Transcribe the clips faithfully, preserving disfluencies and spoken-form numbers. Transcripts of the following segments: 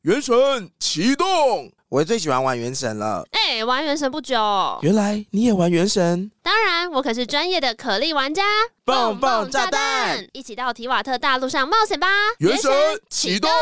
原神启动！ 我最喜欢玩原神了。 哎、欸，玩原神不久， 原来你也玩原神？ 当然，我可是专业的可莉玩家。 蹦蹦炸弹， 一起到提瓦特大陆上冒险吧！ 原神启动！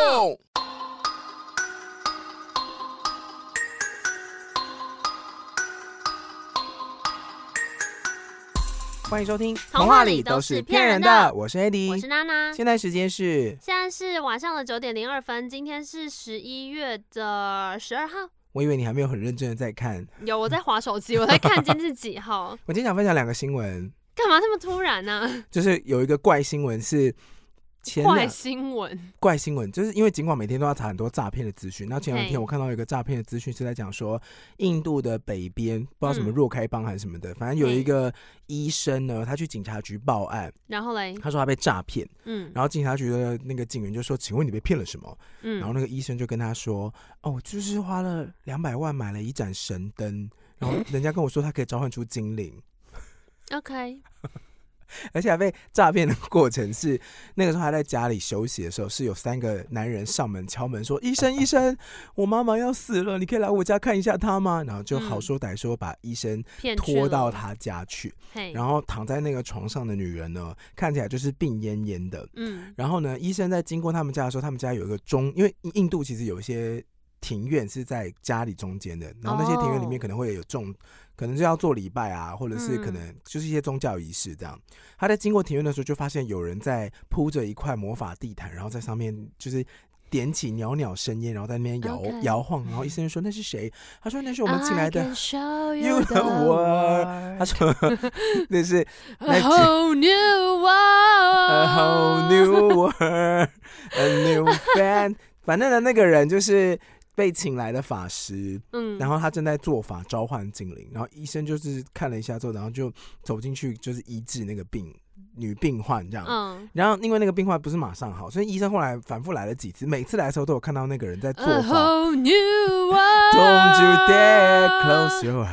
欢迎收听童话里都是骗人的， 我是 Eddie， 我是娜娜。 现在时间是现在是晚上的九点零二分，今天是十一月的十二号。 我以为你还没有很认真的在看， 有我在滑手机，我在看今天是几号。 我今天想分享两个新闻。 干嘛这么突然呢、啊？ 就是有一个怪新闻是前怪新闻， 怪新闻，就是因为尽管每天都要查很多诈骗的资讯，那前两天我看到一个诈骗的资讯是在讲说，印度的北边不知道什么若开邦还是什么的，嗯、反正有一个医生呢，他去警察局报案， 然后嘞， 他说他被诈骗， 嗯， 然后警察局的那个警员就说：“请问你被骗了什么？” 嗯， 然后那个医生就跟他说：“哦，我就是花了两百万买了一盏神灯，然后人家跟我说他可以召唤出精灵。” OK。 而且还被诈骗的过程是，那个时候还在家里休息的时候，是有三个男人上门敲门说：“医生，医生，我妈妈要死了，你可以来我家看一下她吗？”然后就好说歹说把医生拖到他家去， 嗯、 然后躺在那个床上的女人呢，看起来就是病恹恹的。嗯，然后呢，医生在经过他们家的时候，他们家有一个中，因为印度其实有一些庭院是在家里中间的，然后那些庭院里面可能会有种。可能就要做礼拜啊，或者是可能就是一些宗教仪式这样。嗯、他在经过庭院的时候，就发现有人在铺着一块魔法地毯，然后在上面就是点起袅袅生烟，然后在那边摇、okay. 摇晃。然后医生就说：“那是谁？”他说：“那是我们请来的 You the World。”他说：“那是 A whole new world, a whole new world, a new fan。” 反正呢，那个人就是被请来的法师，嗯，然后他正在做法召唤精灵，然后医生就是看了一下之后，然后就走进去就是医治那个病女病患这样，嗯，然后因为那个病患不是马上好，所以医生后来反复来了几次，每次来的时候都有看到那个人在做法。A whole new world, Don't you dare close your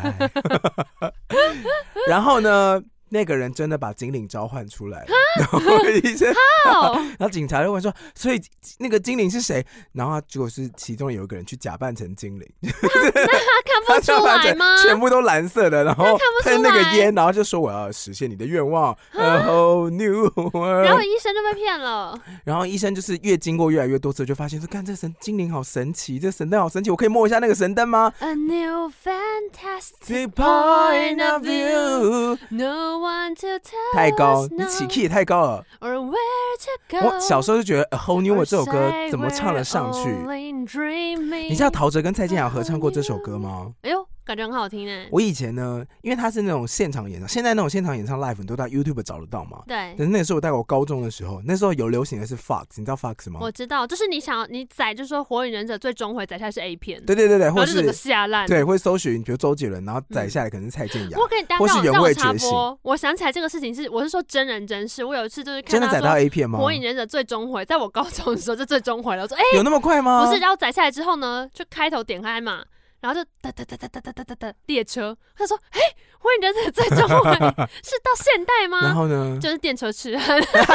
eyes 然后呢？那个人真的把精灵召唤出来了，然后医生，然后警察就问说：“所以那个精灵是谁？”然后他结果是其中有一个人去假扮成精灵， 那他看不出来吗？ 全部都蓝色的，然后喷那个烟，然后就说：“我要实现你的愿望 ，A whole new world。” 然后医生就被骗了。 然后医生就是越经过越来越多次，就发现说：“看这神精灵好神奇，这神灯好神奇，我可以摸一下那个神灯吗 ？”A new fantastic point of view。 No 太高，你起 key 也太高了。我小时候就觉得《A Whole New World》这首歌怎么唱得上去？你知道陶喆跟蔡健雅合唱过这首歌吗？ 哎呦，感觉很好听哎。 我以前呢，因为他是那种现场演唱，现在那种现场演唱 live 你都到 YouTube 找得到嘛。 对。 可是那个时候我在我高中的时候，那时候有流行的是 Fox， 你知道 Fox 吗？ 我知道，就是你想你载，就是说《火影忍者》最终回载下来是 A 片。 对对对对，或是整个下烂。 对，会搜寻比如周杰伦，然后载下来可能是蔡健雅， 我跟你或是原味觉醒。 我想起来这个事情是，我是说真人真事。我有一次就是看真的载到 A 片吗？ 《火影忍者》最终回，在我高中的时候就最终回了。我说：“哎、 欸，有那么快吗？” 不是，然后载下来之后呢，就开头点开嘛。然后就哒哒哒哒哒哒哒哒哒列车，他说：“哎、欸，火影忍者最终回是到现代吗？” 然后呢， 就是电车痴汉。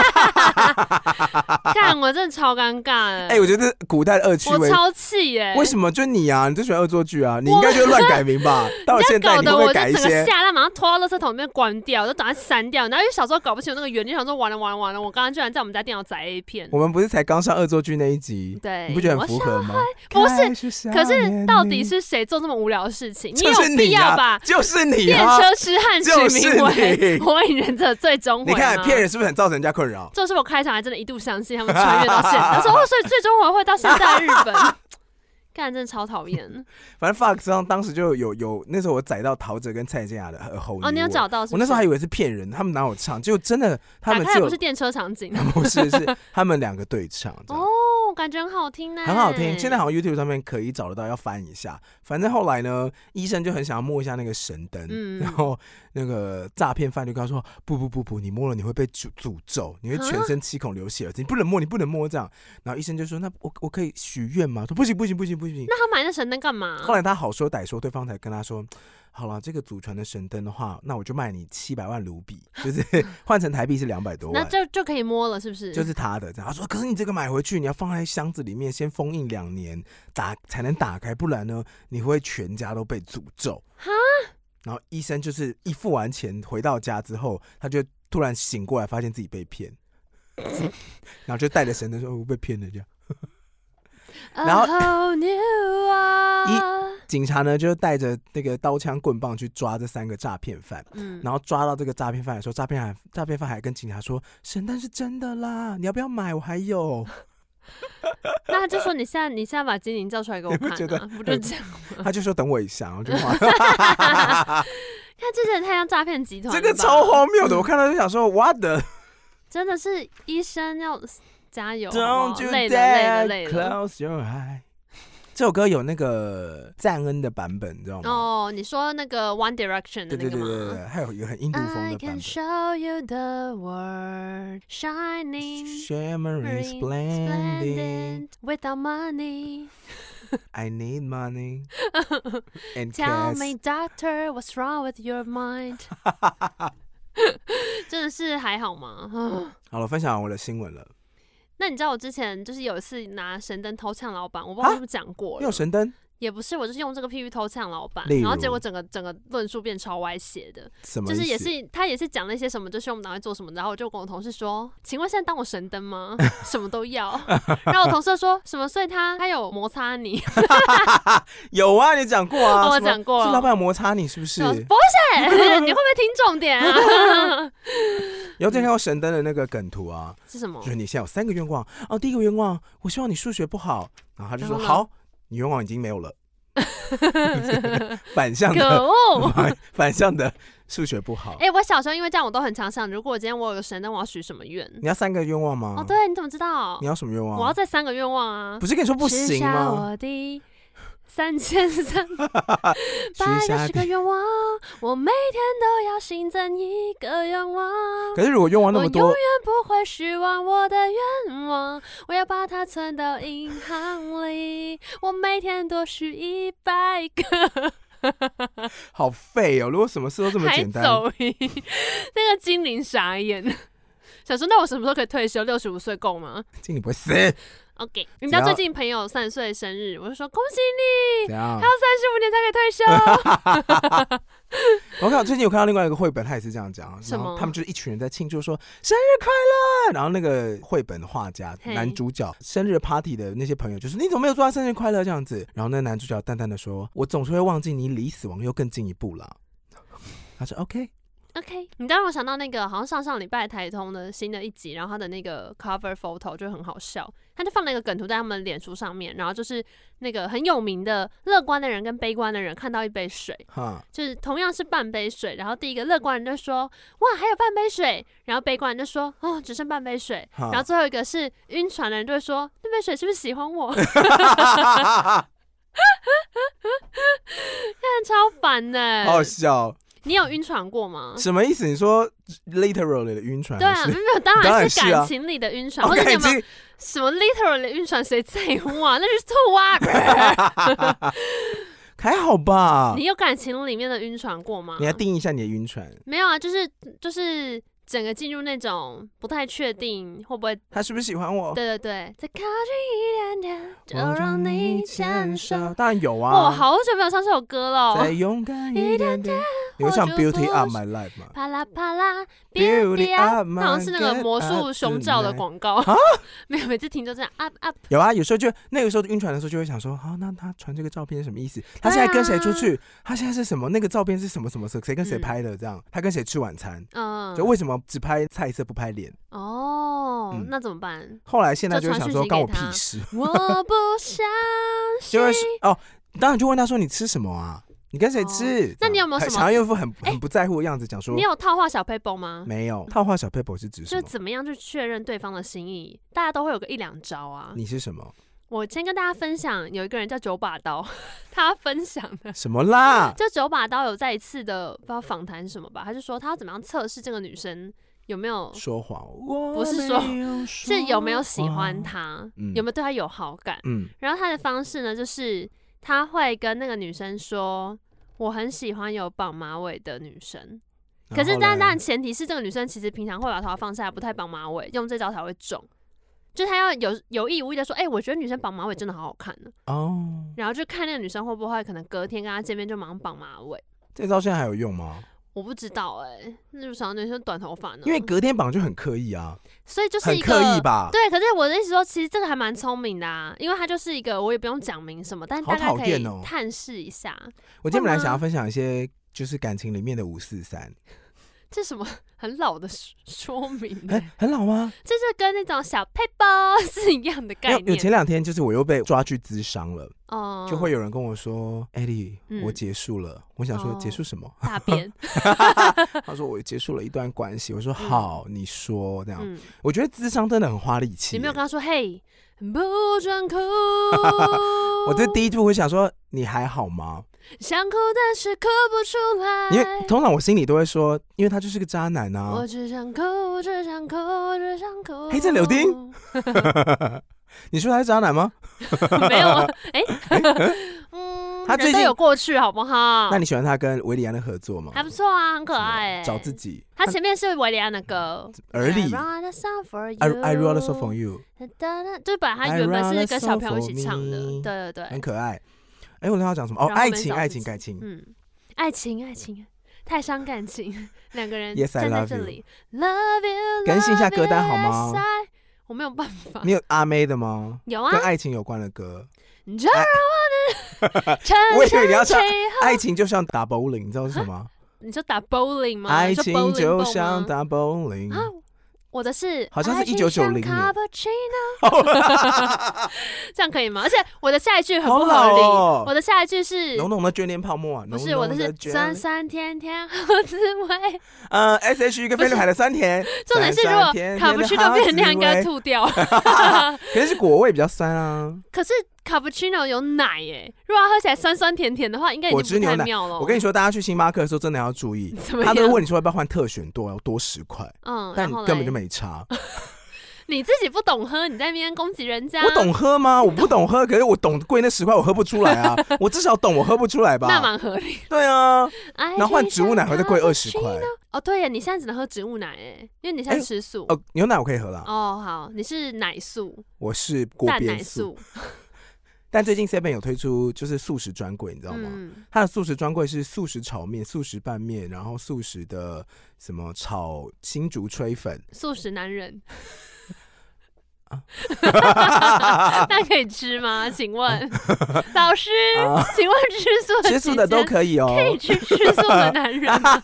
干，我真的超尴尬的。 哎、欸，我觉得古代的恶趣味， 我超气耶、欸！ 为什么？就你啊，你最喜欢恶作剧啊，你应该就乱改名吧？到现在你会不会改一些？ 我就整个下烂，马上拖到垃圾桶里面关掉，就打算删掉。然后因为小时候搞不清楚那个原理，想说完了完了完了，我刚刚居然在我们家电脑载 A 片。 我们不是才刚上恶作剧那一集？ 对， 你不觉得很符合吗？ 不是，可是到底是谁做这么无聊的事情？你有必要把就是你电车痴汉取名为《火影忍者最终回》？ 你看骗人是不是很造成人家困扰？ 这是我开场还真的一度相信他们穿越到现代，说哦，所以最终回会到现在日本。干，真的超讨厌。 反正 Fox 上当时就有有那时候我载到陶喆跟蔡健雅的《后》 哦，你有找到是不是？ 我那时候还以为是骗人，他们哪有唱？结果真的，他们打开不是电车场景， 不是是他们两个对唱。 哦，感觉很好听呢， 很好听。现在好像 YouTube 上面可以找得到，要翻一下。反正后来呢，医生就很想要摸一下那个神灯，嗯、然后那个诈骗犯就跟他说：“不不不不，你摸了你会被诅诅咒，你会全身七孔流血，你不能摸，你不能摸这样。”然后医生就说：“那我我可以许愿吗？”说：“不行不行不行不行。” 那他买那神灯干嘛？ 后来他好说歹说，对方才跟他说：“ 好了，这个祖传的神灯的话，那我就卖你七百万卢比，就是换成台币是两百多万， 那就就可以摸了，是不是？ 就是他的这样。他说，可是你这个买回去，你要放在箱子里面，先封印两年，打才能打开，不然呢，你会全家都被诅咒。 哈。 然后医生就是一付完钱回到家之后，他就突然醒过来，发现自己被骗，然后就带着神灯说：“我被骗了。”这样。然后一警察呢就带着那个刀枪棍棒去抓这三个诈骗犯，嗯，然后抓到这个诈骗犯的时候，诈骗犯诈骗犯还跟警察说：“神灯是真的啦，你要不要买？我还有。” 那他就说：“你现在你现在把精灵叫出来给我看、啊， 不, 不就这样吗？” 他就说：“等我一下。”然后就看这真的太像诈骗集团了吧， 这个超荒谬的。我看到就想说：“我的， 真的是医生要。”加油！ Don't you 累了累了累了 close your eye。这首歌有那个赞恩的版本，你知道吗？ 哦，你说那个 One Direction 的那个吗？ 对对对对，还有一个很印度风的版本。I can show you the world shining, shimmering, splendid, without money. I need money. And tell cash. me, doctor, what's wrong with your mind? 真的是还好吗？ 好了，分享完我的新闻了。 那你知道我之前就是有一次拿神灯偷呛老板，我不知道是不是讲过了。 你有神灯？ 也不是，我就是用这个譬喻偷呛老板， 然后结果整个整个论述变超歪斜的。 什么？ 就是也是他也是讲了一些什么，就希望我们赶快做什么，然后我就跟我同事说：“请问现在当我神灯吗？什么都要。”然后我同事说什么？所以他他有摩擦你？ 有啊，你讲过啊， 哦、我讲过了。 是老板有摩擦你是不是？ 不是，你会不会听重点啊？ 有天看到神灯的那个梗图啊， 是什么？ 就是你现在有三个愿望哦。第一个愿望，我希望你数学不好，然后他就说好，你愿望已经没有了。反向的， 可恶！ 反向的数学不好。 哎、欸，我小时候因为这样，我都很常想，如果我今天我有个神灯，我要许什么愿？ 你要三个愿望吗？ 哦，对，你怎么知道？ 你要什么愿望？ 我要再三个愿望啊！ 不是跟你说不行吗？ 我的三千三百六十个愿望，我每天都要新增一个愿望。 可是如果愿望那么多， 我永远不会失望我的愿望，我要把它存到银行里，我每天多许一百个。 好废哦！如果什么事都这么简单， 还走音，那个精灵傻眼，想说那我什么时候可以退休？六十五岁够吗？ 精灵不会死。 OK， 你知道最近朋友三十岁生日，我就说恭喜你，还要三十五年才可以退休。 我看最近有看到另外一个绘本，他也是这样讲， 什么？ 他们就是一群人在庆祝说生日快乐，然后那个绘本的画家男主角生日 party 的那些朋友就说你怎么没有祝他生日快乐这样子，然后那个男主角淡淡的说，我总是会忘记你离死亡又更进一步了。他说 OK。OK， 你刚让我想到那个好像上上礼拜台通的新的一集，然后他的那个 cover photo 就很好笑，他就放了一个梗图在他们的脸书上面，然后就是那个很有名的乐观的人跟悲观的人看到一杯水，就是同样是半杯水，然后第一个乐观人就说哇还有半杯水，然后悲观人就说哦只剩半杯水，然后最后一个是晕船的人就会说那杯水是不是喜欢我？看超烦的， 好好笑。 你有晕船过吗？ 什么意思？你说 literally 的晕船？ 对啊，没有，当然是感情里的晕船， 啊、 或者你有没有什么 literally 的晕船？谁在乎啊？那就是吐啊！ 还好吧？ 你有感情里面的晕船过吗？ 你来定义一下你的晕船。 没有啊，就是就是。整个进入那种不太确定会不会他是不是喜欢我？ 对对对，再靠近一点点，就让你牵手。 当然有啊！ 我好久没有唱这首歌了。 再勇敢一点点。你会唱 Beauty Up My Life 吗？ 啪啦啪啦 ，Beauty Up， 好像是那个魔术胸罩的广告啊。没有，每次听就这样 up up。 有啊，有时候就那个时候晕船的时候就会想说，好，那他传这个照片是什么意思？他现在跟谁出去？他现在是什么？那个照片是什么什么谁跟谁拍的？这样，他跟谁吃晚餐？嗯，就为什么只拍菜色不拍脸？ 哦、嗯，那怎么办？ 后来现在就会想说，关我屁事。 我不相信。 就会哦，当然就问他说你吃什么啊？你跟谁吃、哦？ 那你有没有什么？ 想要用一副很很不在乎的样子讲说。 你有套话小paper吗？ 没有，套话小paper是指什么？ 就怎么样去确认对方的心意？大家都会有个一两招啊。 你是什么？ 我先跟大家分享，有一个人叫九把刀，他分享的什么啦？ 就九把刀有在一次的不知道访谈什么吧，他就说他要怎么样测试这个女生有没有说谎， 不是说是有没有喜欢他、嗯，有没有对他有好感。嗯，然后他的方式呢，就是他会跟那个女生说。 我很喜欢有绑马尾的女生，可是但但前提是这个女生其实平常会把头发放下来，不太绑马尾，用这招才会中。就她要有有意无意的说，哎、欸，我觉得女生绑马尾真的好好看呢。哦，然后就看那个女生会不会可能隔天跟她见面就马上绑马尾。 这招现在还有用吗？ 我不知道哎、欸，那就想女生短头发呢， 因为隔天绑就很刻意啊， 所以就是一个很刻意吧？ 对，可是我的意思说，其实这个还蛮聪明的啊，因为它就是一个我也不用讲明什么，但大家可以探视一下。哦、 我今天本来想要分享一些就是感情里面的五四三。 这是什么很老的说明、 欸欸？很老吗？ 这就跟那种小配包是一样的概念。 有前两天就是我又被抓去咨商了，哦、就会有人跟我说：“艾莉、嗯，我结束了。”我想说、哦、结束什么？ 大便。 他说我结束了一段关系。我说好，嗯、你说这样。嗯、我觉得咨商真的很花力气。 你没有跟他说嘿，不准哭。 我这第一步会想说你还好吗？ 想哭但是哭不出来， 因为通常我心里都会说，因为他就是个渣男啊。 我只想哭，只想哭，只想哭。 黑色柳丁，你说他是渣男吗？ 没有啊，哎、欸，嗯，他最近人都有过去，好不好？ 那你喜欢他跟维里安的合作吗？ 还不错啊，很可爱哎、欸。 找自己， 他前面是维里安的歌， 而立 I wrote a song for you， I, I wrote a song for you， 就本来他原本是跟小朋友一起唱的，对对对， 很可爱。哎、欸，我刚刚讲什么？哦，爱情，爱情，爱情， 嗯，爱情，爱情，太伤感情，两个人 Yes, 站在这里 ，Love you， 更新一下歌单好吗？ 我没有办法。 你有阿妹的吗？ 有啊， 跟爱情有关的歌。 就让我的我以为你要唱爱情就像打 bowling， 你知道是什么吗？ 你说打 bowling 吗？ 爱情就像打 bowling。 我的是好像是一九九零年， 这样可以吗？而且我的下一句很不合理， 哦、 我的下一句是浓浓的眷恋泡沫啊， 不是我的是酸酸甜甜好滋味。 呃 ，S H E 跟菲律海的酸甜， 重点是如果卡布奇诺变成那样，应该吐掉。 可是是果味比较酸啊。 可是卡布奇诺有奶耶，如果它喝起来酸酸甜甜的话，应该已经不太妙了。 我跟你说，大家去星巴克的时候真的要注意，他都会问你说要不要换特选多，要多十块，嗯，但你根本就没差。 你自己不懂喝，你在那边攻击人家。 我懂喝吗？我不懂喝，可是我懂贵那十块，我喝不出来啊。我至少懂，我喝不出来吧？ 那蛮合理。 对啊，然后换植物奶会再贵二十块。 哦，对呀，你现在只能喝植物奶哎，因为你现在吃素。 哦，牛奶我可以喝啦。 哦，好，你是奶素， 我是锅边素。但最近 Seven 有推出就是素食专柜，你知道吗？嗯、它的素食专柜是素食炒面、素食拌面，然后素食的什么炒新竹炊粉。 素食男人。那可以吃吗？请问老师，啊、请问吃素的吃素的都可以哦， 可以吃吃素的男人吗？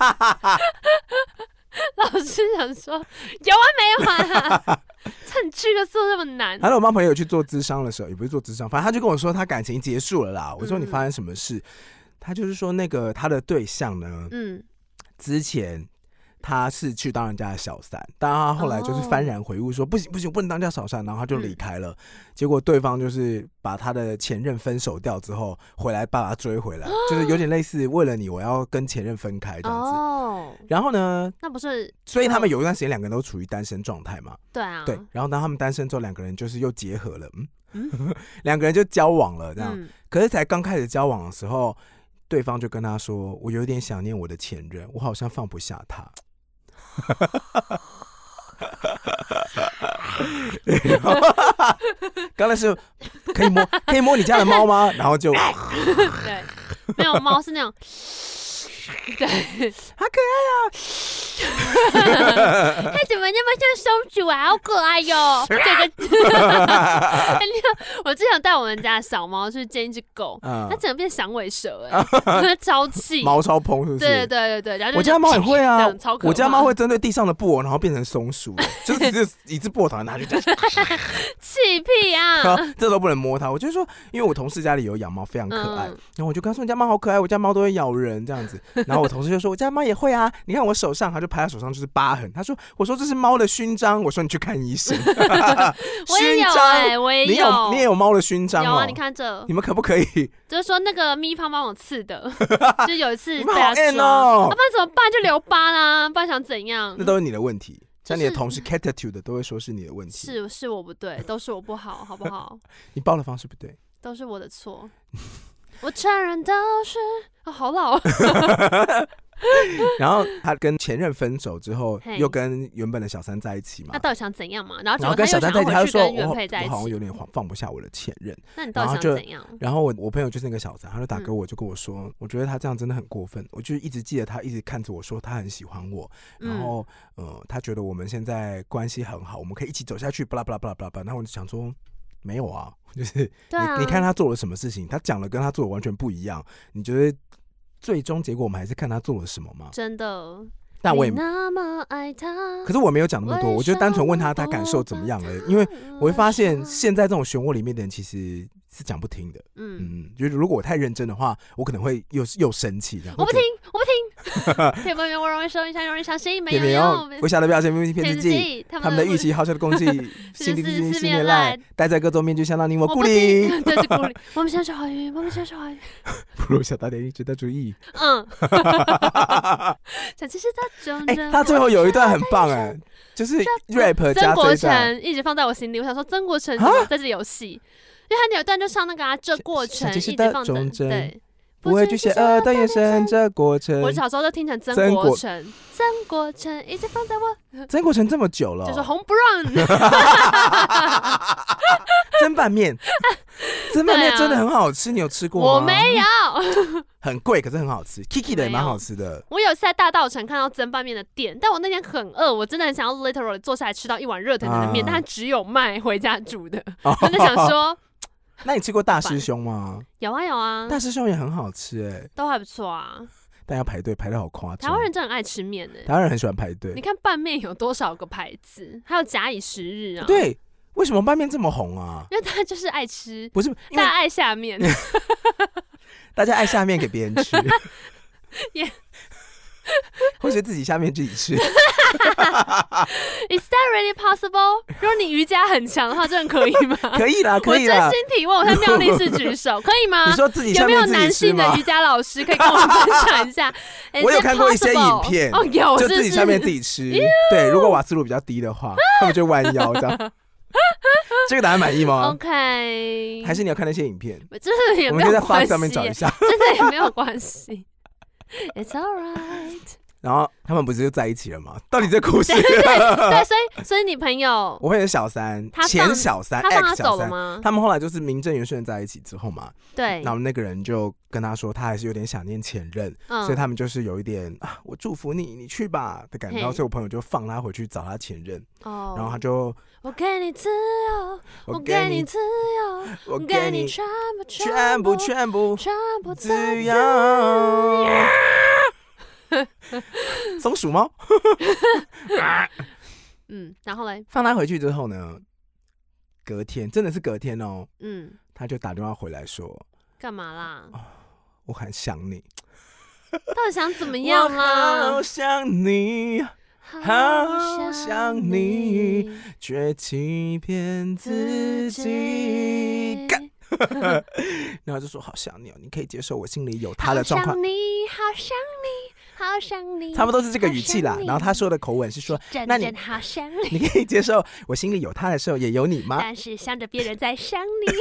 老师想说有完没完啊？趁吃个素这么难。 还有我帮朋友去做咨商的时候，也不是做咨商，反正他就跟我说他感情结束了啦。我说你发生什么事？嗯、他就是说那个他的对象呢，嗯，之前他是去当人家的小三，但他后来就是幡然悔悟说、哦、不行不行，我不能当人家小三，然后他就离开了、嗯。结果对方就是把他的前任分手掉之后，回来把他追回来，哦、就是有点类似为了你我要跟前任分开这样子。哦。然后呢？ 那不是， 所以他们有一段时间两个人都处于单身状态嘛？ 对啊。 对，然后当他们单身之后，两个人就是又结合了，嗯，两、嗯、个人就交往了这样、嗯。可是才刚开始交往的时候，对方就跟他说：“我有点想念我的前任，我好像放不下他。”刚才是可以摸可以摸你家的猫吗？然后就对，没有猫是那种。对， 好可爱哦！ 它怎么那么像松鼠啊？好可爱哟！这个，我之前带我们家的小猫去见一只狗，嗯、它整个变响尾蛇哎、欸，超气， 毛超蓬是不是？ 对对对对，然后我家猫也会啊，我家猫会针对地上的布偶，然后变成松鼠，就是一只一只布偶拿去， 气屁啊！ 这都不能摸它。我就说，因为我同事家里有养猫，非常可爱，嗯、然后我就跟他说：“你家猫好可爱，我家猫都会咬人这样子。”然后我同事就说：“我家猫也会啊，你看我手上。”他就拍他手上就是疤痕。他说：“我说这是猫的勋章。”我说：“你去看医生。” 我也有哎、欸，我也有， 你有你也有猫的勋章、哦、 有啊，你看这， 你们可不可以？ 就是说那个咪胖帮我刺的，就有一次被他抓， 哦，啊、不然怎么办？就留疤啦，不然想怎样？ 那都是你的问题。像你的同事 attitude 都会说是你的问题， 是是我不对，都是我不好，好不好？ 你报的方式不对， 都是我的错。 我承认都是哦，好老。 然后他跟前任分手之后， 嘿又跟原本的小三在一起嘛。 他到底想怎样嘛？然后结然后果他又跟小三在一起，他就说想要回去跟原配在一我我好像有起。 点放不下我的前任。 那你到底想然后就怎样？ 然后我我朋友就是那个小三，他就打给嗯我，就跟我说，我觉得他这样真的很过分。我就一直记得他一直看着我说他很喜欢我，然嗯后呃他觉得我们现在关系很好，我们可以一起走下去，巴拉巴拉巴拉巴拉。然后我就想说。没有啊，就是对啊你你看他做了什么事情，他讲的跟他做的完全不一样。你觉得最终结果我们还是看他做了什么吗？ 真的。 但我也你那么爱他， 可是我没有讲那么多，我就单纯问他他感受怎么样而已。因为我会发现现在这种漩涡里面的人其实是讲不听的。 嗯， 嗯，就是如果我太认真的话，我可能会又又生气这样。 我不听，我不听。天不圆，我容易受影响，容易相信没有没用。 微小的表现骗自己， 他他们的预期好笑的攻击，心里是四面来，待在各种面具相当你我孤我不立。 听，对，是孤立。我们现在是怀孕，我们现在是怀孕。 不如小大点值得注意。 嗯，想其实他中哎、 正。 他最后有一段很棒哎、就是 rap 加曾国这一段。 成一直放在我心里，我想说曾国成怎么在这里有戏？因为他有一段就唱那个啊，这过程一直放着，对， 不会去邪恶的眼神，这过程。 我小时候就听成曾国成，曾国成一直放在我。 曾国成这么久了、哦， 就是红不让。 蒸拌面，蒸拌面真的很好吃，你有吃过吗？ 我没有， 很贵，可是很好吃。Kiki 的也蛮好吃的。 我有一次在大稻埕看到蒸拌面的店，但我那天很饿，我真的很想要 literally 坐下来吃到一碗热腾腾的面，啊、但它只有卖回家煮的。我就想说， 那你吃过大师兄吗？ 有啊有啊， 大师兄也很好吃哎、欸， 都还不错啊。 但要排队，排得好夸张。 台湾人真的很爱吃面哎、欸， 台湾人很喜欢排队。 你看拌面有多少个牌子，还有假以时日啊。 对，为什么拌面这么红啊？ 因为大家就是爱吃， 不是大家爱下面， 大家爱下面给别人吃， 也或是自己下面自己吃。 Is that really possible？ 如果你瑜伽很强的话，真的可以吗？ 可以啦，可以啦。 我真心提问，我在妙丽士举手，可以吗？ 你说自己下面自己吃吗？ 有没有男性的瑜伽老师可以跟我们分享一下？ 我有看过一些影片， 哦，有， 就自己下面自己吃。对，如果瓦斯炉比较低的话，他们就弯腰这样。这个答案满意吗 ？OK， 还是你要看那些影片？ 真的也没有关系， 我们就在 Fox 上面找一下， 真的也没有关系。It's alright。 然后他们不是就在一起了吗？到底这故事？ 对对对，所以所以你朋友， 我朋友小三，前小三， 他放他 X 走了吗？ 他们后来就是名正言顺在一起之后嘛， 对， 然后那个人就跟他说，他还是有点想念前任，嗯、所以他们就是有一点啊，我祝福你，你去吧的感觉。然后所以我朋友就放他回去找他前任，哦、然后他就我给你自由，我给你自由， 我给你全部全部全部全部自由。松鼠猫嗯，然后嘞， 放他回去之后呢，隔天真的是隔天哦，嗯，他就打电话回来说， 干嘛啦？ 哦、我很想你， 到底想怎么样啦？ 我好想你，好想你，却欺骗自己。干然后就说好想你哦，你可以接受我心里有他的状况。 好想你，好想你。好想你， 差不多是这个语气啦。然后他说的口吻是说：“那你好想你， 你可以接受我心里有他的时候也有你吗？” 但是想着别人在想你，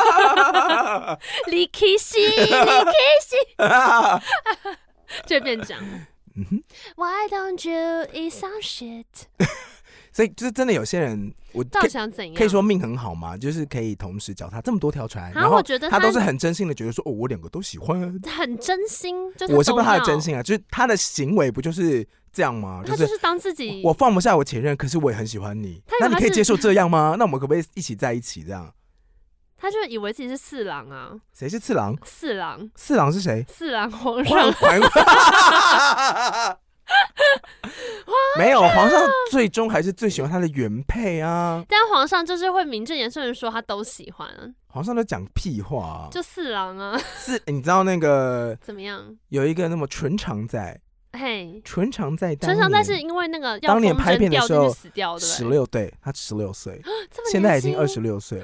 你 kiss 你 kiss， 就变这样。嗯哼 Why don't you eat some shit？ 所以就是真的有些人，我到底想怎样？ 可以说命很好嘛，就是可以同时脚踏这么多条船， 然后我觉得他都是很真心的，觉得说哦，我两个都喜欢， 很真心。就是、 我是不知道他的真心啊，就是他的行为不就是这样吗？ 他就是当自己， 我放不下我前任，可是我也很喜欢你，那你可以接受这样吗？那我们可不可以一起在一起这样？ 他就以为自己是四郎啊。 谁是次郎？ 四郎。 四郎是谁？ 四郎皇上。 没有，皇上最终还是最喜欢他的原配啊。 但皇上就是会名正言顺的说他都喜欢。 皇上都讲屁话、啊， 就四郎啊。 是，你知道那个怎么样？ 有一个那么纯常在。 嘿， 纯常在当年，纯常在是因为那个当年拍片的时候死掉， 十六，对，他十六岁， 现在已经二十六岁了。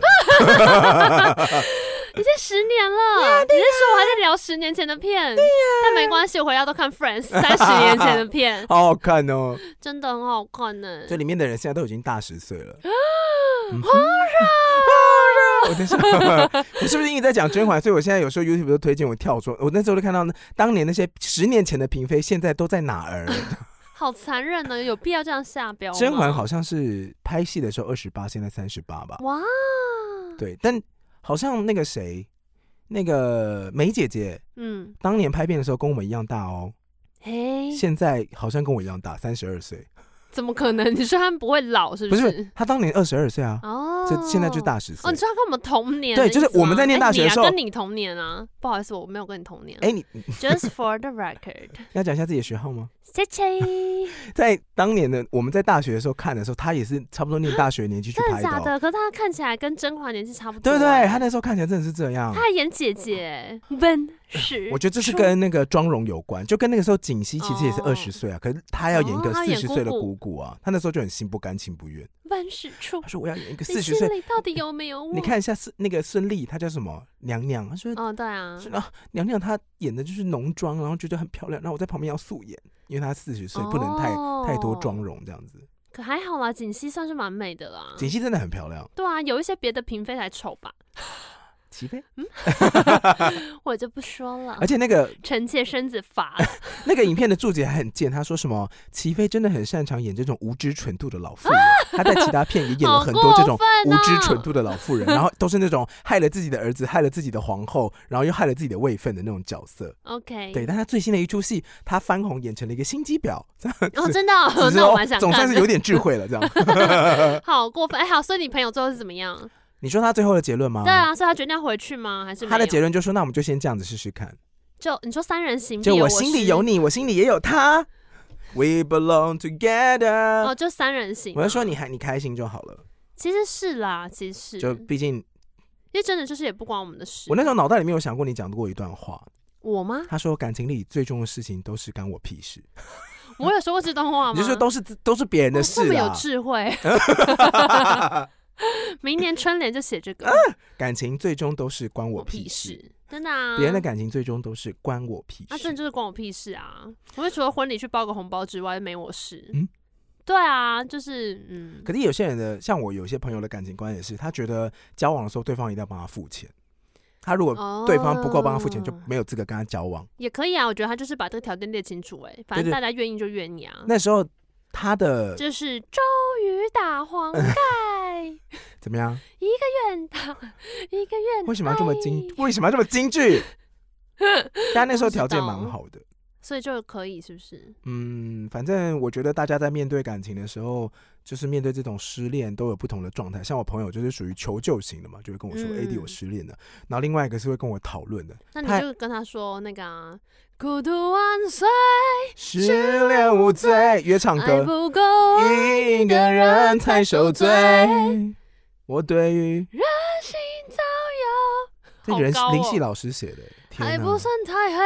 已经十年了，你是说我还在聊十年前的片？对呀，但没关系，我回家都看 Friends 三十年前的片， 好好看哦， 真的很好看呢。 这里面的人现在都已经大十岁了。 皇上，皇上， 我那时候我是不是因为在讲甄嬛，所以我现在有时候 YouTube 都推荐我跳出。我那时候就看到当年那些十年前的嫔妃，现在都在哪儿？ 好残忍呢，有必要这样下标吗？ 甄嬛好像是拍戏的时候二十八，现在三十八吧。 哇， 对，但好像那个谁，那个梅姐姐，嗯，当年拍片的时候跟我们一样大哦。 嘿， 现在好像跟我一样大，三十二岁。 怎么可能？你说他们不会老是不是？ 不是，他当年二十二岁啊。哦，这现在就大十岁。 哦，你说他跟我们同年？ 对，就是我们在念大学的时候， 欸、你啊跟你同年啊。不好意思，我没有跟你同年。 哎、欸，你 Just for the record， 要讲一下自己的学号吗？ 谢谢。 在当年的我们在大学的时候看的时候，他也是差不多念大学年纪去拍的、哦。 真的假的？可是他看起来跟甄嬛年纪差不多。 对对，他那时候看起来真的是这样。 他还演姐姐，温实。 我觉得这是跟那个妆容有关，就跟那个时候锦溪其实也是二十岁啊，可是他要演一个四十岁的姑姑啊，他那时候就很心不甘情不愿。 温实初， 他说我要演一个四十岁， 你心里到底有没有我？ 你看一下那个孙俪，她叫什么娘娘？她说， 哦对啊， 啊娘娘她演的就是浓妆，然后觉得很漂亮，然后我在旁边要素颜，因为她四十岁不能太、哦、太多妆容这样子。 可还好啦，锦溪算是蛮美的啦。 锦溪真的很漂亮。 对啊，有一些别的嫔妃才丑吧。 齐妃， 嗯，我就不说了。 而且那个臣妾身子乏。 那个影片的注解还很贱，他说什么齐妃真的很擅长演这种无知蠢度的老妇人，她在其他片也演了很多这种无知蠢度的老妇人，然后都是那种害了自己的儿子、害了自己的皇后，然后又害了自己的位分的那种角色。 OK， 对，但他最新的一出戏，他翻红演成了一个心机婊。 哦，真的、哦？那我蛮想看的， 总算是有点智慧了，这样。 好过分！哎，好，所以你朋友最后是怎么样？ 你说他最后的结论吗？ 对啊，所以他决定要回去吗？还是没有他的结论就说，那我们就先这样子试试看。 就你说三人行， 就我心里有你，我心里也有他 ，We belong together。 哦，就三人行、啊。 我就说你还你开心就好了。 其实是啦，其实就毕竟，因为真的就是也不关我们的事。 我那时候脑袋里面有想过你讲过一段话。 我吗？ 他说感情里最重要的事情都是干我屁事。 我有说过这段话吗？ 你就说都是都是别人的事啦。 这么有智慧。明年春联就写这个、啊， 感情最终都是关我屁事， 真的啊！ 别人的感情最终都是关我屁事， 那、啊、真的就是关我屁事啊！我除了婚礼去包个红包之外，没我事。嗯，对啊，就是嗯。 可是有些人的，像我有些朋友的感情观也是，他觉得交往的时候对方一定要帮他付钱，他如果对方不够帮他付钱，哦、就没有资格跟他交往。 也可以啊，我觉得他就是把这个条件列清楚、欸，哎，反正大家愿意就愿意啊。 那时候他的就是周瑜打黄盖。 怎么样？ 一个愿打，一个愿挨。 为什么要这么精？为什么要这么精致？但那时候条件蛮好的， 所以就可以，是不是？ 嗯，反正我觉得大家在面对感情的时候，就是面对这种失恋都有不同的状态。像我朋友就是属于求救型的嘛，就会跟我说、嗯、：“A D 我失恋了。”然后另外一个是会跟我讨论的。 那你就跟他说那个、啊。孤独万岁， 失恋无罪，约唱歌， 爱不够一个人才受罪。我对于人心早有， 这人林夕老师写的， 还不算太黑。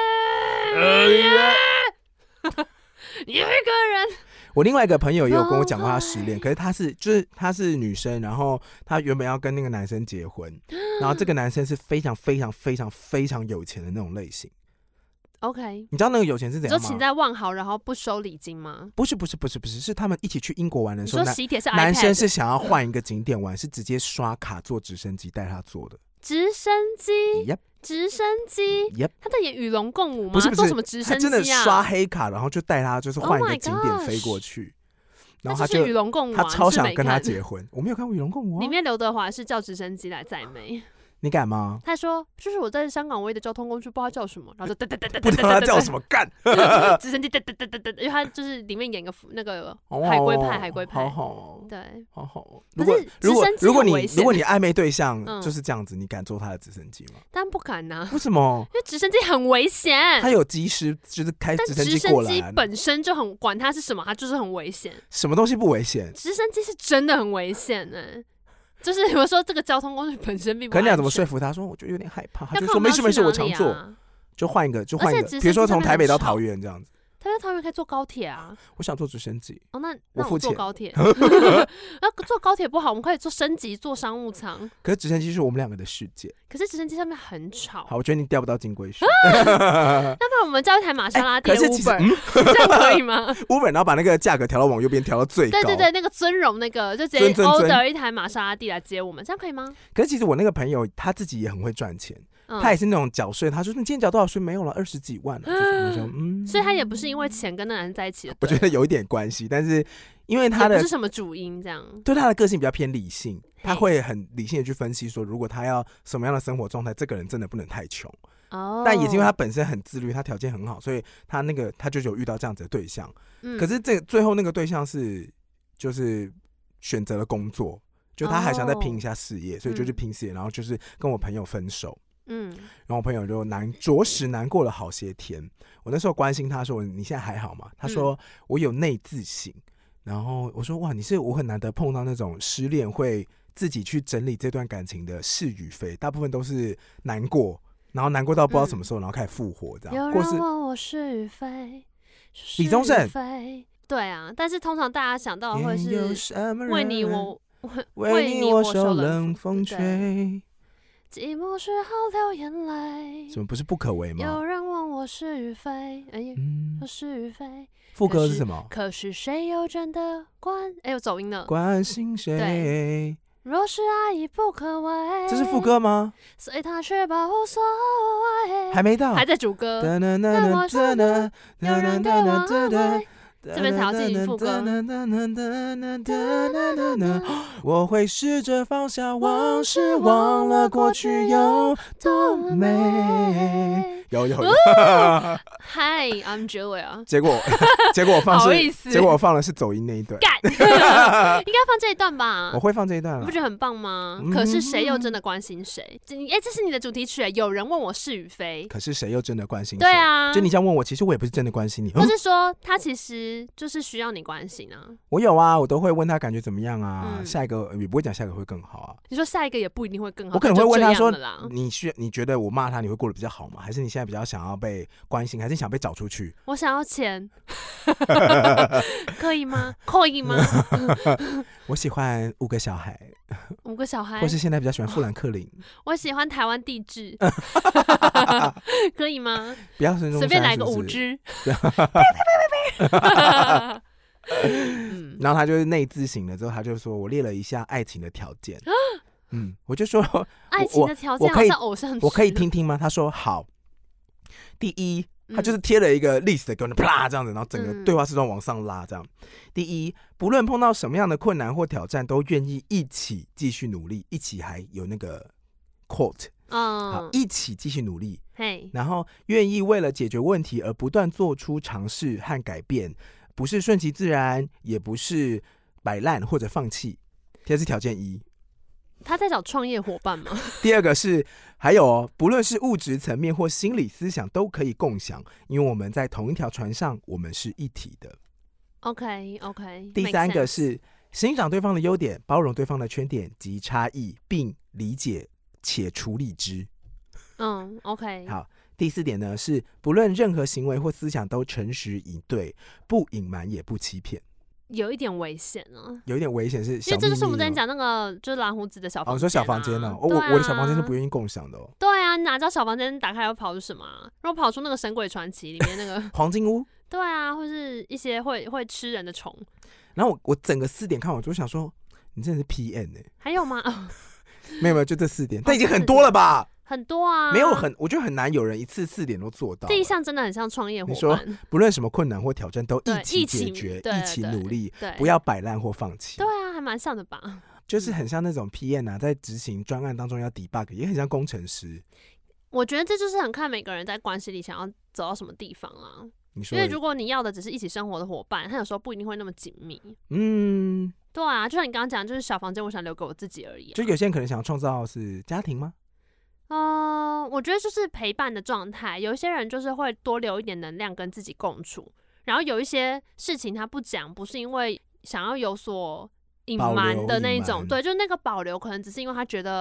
有一个人， 我另外一个朋友也有跟我讲过他失恋，可是他是就是他是女生，然后他原本要跟那个男生结婚，然后这个男生是非常非常非常非常有钱的那种类型。 OK， 你知道那个有钱是怎样吗？ 就请在万豪，然后不收礼金吗？ 不是不是不是不是，是他们一起去英国玩的时候， 你说喜帖是 iPad， 男生是想要换一个景点玩，是直接刷卡坐直升机带他坐的。 直升机， yep 直升机， yep 他在演与龙共舞吗？ 不是不是， 坐什么直升机啊？ 他真的刷黑卡，然后就带他就是换一个景点飞过去。 Oh、 然后他就与龙共舞、啊， 他超想跟他结婚。我没有看过与龙共舞、啊， 里面刘德华是叫直升机来载妹。 你敢吗？ 他说：“就是我在香港唯一的交通工具，不知道叫什么，然后就噔噔噔噔， 不知道他叫什么干， 直升机噔噔噔噔噔，因为他就是里面演个那个海龟派，海龟派， 好好， 对， 好好。如果如果如果你如果你暧昧对象就是这样子，你敢坐他的直升机吗？ 当然不敢呐。 为什么？ 因为直升机很危险， 他有机师就是开直升机过来， 但直升机本身就很管它是什么，它就是很危险。 什么东西不危险？ 直升机是真的很危险呢。”就是比如说这个交通工具本身并不安全， 可你要怎么说服他说？我觉得有点害怕，他就说没事没事，我常坐，就换一个，就换一个，比如说从台北到桃园这样子。 台北桃园可以坐高铁啊。 我想坐直升机。 哦，那那我坐高铁。那坐高铁不好，我们可以坐升级，坐商务舱。 可是直升机是我们两个的世界。 可是直升机上面很吵。 好，我觉得你调不到金龟婿。 那不然我们叫一台玛莎拉蒂的 Uber，、欸嗯、这样可以吗 ？Uber 然后把那个价格调到往右边，调到最高。 对对对，那个尊荣那个就直接 order 一台玛莎拉蒂来接我们，这样可以吗？ 可是其实我那个朋友他自己也很会赚钱。嗯、他也是那种缴税，他说你今天缴多少税？没有了，二十几万了。就是说嗯， 所以他也不是因为钱跟那男人在一起的。 我觉得有一点关系，但是因为他的也不是什么主因，这样对他的个性比较偏理性，他会很理性的去分析说，如果他要什么样的生活状态，这个人真的不能太穷。哦，但也是因为他本身很自律，他条件很好，所以他那个他就有遇到这样子的对象。嗯，可是这最后那个对象是就是选择了工作，就他还想再拼一下事业，哦、所以就去拼事业，然后就是跟我朋友分手。嗯，然后我朋友就难着实难过了好些天。我那时候关心他说：“你现在还好吗？”他说：“我有内自省。嗯”然后我说：“哇，你是我很难得碰到那种失恋会自己去整理这段感情的是与非，大部分都是难过，然后难过到不知道什么时候，嗯、然后开始复活这样。” 有人问我是与非， 李宗盛。 对啊，但是通常大家想到的会是为你我为你我受冷风吹。 寂寞时候流眼泪， 怎么不是不可为吗？ 有人问我是与非，哎、欸，嗯、说是与非。 副歌是什么？ 可是谁又真的关？哎、欸，有走音了。 关心谁？ 若是爱已不可为， 这是副歌吗？ 所以他却把无所谓。 还没到， 还在主歌。那我说的，有人对我安慰。这边才要进行副歌。 我会试着放下往事，忘了过去有多美。有有有。 Hi, I'm Julia。 结果结果我放是， 结果我放的是走音那一段。 干，应该放这一段吧？ 我会放这一段了。 你不觉得很棒吗？嗯、可是谁又真的关心谁？哎、欸，这是你的主题曲。有人问我是与非， 可是谁又真的关心谁？ 对啊， 就你这样问我，其实我也不是真的关心你。 或是说他其实就是需要你关心啊。 我有啊，我都会问他感觉怎么样啊。嗯、下一个也不会讲下一个会更好啊。 你说下一个也不一定会更好， 我可能会问他说：“你需你觉得我骂他你会过得比较好吗？还是你现在比较想要被关心，还是想被找出去？” 我想要钱，可以吗？可以吗？ 我喜欢五个小孩， 五个小孩， 或是现在比较喜欢富兰克林。 我喜欢台湾地质，可以吗？ 不要随便来个五只。 然后他就是内自省了之后，他就说：“我列了一下爱情的条件。”嗯，我就说：“ 爱情的条件好像偶像剧， 我可以听听吗？”他说：“好。”第一。他就是贴了一个 list 给我，啪这样子，然后整个对话视窗往上拉，这样。嗯、第一，不论碰到什么样的困难或挑战，都愿意一起继续努力，一起还有那个 quote， 嗯，好，一起继续努力。嘿，然后愿意为了解决问题而不断做出尝试和改变，不是顺其自然，也不是摆烂或者放弃。这是条件一。 他在找创业伙伴吗？ 第二个是，还有哦，不论是物质层面或心理思想都可以共享，因为我们在同一条船上，我们是一体的。 OK OK。 第三个是欣赏对方的优点，包容对方的缺点及差异，并理解且处理之。 嗯 ，OK。 好，第四点呢是，不论任何行为或思想都诚实以对，不隐瞒也不欺骗。 有一点危险啊， 有一点危险是小秘密、哦， 因为这就是我们之前讲那个就是蓝胡子的小房间、啊。哦， 你说小房间呢、哦？哦、 啊， 我我的小房间是不愿意共享的哦。 对啊，你哪知道小房间打开要跑出什么、啊？如果跑出那个《神鬼传奇》里面那个黄金屋， 对啊，或是一些会会吃人的虫。 然后我我整个四点看完，我就想说，你真的是 P N 哎、欸？ 还有吗？ 没有没有，就这四点，但已经很多了吧？ 很多啊， 没有很，我觉得很难有人一次四点都做到。 第一项真的很像创业伙伴， 你说不论什么困难或挑战都一起解决，一起努力，不要摆烂或放弃。 对啊，还蛮像的吧？ 就是很像那种 P M 啊，在执行专案当中要 debug， 也很像工程师。 我觉得这就是很看每个人在关系里想要走到什么地方啊。 你说， 因为如果你要的只是一起生活的伙伴，他有时候不一定会那么紧密。嗯，对啊，就像你刚刚讲，就是小房间，我想留给我自己而已、啊。 就有些人可能想创造是家庭吗？ 嗯、呃，我觉得就是陪伴的状态。有一些人就是会多留一点能量跟自己共处，然后有一些事情他不讲，不是因为想要有所隐瞒的那一种，对，就是那个保留可能只是因为他觉得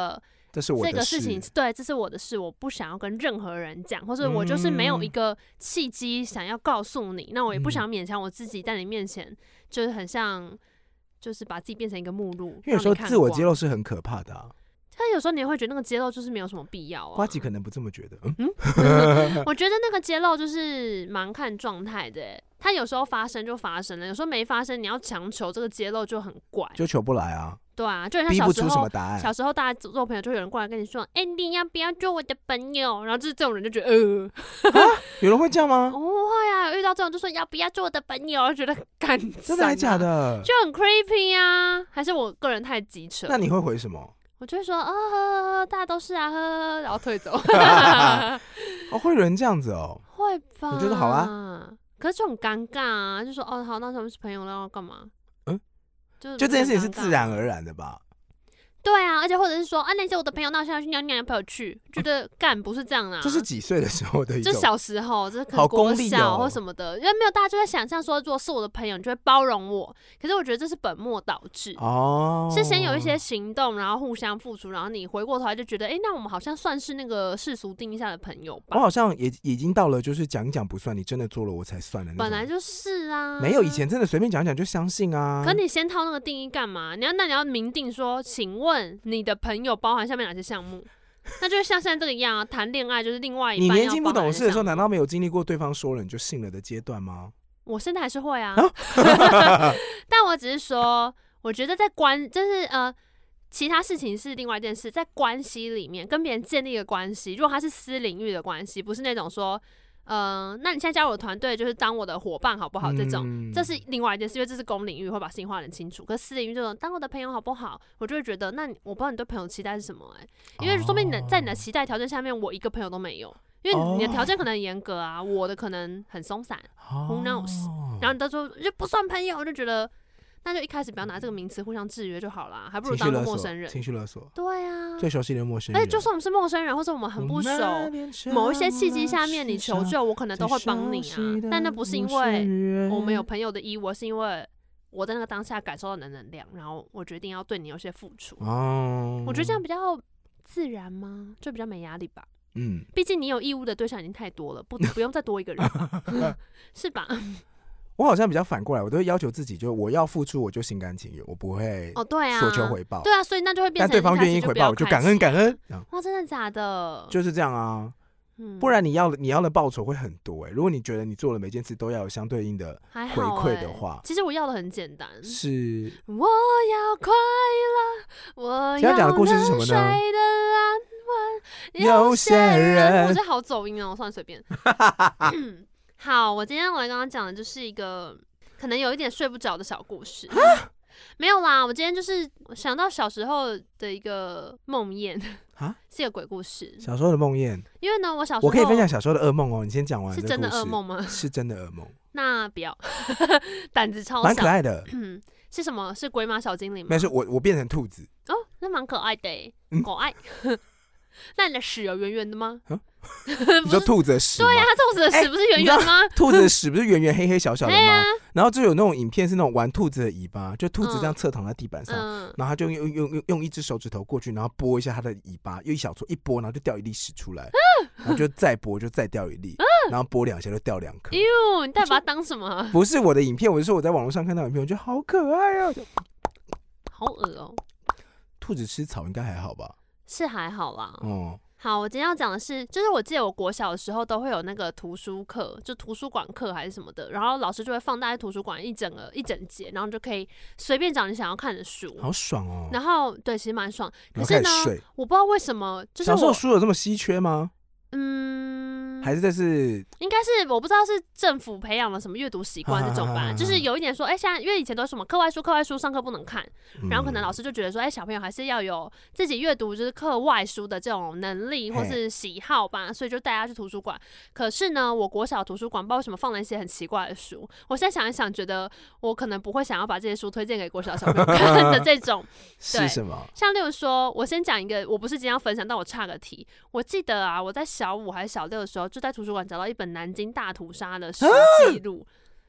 这是我的这个事情，对，这是我的事，我不想要跟任何人讲，或者我就是没有一个契机想要告诉你，嗯、那我也不想勉强我自己在你面前，就是很像，就是把自己变成一个目录。 因为有时候自我揭露是很可怕的啊。 但有时候你会觉得那个揭露就是没有什么必要啊。 呱吉可能不这么觉得，嗯， 我觉得那个揭露就是蛮看状态的，它有时候发生就发生了，有时候没发生，你要强求这个揭露就很怪， 就求不来啊。 对啊，就很像小时候， 逼不出什么答案。 小时候大家做朋友，就有人过来跟你说：“哎、欸，你要不要做我的朋友？”然后就是这种人就觉得，呃， 啊、有人会这样吗？ 哦，会啊，遇到这种就说要不要做我的朋友，就觉得干、啊， 真的还假的？ 就很 creepy 啊，还是我个人太机车？ 那你会回什么？ 我就会说啊，呵呵呵，大家都是啊，呵呵，然后退走。 哦，会有人这样子哦？ 会吧？ 你觉得好啊？ 可是就很尴尬啊，就说哦，好，那我们是朋友了，要干嘛？ 嗯， 就就这件事情是自然而然的吧？ 对啊，而且或者是说啊，那些我的朋友，那我现在去尿尿，陪我去，觉得干不是这样啊。 这是几岁的时候的一种？ 就小时候，就是可能国小或什么的，因为没有大家就在想象说，如果是我的朋友，你就会包容我。可是我觉得这是本末倒置哦，是先有一些行动，然后互相付出，然后你回过头来就觉得，哎、欸，那我们好像算是那个世俗定义下的朋友吧。 我好像也已经到了，就是讲一讲不算，你真的做了我才算的那种。 本来就是啊， 没有以前真的随便讲讲就相信啊。 可你先套那个定义干嘛？你要那你要明定说，请问你的朋友。朋友包含下面哪些项目？那就是像现在这个一样啊，谈恋爱就是另外一半。 你年轻不懂事的时候，难道没有经历过对方说了你就信了的阶段吗？ 我现在还是会啊，啊但我只是说，我觉得在关就是呃，其他事情是另外一件事，在关系里面跟别人建立的关系，如果他是私领域的关系，不是那种说。呃，那你现在加入我的团队，就是当我的伙伴好不好？这种、嗯，这是另外一件事，因为这是公领域，会把事情画得很清楚。可是私领域这种，当我的朋友好不好？我就会觉得，那我不知道你对朋友期待是什么哎、欸，因为说明你在你的期待条件下面，我一个朋友都没有，因为你的条件可能很严格啊，我的可能很松散、哦、，Who knows？ 然后你到时候就不算朋友，我就觉得。那就一开始不要拿这个名词互相制约就好啦，还不如当个陌生人。 情绪勒索， 对啊， 最熟悉的陌生人。 而且就算我们是陌生人，或者我们很不熟，某一些契机下面你求救，我可能都会帮你啊。但那不是因为我们有朋友的义务，是因为我在那个当下感受到的能量，然后我决定要对你有些付出。哦，我觉得这样比较自然吗？就比较没压力吧。嗯，毕竟你有义务的对象已经太多了，不不用再多一个人吧，是吧？ 我好像比较反过来，我都会要求自己，就我要付出，我就心甘情愿，我不会哦，对啊，索求回报， 对啊，所以那就会变成， 但对方愿意回报，我就感恩感恩。 哇，真的假的？ 就是这样啊，嗯、不然你要你要的报酬会很多哎、欸。如果你觉得你做了每件事都要有相对应的回馈的话， 欸、其实我要的很简单， 是我要快乐，我要讲的故事是什么呢？有些人， 我觉得好走音哦，算了随便。好，我今天我来刚刚讲的就是一个可能有一点睡不着的小故事。没有啦，我今天就是想到小时候的一个梦魇啊，是一个鬼故事。 小时候的梦魇， 因为呢，我小时候我可以分享小时候的噩梦哦。你先讲完， 是真的噩梦吗？ 是真的噩梦。 那不要，胆子超小， 蛮可爱的。 嗯，是什么？是鬼马小精灵吗？ 没有，是我我变成兔子。 哦，那蛮可爱的诶，可爱。那你的屎有圆圆的吗？啊、 你说兔子的屎？ 对呀、啊，兔子的屎不是圆圆的吗？ 欸、兔子的屎不是圆圆黑黑小小的吗？啊、然后就有那种影片是那种玩兔子的尾巴，就兔子这样侧躺在地板上，嗯、然后他就用用用用一只手指头过去，然后拨一下它的尾巴，又一小撮一拨，然后就掉一粒屎出来，啊、然后就再拨就再掉一粒，啊、然后拨两下就掉两颗。 哟，你到底把它当什么、啊？ 不是我的影片，我是说我在网络上看到影片，我觉得好可爱啊， 好恶哦、喔。 兔子吃草应该还好吧？ 是还好啦。 哦。 好，我今天要讲的是，就是我记得我国小的时候都会有那个图书课，就图书馆课还是什么的，然后老师就会放大在图书馆一整个一整节，然后就可以随便找你想要看的书， 好爽哦。 然后对，其实蛮爽。可是呢，我不知道为什么，就是小时候书有这么稀缺吗？ 嗯， 还是这是应该是我不知道是政府培养了什么阅读习惯这种吧，就是有一点说，哎、欸，现在因为以前都是什么课外书，课外书上课不能看，然后可能老师就觉得说，哎、欸，小朋友还是要有自己阅读就是课外书的这种能力或是喜好吧，所以就带他去图书馆。可是呢，我国小图书馆不知道为什么放了一些很奇怪的书，我现在想一想，觉得我可能不会想要把这些书推荐给国小小朋友看的这种。 是什么？ 像例如说，我先讲一个，我不是今天要分享，但我岔个题。我记得啊，我在小五还是小六的时候，就在图书馆找到一本南京大屠杀的实记录。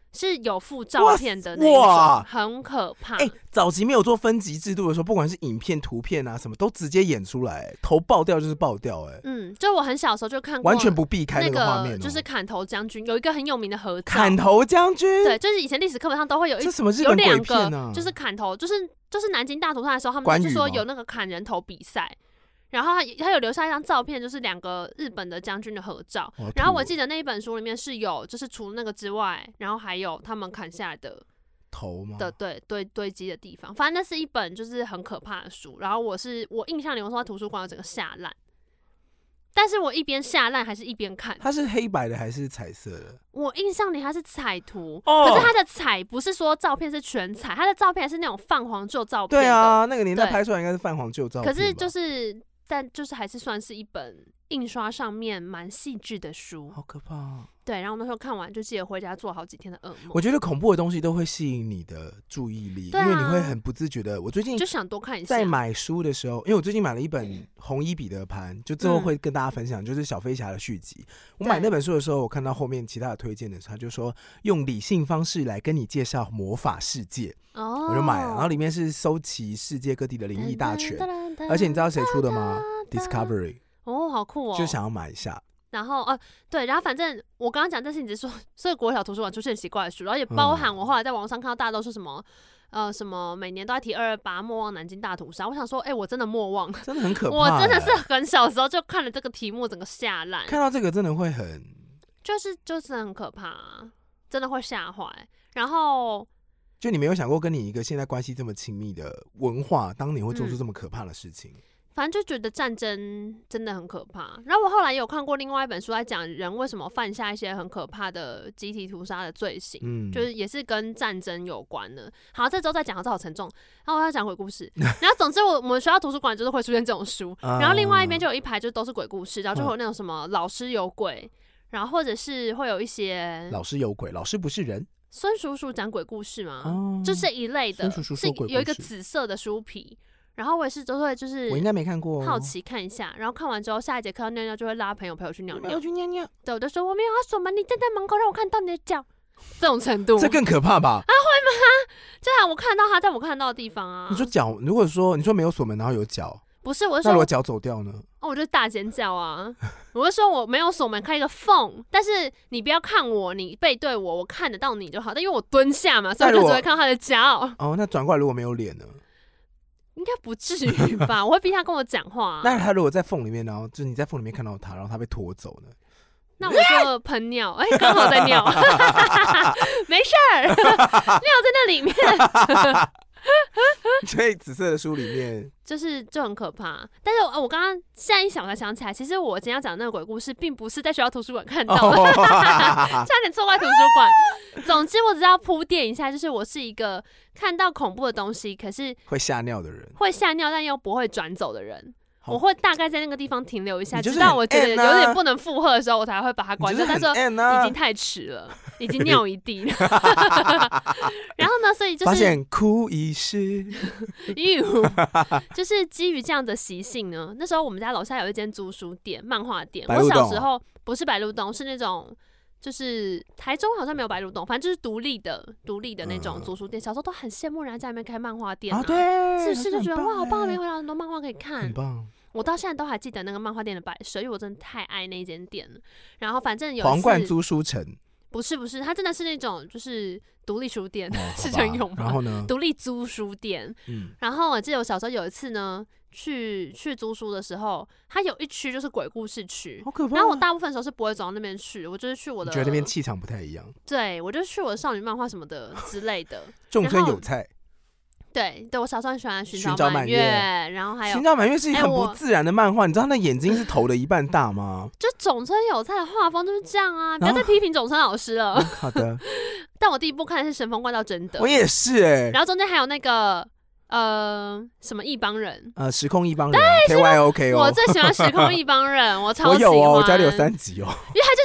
是有附照片的那一种，很可怕。 哎、欸，早期没有做分级制度的时候，不管是影片、图片啊什么，都直接演出来、欸，头爆掉就是爆掉、欸，哎， 嗯，就我很小的时候就看过， 完全不避开那个画面、喔， 就是砍头将军有一个很有名的合照， 砍头将军， 对，就是以前历史课本上都会有一， 这什么日本鬼片啊？ 有两个就是砍头，就是就是南京大屠杀的时候，他们就说有那个砍人头比赛。然后他他有留下一张照片，就是两个日本的将军的合照。然后我记得那一本书里面是有，就是除了那个之外，然后还有他们砍下来的头吗？ 的对堆堆积的地方。反正那是一本就是很可怕的书。然后我是我印象里我说在图书馆有整个下烂，但是我一边下烂还是一边看。 它是黑白的还是彩色的？ 我印象里它是彩图， 哦、 可是它的彩不是说照片是全彩，它的照片还是那种泛黄旧照片的。 对啊，那个年代拍出来应该是泛黄旧照片。 可是就是。但就是还是算是一本印刷上面蛮细致的书， 好可怕、啊。 对，然后那时候看完就记得回家做好几天的噩梦。 我觉得恐怖的东西都会吸引你的注意力， 啊、 因为你会很不自觉的。我最近就想多看一下。 在买书的时候，因为我最近买了一本红衣彼得潘，就之后会跟大家分享，就是小飞侠的续集。我买那本书的时候，我看到后面其他的推荐的时候，他就说用理性方式来跟你介绍魔法世界。哦，我就买了，然后里面是搜集世界各地的灵异大全，而且你知道谁出的吗 ？Discovery。 哦，好酷哦！ 就想要买一下。 然后呃，对，然后反正我刚刚讲这事情，只是说，所以国小图书馆出现奇怪的书，然后也包含我后来在网上看到大家都说什么，呃，什么每年都在提二二八莫忘南京大屠杀。我想说，哎、欸，我真的莫忘， 真的很可怕、欸。 我真的是很小的时候就看了这个题目，整个吓烂。 看到这个真的会很， 就是就是很可怕、啊，真的会吓坏。然后。 就你没有想过跟你一个现在关系这么亲密的文化，当年会做出这么可怕的事情、嗯、 反正就觉得战争真的很可怕。然后我后来也有看过另外一本书，在讲人为什么犯下一些很可怕的集体屠杀的罪行、嗯、就是也是跟战争有关的。好，这周再讲，这好沉重。然后我要讲鬼故事，然后总之我我们学校图书馆就是会出现这种书，然后另外一边就有一排就都是鬼故事，然后就会有那种什么老师有鬼，然后或者是会有一些老师有鬼，老师不是人。 孙叔叔讲鬼故事吗？哦，就这一类的， 叔叔说鬼故事是有一个紫色的书皮，然后我也是都会就是我应该没看过， 好奇看一下，然后看完之后下一节课要尿尿就会拉朋友陪我去尿尿， 要去尿尿， 对，我就说我没有要锁门，你站在门口让我看到你的脚，这种程度， 这更可怕吧？ 啊，会吗？就像我看到他在我看到的地方啊。 你说脚，如果说你说没有锁门，然后有脚。 不是，我是说， 那如果脚走掉呢？ 哦，我就大尖叫啊！我是说我没有锁门，开一个缝，但是你不要看我，你背对我，我看得到你就好。但因为我蹲下嘛，所以我就只会看到他的脚。 哦，那转过来如果没有脸呢？ 应该不至于吧？我会逼他跟我讲话、啊。 那他如果在缝里面，然后就是你在缝里面看到他，然后他被拖走呢？ 那我就喷尿，哎、欸，刚好在尿，没事儿，尿在那里面。 所以紫色的书里面就是就很可怕，但是我刚刚现在一想我才想起来，其实我今天要讲的那个鬼故事并不是在学校图书馆看到的， oh. 差点错怪图书馆。总之我只要铺垫一下，就是我是一个看到恐怖的东西可是会吓尿的人， 会吓尿但又不会转走的人。我会大概在那个地方停留一下， 直到我觉得有点不能负荷的时候，我才会把它关掉。但是已经太迟了，已经尿一地了。然后呢，所以就是发现哭一时， 就是基于这样的习性呢。那时候我们家楼下有一间租书店、漫画店。 我小时候不是白鹿洞，是那种。就是台中好像没有白鹿洞，反正就是独立的、独立的那种租书店。小时候都很羡慕人家家里面开漫画店啊， 啊对， 是不是就觉得哇好棒，没回来很多漫画可以看， 很棒。 我到现在都还记得那个漫画店的摆设，因为我真的太爱那间店了。然后反正有皇冠租书城， 不是不是，它真的是那种就是独立书店， 哦、 是这样用吗？ 然后呢， 独立租书店。嗯，然后我记得我小时候有一次呢。去去租书的时候，它有一区就是鬼故事区， 好可怕。 然后我大部分时候是不会走到那边去，我就是去我的， 你觉得那边气场不太一样？ 对，我就去我的少女漫画什么的之类的。 仲村有菜。 对对，我小时候很喜欢寻找满月，然后还有寻找满月是一个很不自然的漫画，欸、你知道那眼睛是头的一半大吗？ 就种村有菜的画风就是这样啊！不要再批评种村老师了。 嗯、好的。 但我第一部看的是《神风怪盗贞德》， 我也是哎、欸。 然后中间还有那个。呃，什么一帮人？ 呃，时空一帮人 ，K Y O K O。 我最喜欢时空一帮人，我超喜欢。 我有哦，我家里有三集哦。 因为他就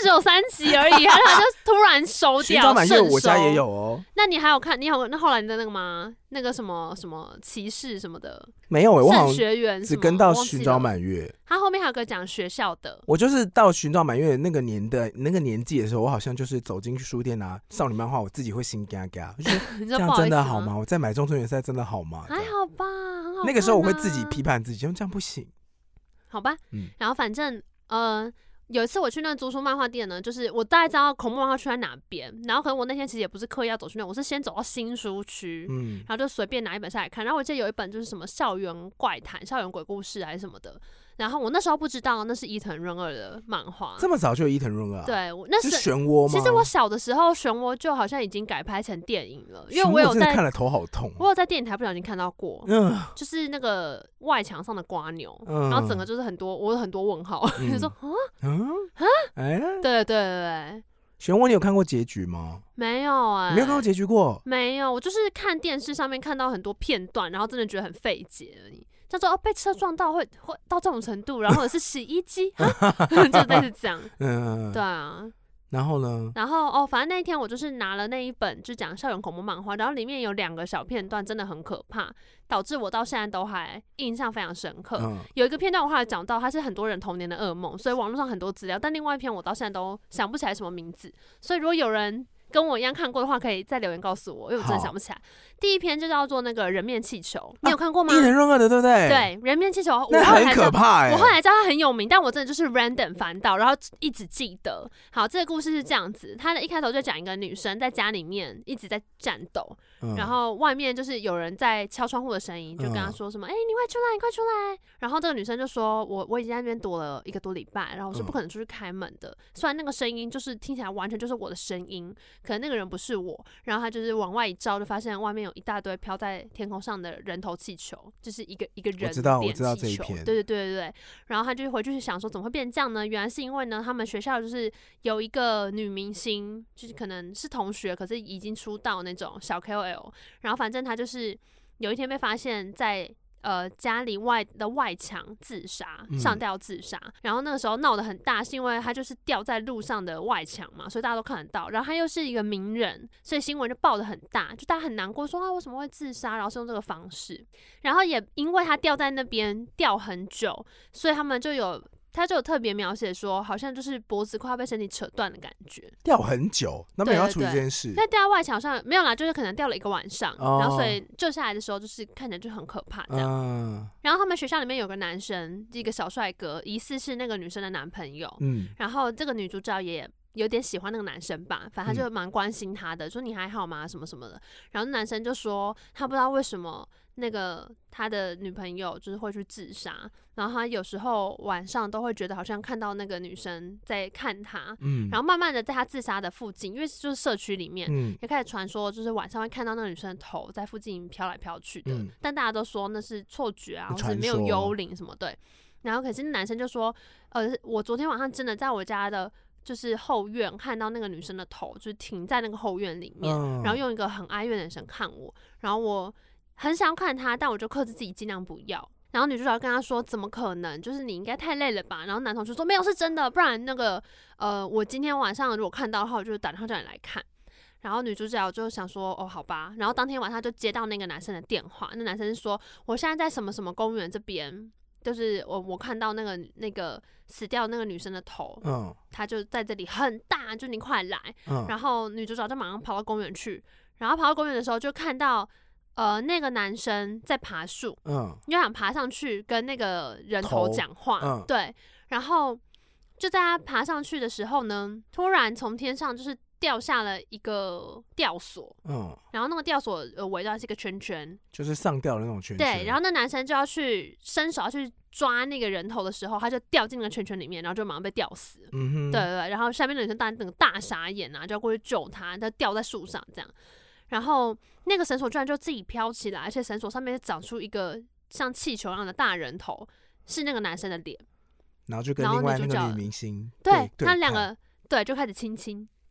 只有三集而已，然后他就突然收掉。 寻找满月我家也有哦。 那你还有看？你有那后来你的那个吗？那个什么什么骑士什么的？ 没有哎、欸，我好像学员只跟到寻找满月。 他后面还有个讲学校的。 我就是到寻找满月那个年的那个年纪的时候，我好像就是走进去书店拿少女漫画，我自己会心嘎嘎，我就觉得这样真的好吗？我再买中村元赛真的好吗？ 还好吧，很好看啊。 那个时候我会自己批判自己，这样不行。 好吧， 嗯， 然后反正呃。有一次我去那个租书漫画店呢，就是我大概知道恐怖漫画区在哪边，然后可能我那天其实也不是刻意要走去那，我是先走到新书区，嗯，然后就随便拿一本下来看，然后我记得有一本就是什么校园怪谈、校园鬼故事还是什么的，然后我那时候不知道那是伊藤润二的漫画， 这么早就有伊藤润二啊？ 对，我那是漩涡吗？ 其实我小的时候漩涡就好像已经改拍成电影了，因为我有在真的看了头好痛， 我有在电影台不小心看到过，嗯，就是那个外墙上的瓜牛，嗯，然后整个就是很多我有很多问号，就、嗯、说啊啊啊，哎，对对对对。 漩涡，你有看过结局吗？ 没有哎、欸， 你没有看过结局过？ 没有，我就是看电视上面看到很多片段，然后真的觉得很费解而已。叫做哦，被车撞到会会到这种程度，然后或者是洗衣机，就类似这样。嗯，对啊。 然后呢？ 然后哦，反正那一天我就是拿了那一本就讲校园恐怖漫画，然后里面有两个小片段真的很可怕，导致我到现在都还印象非常深刻。嗯、有一个片段我后来讲到，它是很多人童年的噩梦，所以网络上很多资料，但另外一篇我到现在都想不起来什么名字，所以如果有人跟我一样看过的话，可以在留言告诉我，因为我真的想不起来。第一篇就叫做那个人面气球，你有看过吗？ 伊藤润二的，对不对？ 对，人面气球， 那很可怕哎、欸。 我后来知道它很有名，但我真的就是 random 翻到，然后一直记得。好，这个故事是这样子，它的一开头就讲一个女生在家里面一直在战斗，嗯、然后外面就是有人在敲窗户的声音，就跟她说什么：“哎、嗯欸，你快出来，你快出来！”然后这个女生就说：“我我已经在那边躲了一个多礼拜，然后我是不可能出去开门的。嗯、虽然那个声音就是听起来完全就是我的声音，可能那个人不是我。”然后她就是往外一照，就发现外面有一大堆飘在天空上的人头气球，就是一个一个人脸气球。我知道，我知道这一篇。对对对对对。然后他就回去想说，怎么会变成这样呢？原来是因为呢，他们学校就是有一个女明星，就是可能是同学，可是已经出道那种小 K O L。然后反正他就是有一天被发现在。呃，家里外的外墙自杀，上吊自杀、嗯，然后那个时候闹得很大，是因为他就是掉在路上的外墙嘛，所以大家都看得到。然后他又是一个名人，所以新闻就报得很大，就大家很难过，说他为什么会自杀，然后是用这个方式。然后也因为他掉在那边掉很久，所以他们就有。他就有特别描写说，好像就是脖子快要被身体扯断的感觉， 掉很久，那没有要处理这件事。 那掉在外墙上没有啦，就是可能掉了一个晚上，哦、然后所以救下来的时候，就是看起来就很可怕这样。嗯、然后他们学校里面有个男生，一个小帅哥，疑似是那个女生的男朋友。嗯，然后这个女主角也有点喜欢那个男生吧，反正他就蛮关心他的，说你还好吗？什么什么的。然后男生就说他不知道为什么。那个他的女朋友就是会去自杀，然后他有时候晚上都会觉得好像看到那个女生在看他，嗯，然后慢慢的在他自杀的附近，因为就是社区里面，嗯，也开始传说就是晚上会看到那个女生的头在附近飘来飘去的，嗯，但大家都说那是错觉啊，或者没有幽灵什么对，然后可是男生就说，呃，我昨天晚上真的在我家的。就是后院看到那个女生的头，就是停在那个后院里面，嗯，然后用一个很哀怨的眼神看我，然后我。很想要看他，但我就克制自己尽量不要。然后女主角跟他说：“怎么可能？就是你应该太累了吧？”然后男同学说：“没有，是真的，不然那个呃，我今天晚上如果看到的话，我就打电话叫你来看。”然后女主角就想说：“哦，好吧。”然后当天晚上就接到那个男生的电话，那男生是说：“我现在在什么什么公园这边，就是我我看到那个那个死掉那个女生的头，嗯，他就在这里很大，就你快来。嗯”然后女主角就马上跑到公园去，然后跑到公园的时候就看到。呃，那个男生在爬树，嗯，就想爬上去跟那个人头讲话，嗯，对，然后就在他爬上去的时候呢，突然从天上就是掉下了一个吊索，嗯，然后那个吊索呃围绕是一个圈圈， 就是上吊的那种圈圈， 对，然后那男生就要去伸手要去抓那个人头的时候，他就掉进那个圈圈里面，然后就马上被吊死了，嗯哼，对对对，然后下面的女生当然整个大傻眼啊，就要过去救他，他吊在树上这样。然后那个绳索居然就自己飘起来，而且绳索上面长出一个像气球一样的大人头，是那个男生的脸。 然后就跟另外那个女明星， 对他两个对就开始亲亲，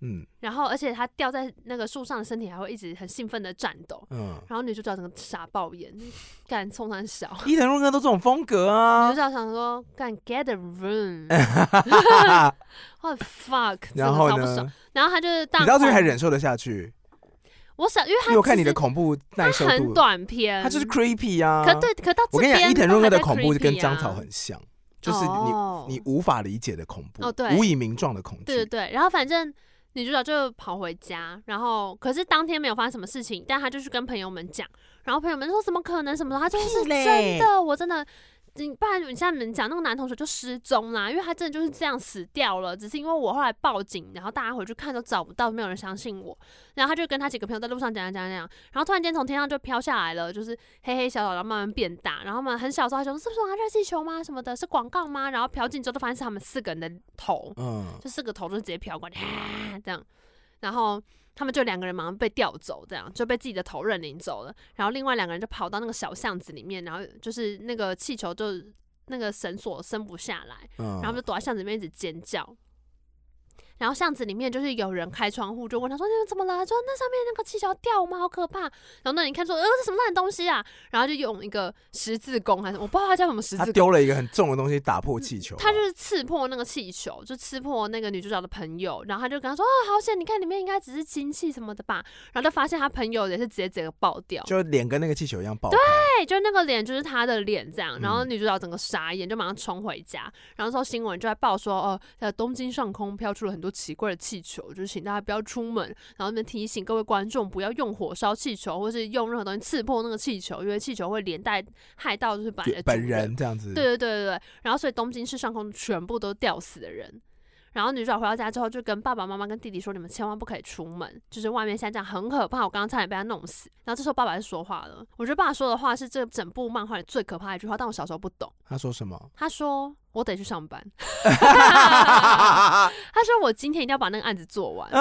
嗯，然后而且他吊在那个树上的身体还会一直很兴奋的颤抖，嗯，然后女主角整个傻爆眼，干冲他小， 伊藤润二都这种风格啊， 女主角想说干 get a room， what the fuck， 然后呢， 然后他就是你到这边还忍受得下去？ 我想，因为他我看你的恐怖耐受度很短篇， 他就是 creepy 啊。 可对，可到这边我跟你讲，伊藤润二的恐怖啊、 跟章草很像，就是你、哦、你无法理解的恐怖， 哦、对无以名状的恐惧。 对对对，然后反正女主角就跑回家，然后可是当天没有发生什么事情，但她就去跟朋友们讲，然后朋友们说怎么可能什么的，她就是真的，我真的。你不然你现在你们讲那个男同学就失踪啦，因为他真的就是这样死掉了，只是因为我后来报警，然后大家回去看都找不到，没有人相信我，然后他就跟他几个朋友在路上讲讲讲讲，然后突然间从天上就飘下来了，就是黑黑小小，然后慢慢变大，然后他们很小的时候还说是不是玩热气球吗什么的，是广告吗？然后飘近之后就发现是他们四个人的头，嗯，就四个头就直接飘过来，这样，然后。他们就两个人马上被调走，这样就被自己的头认领走了。然后另外两个人就跑到那个小巷子里面，然后就是那个气球就那个绳索伸不下来，嗯、然后就躲在巷子里面一直尖叫。然后巷子里面就是有人开窗户就问他说：“你们怎么了？”说那上面那个气球要掉吗？好可怕！然后那人看说：“呃，这什么烂东西啊？”然后就用一个十字弓还是我不知道他叫什么十字弓， 他丢了一个很重的东西打破气球、啊， 他就是刺破那个气球，就刺破那个女主角的朋友。然后他就跟他说：“啊，好险！你看里面应该只是氢气什么的吧？”然后就发现他朋友也是直接整个爆掉， 就脸跟那个气球一样爆。 对，就那个脸就是他的脸这样。然后女主角整个傻眼，就马上冲回家。然后之后新闻就在报说：“哦，在东京上空飘出了很多奇怪的气球。”就是请大家不要出门，然后那边提醒各位观众不要用火烧气球，或是用任何东西刺破那个气球，因为气球会连带害到就是本来的本人这样子。 对对对对对，然后所以东京市上空全部都吊死的人。然后女主角回到家之后，就跟爸爸妈妈跟弟弟说：“你们千万不可以出门，就是外面现在这样很可怕，我刚刚差点被他弄死。”然后这时候爸爸就说话了，我觉得爸爸说的话是这整部漫画里最可怕的一句话，但我小时候不懂。 他说什么？ 他说：“我得去上班。”他说：“我今天一定要把那个案子做完。”啊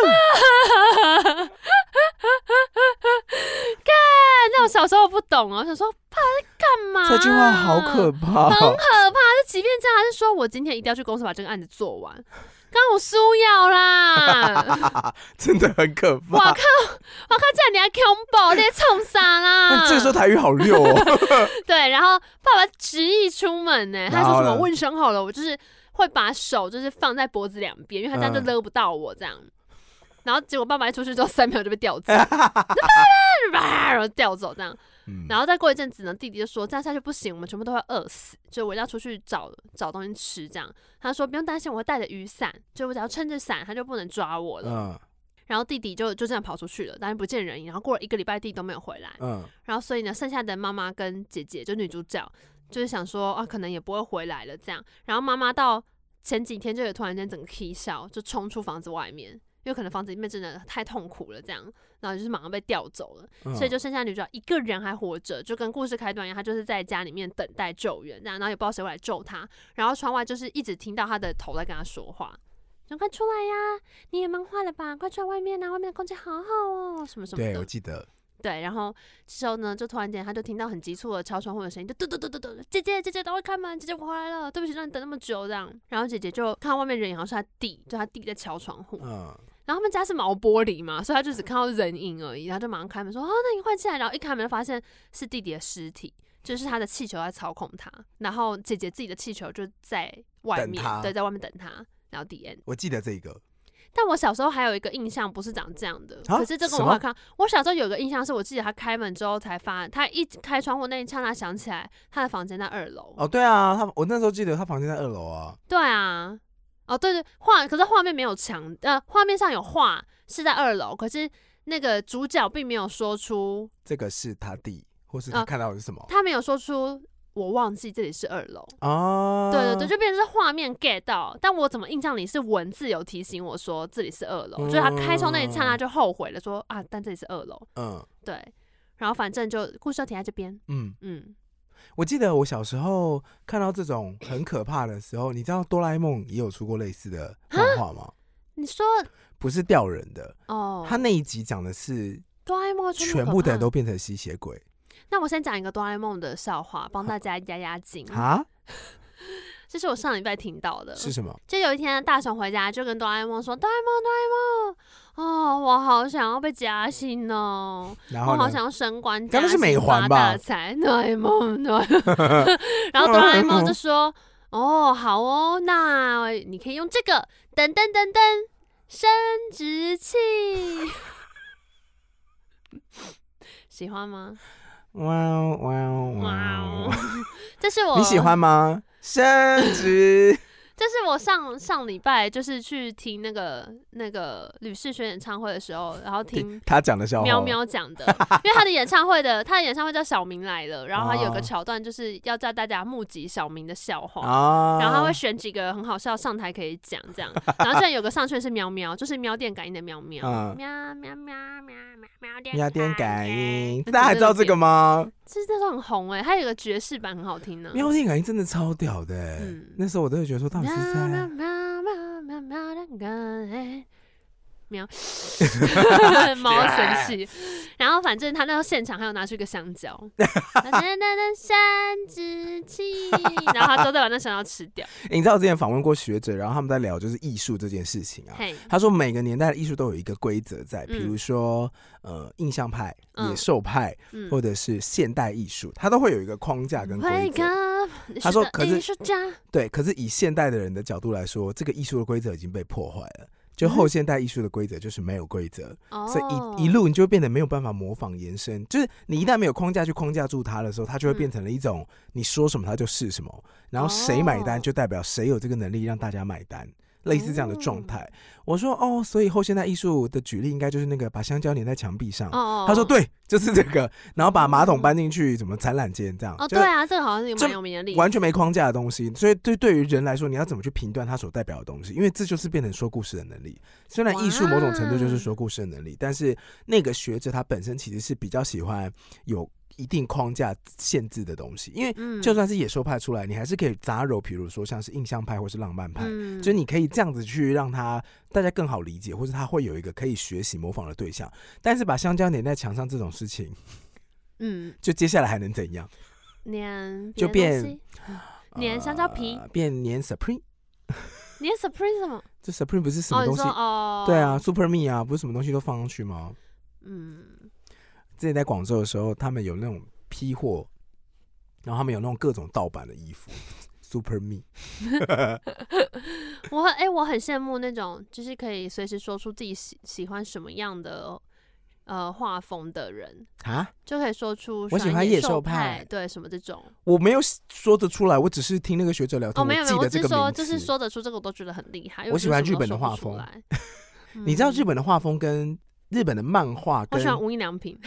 干！那我小时候不懂啊，我想说爸在干嘛、啊？ 这句话好可怕， 很可怕。就即便这样，他是说我今天一定要去公司把这个案子做完。刚我输药啦， 真的很可怕。 我靠！我靠！这样你还恐怖，你在冲啥啦？ 但这个时候台语好溜哦。 对，然后爸爸执意出门呢，他说什么问声好了，我就是会把手就是放在脖子两边，因为他这样就勒不到我这样。嗯、然后结果爸爸一出去之后，三秒就被调走，然后调走这样。嗯、然后再过一阵子呢，弟弟就说这样下去不行，我们全部都会饿死，就我一定要出去找找东西吃这样。他说不用担心，我会带着雨伞，就我只要撑着伞，他就不能抓我了。嗯、然后弟弟就就这样跑出去了，但是不见人影。然后过了一个礼拜，弟弟都没有回来。嗯、然后所以呢，剩下的妈妈跟姐姐，就女主角，就是想说啊，可能也不会回来了这样。然后妈妈到前几天就有突然间整个起笑，就冲出房子外面，因为可能房子里面真的太痛苦了这样。然后就是马上被调走了，嗯、所以就剩下女主角一个人还活着，就跟故事开端一样，她就是在家里面等待救援，这样，然后也不知道谁会来救她。然后窗外就是一直听到她的头在跟她说话，说快出来呀，你也闷坏了吧，快出来外面啊，外面的空气好好哦，什么什么的。 对，我记得。 对，然后这时候呢，就突然间，他就听到很急促的敲窗户的声音，就嘟嘟嘟嘟嘟，姐姐姐姐，赶快开门，姐姐我回来了，对不起让你等那么久这样。然后姐姐就看到外面人影，好像是他弟，就他弟在敲窗户。嗯。然后他们家是毛玻璃嘛，所以他就只看到人影而已，然后就马上开门说：“哦，那你快进来！”然后一开门就发现是弟弟的尸体，就是他的气球在操控他，然后姐姐自己的气球就在外面，对，在外面等他。然后 the end， 我记得这个。 但我小时候还有一个印象不是长这样的，可是这个我好看。我小时候有个印象是我记得他开门之后才发，他一开窗户那一刹那想起来他的房间在二楼。 哦，对啊，他我那时候记得他房间在二楼啊。 对啊，哦对对，画可是画面没有墙，呃，画面上有画是在二楼，可是那个主角并没有说出这个是他弟，或是他看到的是什么，呃、 他没有说出。我忘记这里是二楼哦，对对对，就变成是画面 get 到，但我怎么印象里是文字有提醒我说这里是二楼，嗯、就是他开窗那一刹那就后悔了说，说啊，但这里是二楼，嗯，对，然后反正就故事就停在这边，嗯嗯。我记得我小时候看到这种很可怕的时候，你知道哆啦 A 梦也有出过类似的漫画吗？ 你说不是吊人的哦，他那一集讲的是哆啦 A 梦全部的人都变成吸血鬼。 那我先讲一个哆啦 A 梦的笑话，帮大家压压惊啊！ 这是我上礼拜听到的。 是什么？ 就有一天大雄回家就跟哆啦 A 梦说：“哆啦 A 梦，哆啦 A 梦，哦，我好想要被加薪哦， 然后我好想要升官加薪， 刚刚是美环吧发大财，哆啦 A 梦，哆啦 A 梦。”然后哆啦 A 梦就说：“哦，好哦，那你可以用这个，噔噔噔噔，生殖器。”喜欢吗？ 哇哦哇哦哇哦！这是我你喜欢吗？生殖。 这是我上上礼拜就是去听那个那个吕士轩演唱会的时候，然后听他讲的笑话， 喵喵讲的，因为他的演唱会的他的演唱会叫小明来了，然后他有个桥段就是要叫大家募集小明的笑话， 哦、 然后他会选几个很好笑上台可以讲这样，然后现在有个上去的是喵喵，就是喵电感应的喵喵， 嗯、 喵喵喵喵喵喵喵电感应，大家还知道这个吗？ 其实那时候很红哎、欸，它有个爵士版很好听呢、啊。 喵电感应真的超屌的、欸嗯，那时候我都会觉得说，到底是在喵喵喵喵喵的感应。喵，猫生气。然后反正他那时候现场还有拿出一个香蕉，噔噔噔生殖器，然后他之后再把那香蕉吃掉。 欸、你知道我之前访问过学者，然后他们在聊就是艺术这件事情啊。他说每个年代的艺术都有一个规则在，比如说、嗯、呃印象派、 嗯、 野兽派、嗯，或者是现代艺术，它都会有一个框架跟规则。他说可是对，可是以现代的人的角度来说，这个艺术的规则已经被破坏了。就后现代艺术的规则就是没有规则、嗯，所以一一路你就会变得没有办法模仿延伸。就是你一旦没有框架去框架住它的时候，它就会变成了一种你说什么它就是什么，然后谁买单就代表谁有这个能力让大家买单，类似这样的状态。我说哦，所以后现代艺术的举例应该就是那个把香蕉粘在墙壁上。 哦、 他说对，就是这个，然后把马桶搬进去，什么展览间这样。 哦，对啊，这个好像是蛮有名的例子， 完全没框架的东西。所以对对于人来说，你要怎么去评断它所代表的东西？因为这就是变成说故事的能力。虽然艺术某种程度就是说故事的能力，但是那个学者他本身其实是比较喜欢有一定框架限制的东西，因为就算是野兽派出来，你还是可以杂糅，比如说像是印象派或是浪漫派，嗯、就是你可以这样子去让他大家更好理解，或者他会有一个可以学习模仿的对象。但是把香蕉粘在墙上这种事情，嗯，就接下来还能怎样？ 粘就变粘香蕉皮， 呃、变粘 Supreme。 粘 Supreme 什么？ 这 Supreme 不是什么东西？ 哦哦、 对啊 ，Super Me 啊，不是什么东西都放上去吗？嗯。之前在广州的时候，他们有那种批货，然后他们有那种各种盗版的衣服 ，Super Me 我很哎、欸，我很羡慕那种就是可以随时说出自己喜喜欢什么样的呃画风的人啊，就可以说出我喜欢野兽派， 对什么这种， 我没有说得出来，我只是听那个学者聊天， 哦，没有没有， 我记得这个名字， 就是说得出这个，我都觉得很厉害。 我喜欢日本的画风，嗯、你知道日本的画风跟日本的漫画， 我喜欢无印良品，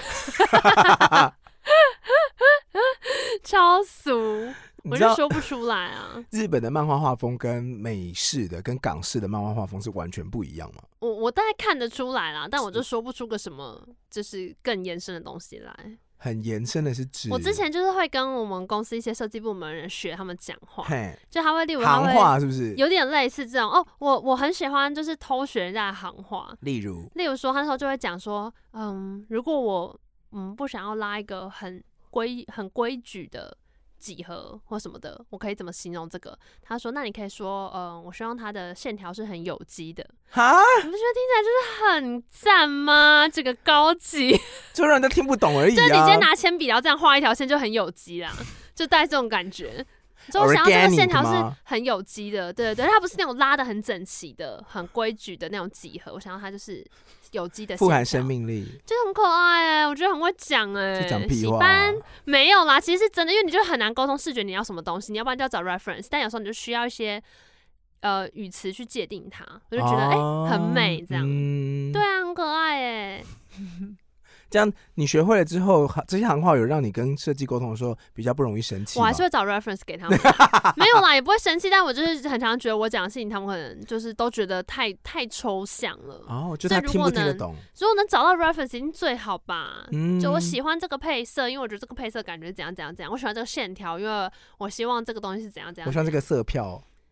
超俗，我就说不出来啊。 日本的漫画画风跟美式的、跟港式的漫画画风是完全不一样吗？ 我我大概看得出来啦，但我就说不出个什么，就是更延伸的东西来。 很延伸的是指， 我之前就是会跟我们公司一些设计部门的人学他们讲话，就他会例如他会行话是不是有点类似这种哦？我我很喜欢就是偷学人家的行话， 例如例如说他那时候就会讲说，嗯，如果我嗯不想要拉一个很规很规矩的几何或什么的，我可以怎么形容这个？他说，那你可以说，嗯，我希望它的线条是很有机的。 哈， 你不觉得听起来就是很赞吗？这个高级， 就让人家听不懂而已、啊。 就是你今天拿铅笔然后这样画一条线就很有机啦，就带这种感觉。所以我想要这个线条是很有机的，对对对，它不是那种拉得很整齐的、很规矩的那种几何。我想要它就是有机的线条， 富含生命力， 就很可爱哎、欸，我觉得很会讲哎、欸。 就讲屁话、啊。 喜班没有啦，其实是真的，因为你就很难沟通视觉你要什么东西，你要不然就要找 reference， 但有时候你就需要一些呃语词去界定它，我就觉得哎、哦欸、很美这样、嗯，对啊，很可爱哎、欸。 这样你学会了之后，这些行话有让你跟设计沟通的时候比较不容易生气吗？ 我还是会找 reference 给他们，没有啦，也不会生气，但我就是很常觉得我讲的事情，他们可能就是都觉得太太抽象了。 哦，就他听不听得懂？ 如果能找到 reference 已经最好吧。嗯，就我喜欢这个配色，因为我觉得这个配色感觉怎样怎样怎样。我喜欢这个线条，因为我希望这个东西是怎样怎样。 我喜欢这个色票。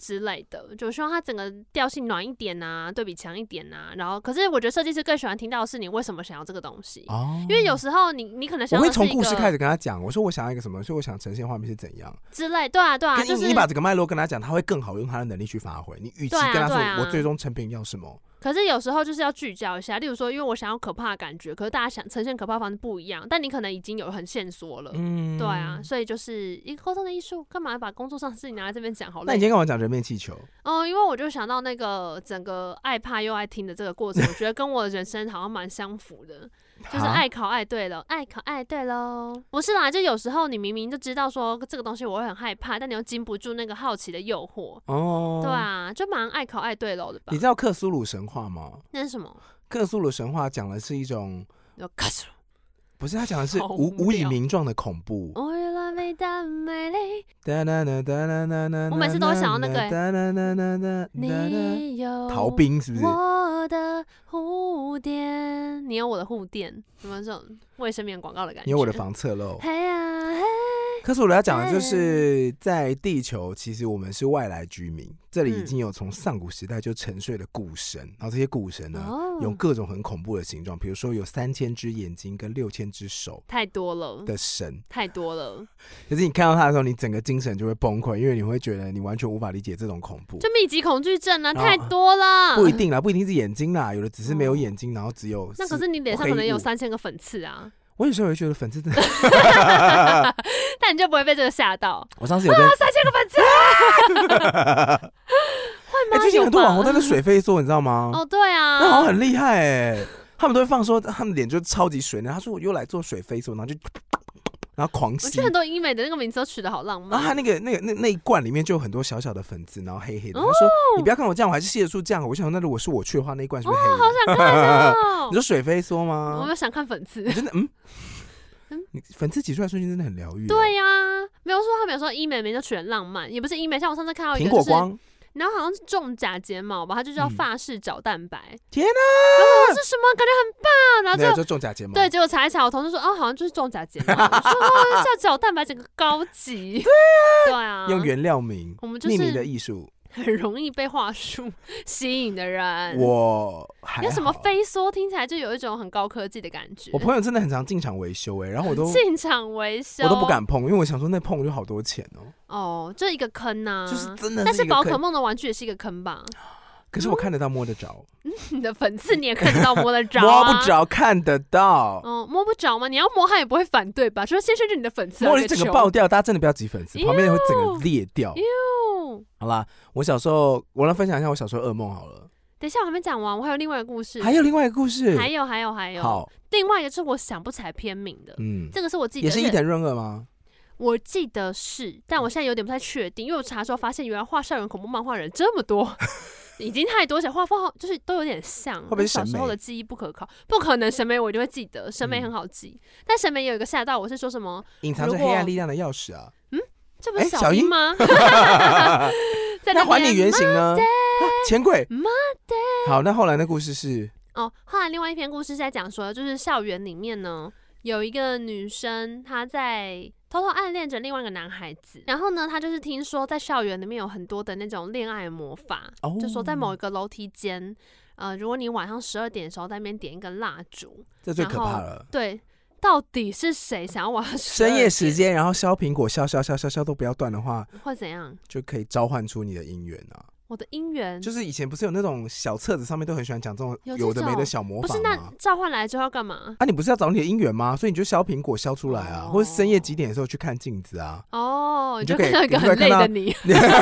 之类的，就希望它整个调性暖一点啊，对比强一点啊。然后，可是我觉得设计师更喜欢听到的是你为什么想要这个东西，哦、因为有时候你你可能想要的是一个， 我会从故事开始跟他讲，我说我想要一个什么，所以我想呈现画面是怎样之类，对啊对啊，就是你把这个脉络跟他讲，他会更好用他的能力去发挥。你与其跟他说、啊啊、我最终成品要什么。 可是有时候就是要聚焦一下，例如说，因为我想要可怕的感觉，可是大家想呈现可怕的方式不一样，但你可能已经有很线索了，嗯，对啊，所以就是一个沟通的艺术，干嘛把工作上的事情拿来这边讲？好累。 那你今天跟我讲人面气球？ 哦、呃，因为我就想到那个整个爱怕又爱听的这个过程，我觉得跟我的人生好像蛮相符的。就是爱考爱对了，爱考爱对喽，不是啦，就有时候你明明就知道说这个东西我会很害怕，但你又禁不住那个好奇的诱惑，哦，对啊，就蛮爱考爱对喽的吧？ 你知道克苏鲁神话吗？ 那是什么？ 克苏鲁神话讲的是一种， 克苏鲁不是他讲的是无无以名状的恐怖。 我越来美的美丽， 我每次都会想到那个、欸，你有逃兵是不是？ 我的护垫，你有我的护垫，有没有这种卫生棉广告的感觉？ 你有我的防侧漏。 嘿呀嘿。 可是我要讲的就是在地球其实我们是外来居民，这里已经有从上古时代就沉睡的古神，然后这些古神呢、哦、有各种很恐怖的形状，比如说有三千只眼睛跟六千只手， 太多了的神， 太多了。 可是你看到他的时候，你整个精神就会崩溃，因为你会觉得你完全无法理解这种恐怖， 就密集恐惧症啊，太多了。 不一定啦，不一定是眼睛啦，有的只是没有眼睛，然后只有、哦、 那可是你脸上可能有三千个粉刺啊。 我有时候会觉得粉刺真的但你就不会被这个吓到。 我上次有跟、 啊、三千个粉刺会吗、欸、 最近很多网红在那水飞梭你知道吗？ 哦对啊， 那好像很厉害哎、欸，他们都会放说他们脸就超级水呢，他说我又来做水飞梭，然后就然后狂吸。 我觉得很多医美的那个名字都取得好浪漫。 然后他那个那个那那一罐里面就有很多小小的粉刺，然后黑黑的。哦、他说你不要看我这样，我还是吸得出这样。我想说那如果是我去的话，那一罐是不是黑的？ 哦，好想看哦！ 你说水飞梭吗？ 我有想看粉刺。 你真的嗯。你粉刺挤出来瞬间真的很疗愈。 对呀、啊，没有说他们有说医美名就取得浪漫，也不是医美，像我上次看到一个、就是、 苹果光， 然后好像是重假睫毛吧，它就叫法式角蛋白。嗯、 天哪！ 然后是什么？感觉很棒。然后就没有就重假睫毛。 对，结果查一查，我同事说哦，好像就是重假睫毛。我说哦，叫角蛋白整个高级。 对啊， 对啊， 用原料名， 我们就是匿名的艺术。 很容易被话术吸引的人， 我还好。 有什么飞梭听起来就有一种很高科技的感觉。 我朋友真的很常进场维修哎、欸，然后我都进场维修， 我都不敢碰，因为我想说那碰就好多钱哦、喔。 哦，就一个坑呐、啊， 就是真的是。 但是宝可梦的玩具也是一个坑吧？ 可是我看得到摸得着、 嗯，你的粉刺你也看得到摸得着、啊， 摸不着看得到。 哦，摸不着吗？你要摸它也不会反对吧？说先生是你的粉刺， 摸了整个爆掉，大家真的不要挤粉刺，旁边会整个裂掉。好啦，我小时候我来分享一下我小时候噩梦好了。 等一下我还没讲完，我还有另外一个故事。 还有另外一个故事？ 还有还有还有。 好， 另外一个是我想不起来片名的。嗯，这个是我记得也是伊藤润二吗？ 我记得是，但我现在有点不太确定，因为我查的时候发现原来画校园恐怖漫画人这么多。已经太多，而且画风就是都有点像， 会不会是小时候的记忆不可靠？不可能，审美我一定会记得，审美很好记。嗯、但审美有一个吓到我是说什么？ 隐藏着黑暗力量的钥匙啊！ 嗯，这不是小樱吗？ 在那还你原形呢？钱柜。好，那后来那故事是哦，后来另外一篇故事是在讲说，就是校园里面呢有一个女生，她在偷偷暗恋着另外一个男孩子，然后呢，她就是听说在校园里面有很多的那种恋爱魔法，哦、就说在某一个楼梯间，呃，如果你晚上十二点的时候在那边点一根蜡烛， 这最可怕了。 对，到底是谁想要晚上深夜时间，然后削苹果，削削削削削都不要断的话， 会怎样？ 就可以召唤出你的姻缘啊！ 我的姻缘就是以前不是有那种小册子上面都很喜欢讲这种有的没的小魔法吗？ 不是，那召唤来之后要干嘛？ 啊，你不是要找你的姻缘吗？所以你就削苹果削出来啊，哦、或者深夜几点的时候去看镜子啊。 哦， 你就可以看到一个很累的你，你就看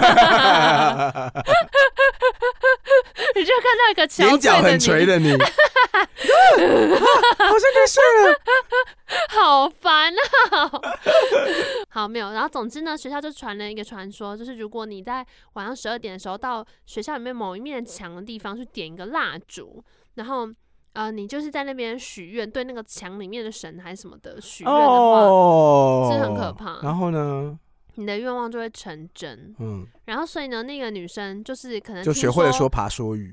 到一个憔悴的你， 眼角很垂的你，啊、好像可以睡了， 好烦啊！好，没有。然后总之呢，学校就传了一个传说，就是如果你在晚上十二点的时候到学校里面某一面墙的地方去点一个蜡烛，然后呃，你就是在那边许愿，对那个墙里面的神还是什么的许愿的话，哦，是很可怕。 然后呢， 你的愿望就会成真。嗯，然后所以呢，那个女生就是可能就学会了说爬说语。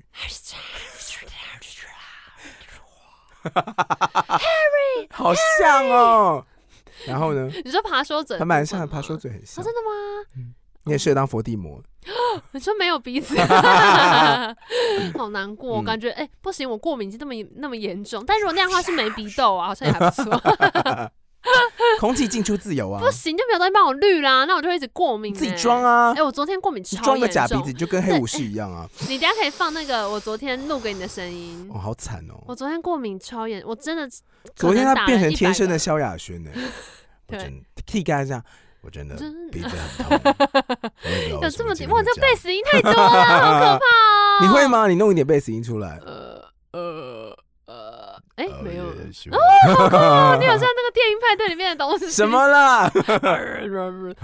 Harry， 好像哦。然后呢？ 你说爬说嘴， 他蛮像，爬说嘴很像。 哦、真的吗？ 嗯，你也适合当伏地魔。 你说没有鼻子，好难过，我感觉哎、欸、不行，我过敏已经那么那么严重，但如果那样的话是没鼻窦啊，好像也还不错。 空气进出自由啊！ 不行，就没有东西帮我滤啦，那我就会一直过敏、欸。 自己装啊！ 哎、欸，我昨天过敏超严重， 装个假鼻子就跟黑武士一样啊！ 你等一下可以放那个我昨天录给你的声音。 哦，好惨哦！ 我昨天过敏超严，我真的昨天他变成天生的萧亚轩呢。 对， 可以跟他这样。我真的鼻子很痛， 有这么紧？哇，这贝斯音太多了，好可怕哦！ 你会吗？你弄一点贝斯音出来。 呃呃呃，哎、欸，没有。 哦， 好酷哦！你好像那个电音派对里面的东西。 什么啦 ？Let's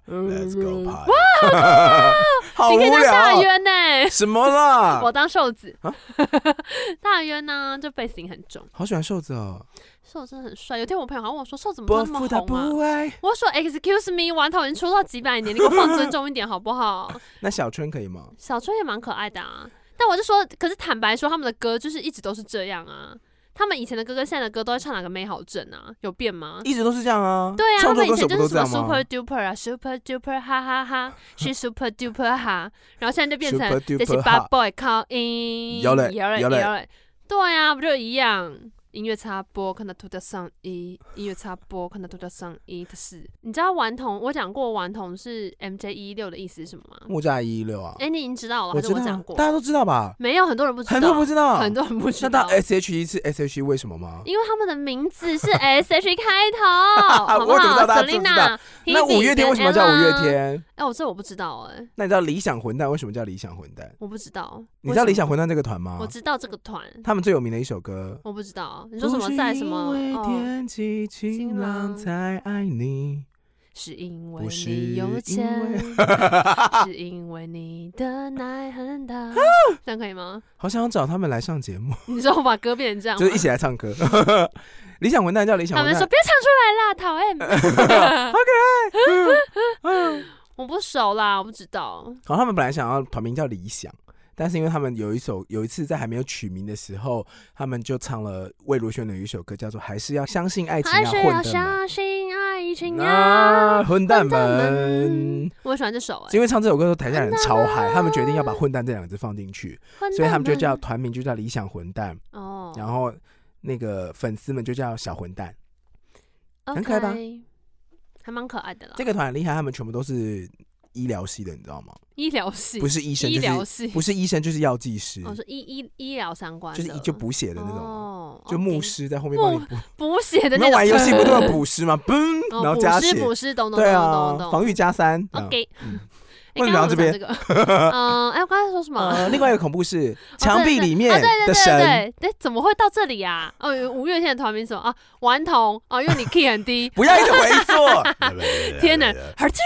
go party！ 哇， 好无聊。 你可以当大渊呢？ 什么啦？ 我当瘦子。大渊呢，就贝斯音很重。 好喜欢瘦子哦。 瘦子真的很帅。有天我朋友还问我说：“瘦子怎么那么红啊？”我说 ：“Excuse me， 顽童已经出道几百年，你给我放尊重一点好不好？” 那小春可以吗？ 小春也蛮可爱的啊。但我就说，可是坦白说，他们的歌就是一直都是这样啊。他们以前的歌跟现在的歌都在唱哪个美好镇啊？有变吗？ 一直都是这样啊。 对啊，他们以前就是什么 super duper 啊 ，super duper 哈哈哈，是 super duper 哈，然后现在就变成这些 bad boy call in， 有嘞有嘞有嘞， 对啊，不就一样？音乐插播，看到涂掉上衣；音乐插播，看到涂掉上衣的事。你知道顽童？我讲过顽童是 M J 一六的意思是什么吗？ 木栅一一六啊。 哎、欸，你已经知道了， 我知道， 还是我讲过？ 大家都知道吧？ 没有，很多人不知道， 很多人不知道， 很多人不知道。 那到 S H E 是 S H E 为什么吗？ 因为他们的名字是 S H E 开头，好不好？ 我怎么知道大家知不知道？那五月天为什么叫五月天？ 哎、欸，我这我不知道哎、欸。 那你知道理想混蛋为什么叫理想混蛋？ 我不知道。 你知道理想混蛋这个团吗？ 我知道这个团， 他们最有名的一首歌。 我不知道，你说什么在什么？ 因为天气晴朗才爱你， 是因为你有钱，是因为你的奶很大，这样可以吗？ 好想找他们来上节目。 你说我把歌变成这样， 就是一起来唱歌。理想混蛋叫理想混蛋， 他们说别唱出来啦，讨厌。 好可爱。我不熟啦，我不知道。 好，他们本来想要团名叫理想，但是因为他们有一首有一次在还没有取名的时候，他们就唱了魏如萱的有一首歌叫做《还是要相信爱情呀，混蛋们》。还是要相信爱情呀，混蛋们。 我喜欢这首、欸， 因为唱这首歌的时候台下人超嗨，他们决定要把混蛋这两个字放进去，所以他们就叫团名就叫理想混蛋。哦，然后那个粉丝们就叫小混蛋， okay, 很可爱吧？ 还蛮可爱的啦。 这个团很厉害，他们全部都是医疗系的，你知道吗？ 医疗系不是医生， 医疗系不是医生就是药剂师。 哦，是医医医疗相关的， 就是就补血的那种， 哦、 就牧师在后面帮你补补血的那种。 你们玩游戏不都有补师吗？嘣、哦，然后加血， 补师懂懂对啊， 防御加三。 OK。 嗯为什么聊这边？ 嗯，哎，我刚才说什么？ 呃，另外一个恐怖是墙壁里面的神。 对对对，怎么会到这里呀？哦，五月天的团名什么啊？顽童啊，因为你 key 很低。 不要一直回错。 天哪！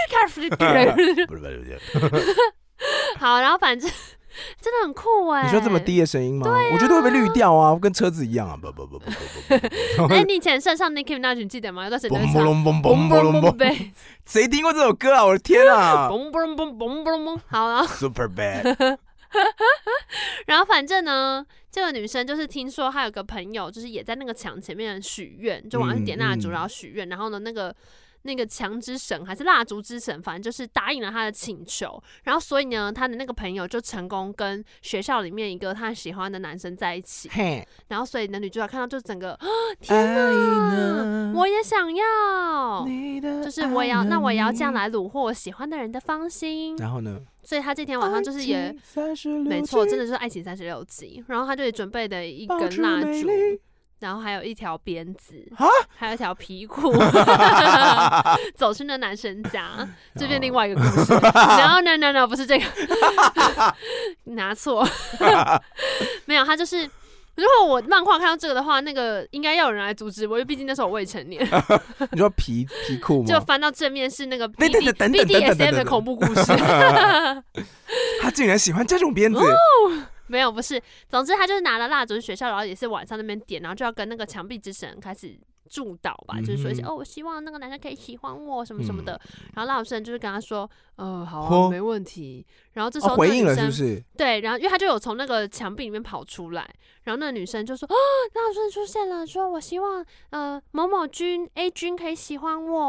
好，然后反正。真的很酷哎、欸！ 你说这么低的声音吗？对、啊，我觉得会被滤掉啊，跟车子一样啊！不不不不不不！ 哎，你以前身上 Nicki Minaj 你记得吗？有段时间嘣嘣嘣嘣嘣嘣嘣！谁听过这首歌啊？我的天啊！ 嘣嘣嘣嘣嘣嘣！好了 ，Super Bad。 然后反正呢，这个女生就是听说她有个朋友，就是也在那个墙前面许愿，就晚上点蜡烛然后许愿，然后呢那个。那个墙之神还是蜡烛之神，反正就是答应了他的请求，然后所以呢，他的那个朋友就成功跟学校里面一个他喜欢的男生在一起，然后所以呢，女主角看到就整个，哦、天哪，我也想要，就是我也要，那我也要这样来虏获我喜欢的人的芳心。 然后呢？ 所以他这天晚上就是也，没错，真的就是爱情三十六集，然后他就也准备了一根蜡烛。然后还有一条鞭子，还有一条皮裤，走去那男生家，这边另外一个故事。No no no no， 不是这个，拿错，没有，他就是。如果我漫画看到这个的话，那个应该要有人来阻止我，因为毕竟那时候我未成年。 你说皮皮裤吗？ 就翻到正面是那个 B D B D S M 的恐怖故事。 他竟然喜欢这种鞭子。哦没有，不是。总之，他就是拿了蜡烛去学校，然后也是晚上那边点，然后就要跟那个墙壁之神开始祝祷吧，嗯、就是说一些哦，我希望那个男生可以喜欢我什么什么的。嗯、然后蜡烛神就是跟他说，呃，好啊，没问题。然后这时候、 哦、回应了是不是？ 对，然后因为他就有从那个墙壁里面跑出来，然后那个女生就说，哦，蜡烛神出现了，说我希望呃某某君 A 君可以喜欢我。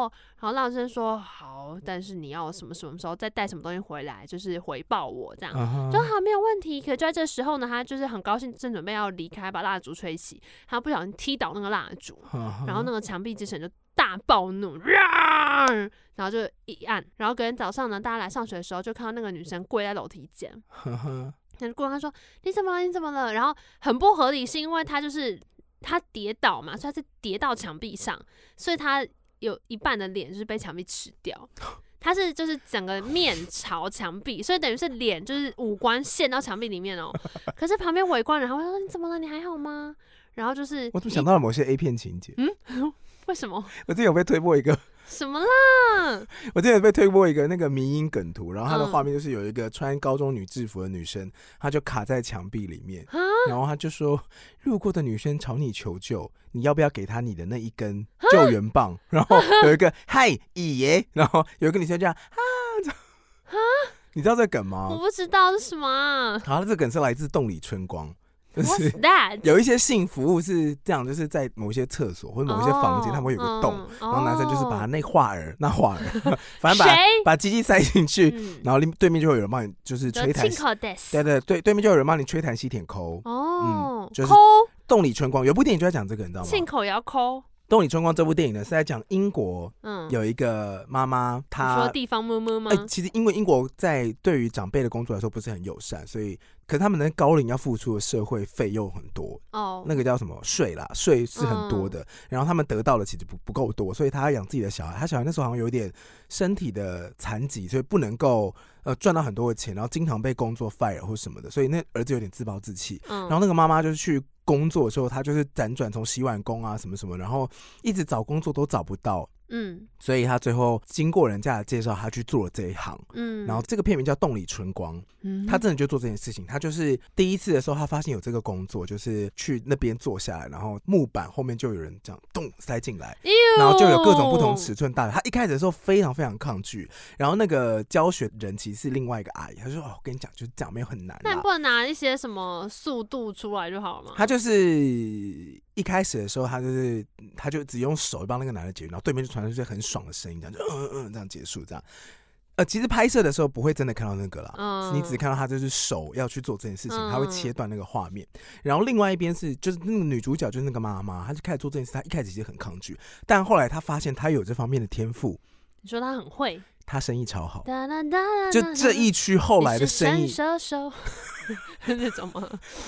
然后那男生说好，但是你要什么什么时候再带什么东西回来，就是回报我这样。Uh-huh. 就好没有问题。可就在这时候呢，他就是很高兴，正准备要离开，把蜡烛吹熄，他不小心踢倒那个蜡烛， uh-huh. 然后那个墙壁之神就大暴怒，然后就一按，然后隔天早上呢，大家来上学的时候就看到那个女生跪在楼梯间，他就过来说你怎么了？你怎么了？然后很不合理，是因为他就是他跌倒嘛，所以他是跌到墙壁上，所以他有一半的脸就是被墙壁吃掉。他是就是整个面朝墙壁，所以等于是脸就是五官陷到墙壁里面哦。可是旁边围观人还会说你怎么了？你还好吗？然后就是我怎么想到了某些 A 片情节？ 嗯，为什么？ 我之前有被推播一个什么啦？ 我之前有被推播一个那个迷因梗图，然后他的画面就是有一个穿高中女制服的女生，她就卡在墙壁里面，然后她就说路过的女生朝你求救，你要不要给她你的那一根救援棒？然后有一个嗨姨爷，然后有一个女生这样啊，你知道这梗吗？ 我不知道是什么啊。 好，这个梗是来自动里春光。就是 What's that? 有一些性服务是这样，就是在某些厕所或者某些房间， oh, 他们会有个洞， oh, 然后男生就是把他那画儿那画儿，反正把把鸡鸡塞进去，嗯，然后对面就会有人帮你就是吹弹，对对对，对面就有人帮你吹弹西舔抠，哦，嗯，就是动里春光有部电影就在讲这个，你知道吗？ 进口也要抠。 动里春光这部电影呢是在讲英国，嗯，有一个妈妈，她说地方么么吗？ 欸，其实因为英国在对于长辈的工作来说不是很友善，所以可是他们的高龄要付出的社会费用很多哦，那个叫什么税啦，税是很多的，嗯，然后他们得到的其实不不够多，所以他要养自己的小孩，他小孩那时候好像有点身体的残疾，所以不能够呃赚到很多的钱，然后经常被工作 fire 或什么的，所以那儿子有点自暴自弃，嗯，然后那个妈妈就是去工作的时候，他就是辗转从洗碗工啊什么什么，然后一直找工作都找不到，嗯，所以他最后经过人家的介绍，他去做了这一行，嗯，然后这个片名叫动里春光，嗯，他真的就做这件事情，他就是第一次的时候，他发现有这个工作，就是去那边坐下来，然后木板后面就有人这样咚塞进来，然后就有各种不同尺寸大小，他一开始的时候非常非常抗拒，然后那个教学人其实是另外一个阿姨，他说哦，我跟你讲，就是这样没有很难啦， 那你不能拿一些什么速度出来就好了吗？ 他就是一开始的时候，他就是他就只用手帮那个男的解决，然后对面就传出去很爽的声音，这样就嗯嗯这样结束这样。呃，其实拍摄的时候不会真的看到那个啦，嗯，你只看到他就是手要去做这件事情，他会切断那个画面。然后另外一边是就是那个女主角就是那个妈妈，她就开始做这件事，她一开始其实很抗拒，但后来她发现她有这方面的天赋。 你说她很会？ 他生意超好，就这一区后来的生意， 射手那种吗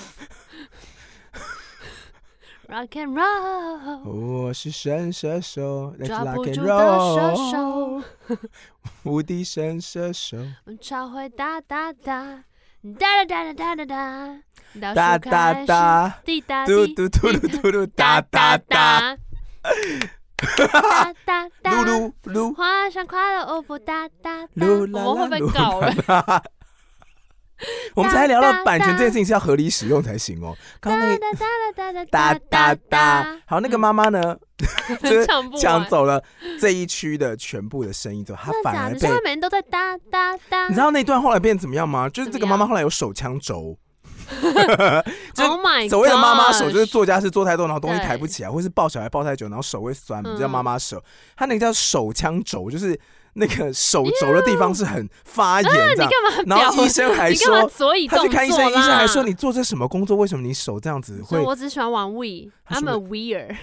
？Rock and roll， 我是神射手， 抓不住的射手， 无敌神射手， 超会哒哒哒，哒哒哒哒哒哒， 哒哒哒， 滴答嘟嘟嘟嘟嘟嘟，哒哒哒。 哒哒哒， 噜噜噜， 画上快乐舞步哒哒哒，我们会被搞了。 我们才聊到版权这件事情是要合理使用才行哦。刚刚那个哒哒哒，好，那个妈妈呢，就是抢走了这一区的全部的生意之后，她反而被， 你知道每人都在哒哒哒。 你知道那段后来变怎么样吗？就是这个妈妈后来有手枪轴。 Oh my god！ 所谓的妈妈手就是做家事做太多，然后东西抬不起来，或是抱小孩抱太久，然后手会酸，嗯，叫妈妈手。她那个叫手枪轴，就是那个手肘的地方是很发炎这样。 啊， 然后医生还说，他去看医生，医生还说你做这什么工作？为什么你手这样子会？ 我只喜欢玩 Wii，I'm a Wier。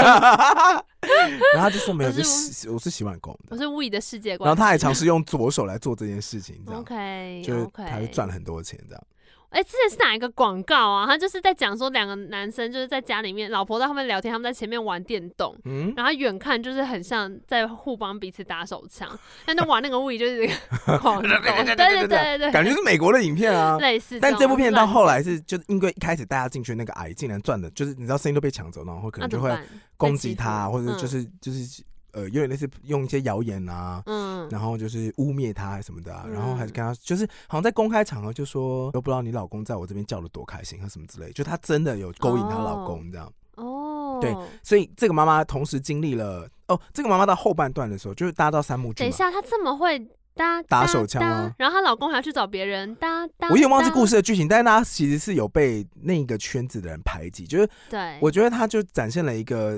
然后他就说没有，是我是洗碗工的， 我是 Wii 的世界观。 然后他还尝试用左手来做这件事情，这样 OK， 就是他就赚了很多钱这样。 哎，欸，之前是哪一个广告啊？他就是在讲说两个男生就是在家里面，老婆在后面聊天，他们在前面玩电动，嗯，然后远看就是很像在互帮彼此打手枪，但就玩那个 Wii 就是广告，对对对对对， 感觉是美国的影片啊， 类似。 但这部片到后来是，就是因为一开始大家进去那个矮竟然赚的，就是你知道声音都被抢走，然后可能就会攻击他，或者就是就是。呃，有点类似用一些谣言啊，嗯，然后就是污蔑他什么的啊，嗯，然后还是跟他就是好像在公开场合就说都不知道你老公在我这边叫的多开心和什么之类，就她真的有勾引她老公这样。哦，对，所以这个妈妈同时经历了哦，这个妈妈到后半段的时候就是搭到三幕剧。 等一下，她这么会搭打手枪吗？ 然后她老公还要去找别人搭搭。 我有点忘记故事的剧情，但是她其实是有被那个圈子的人排挤，就是对，我觉得她就展现了一个。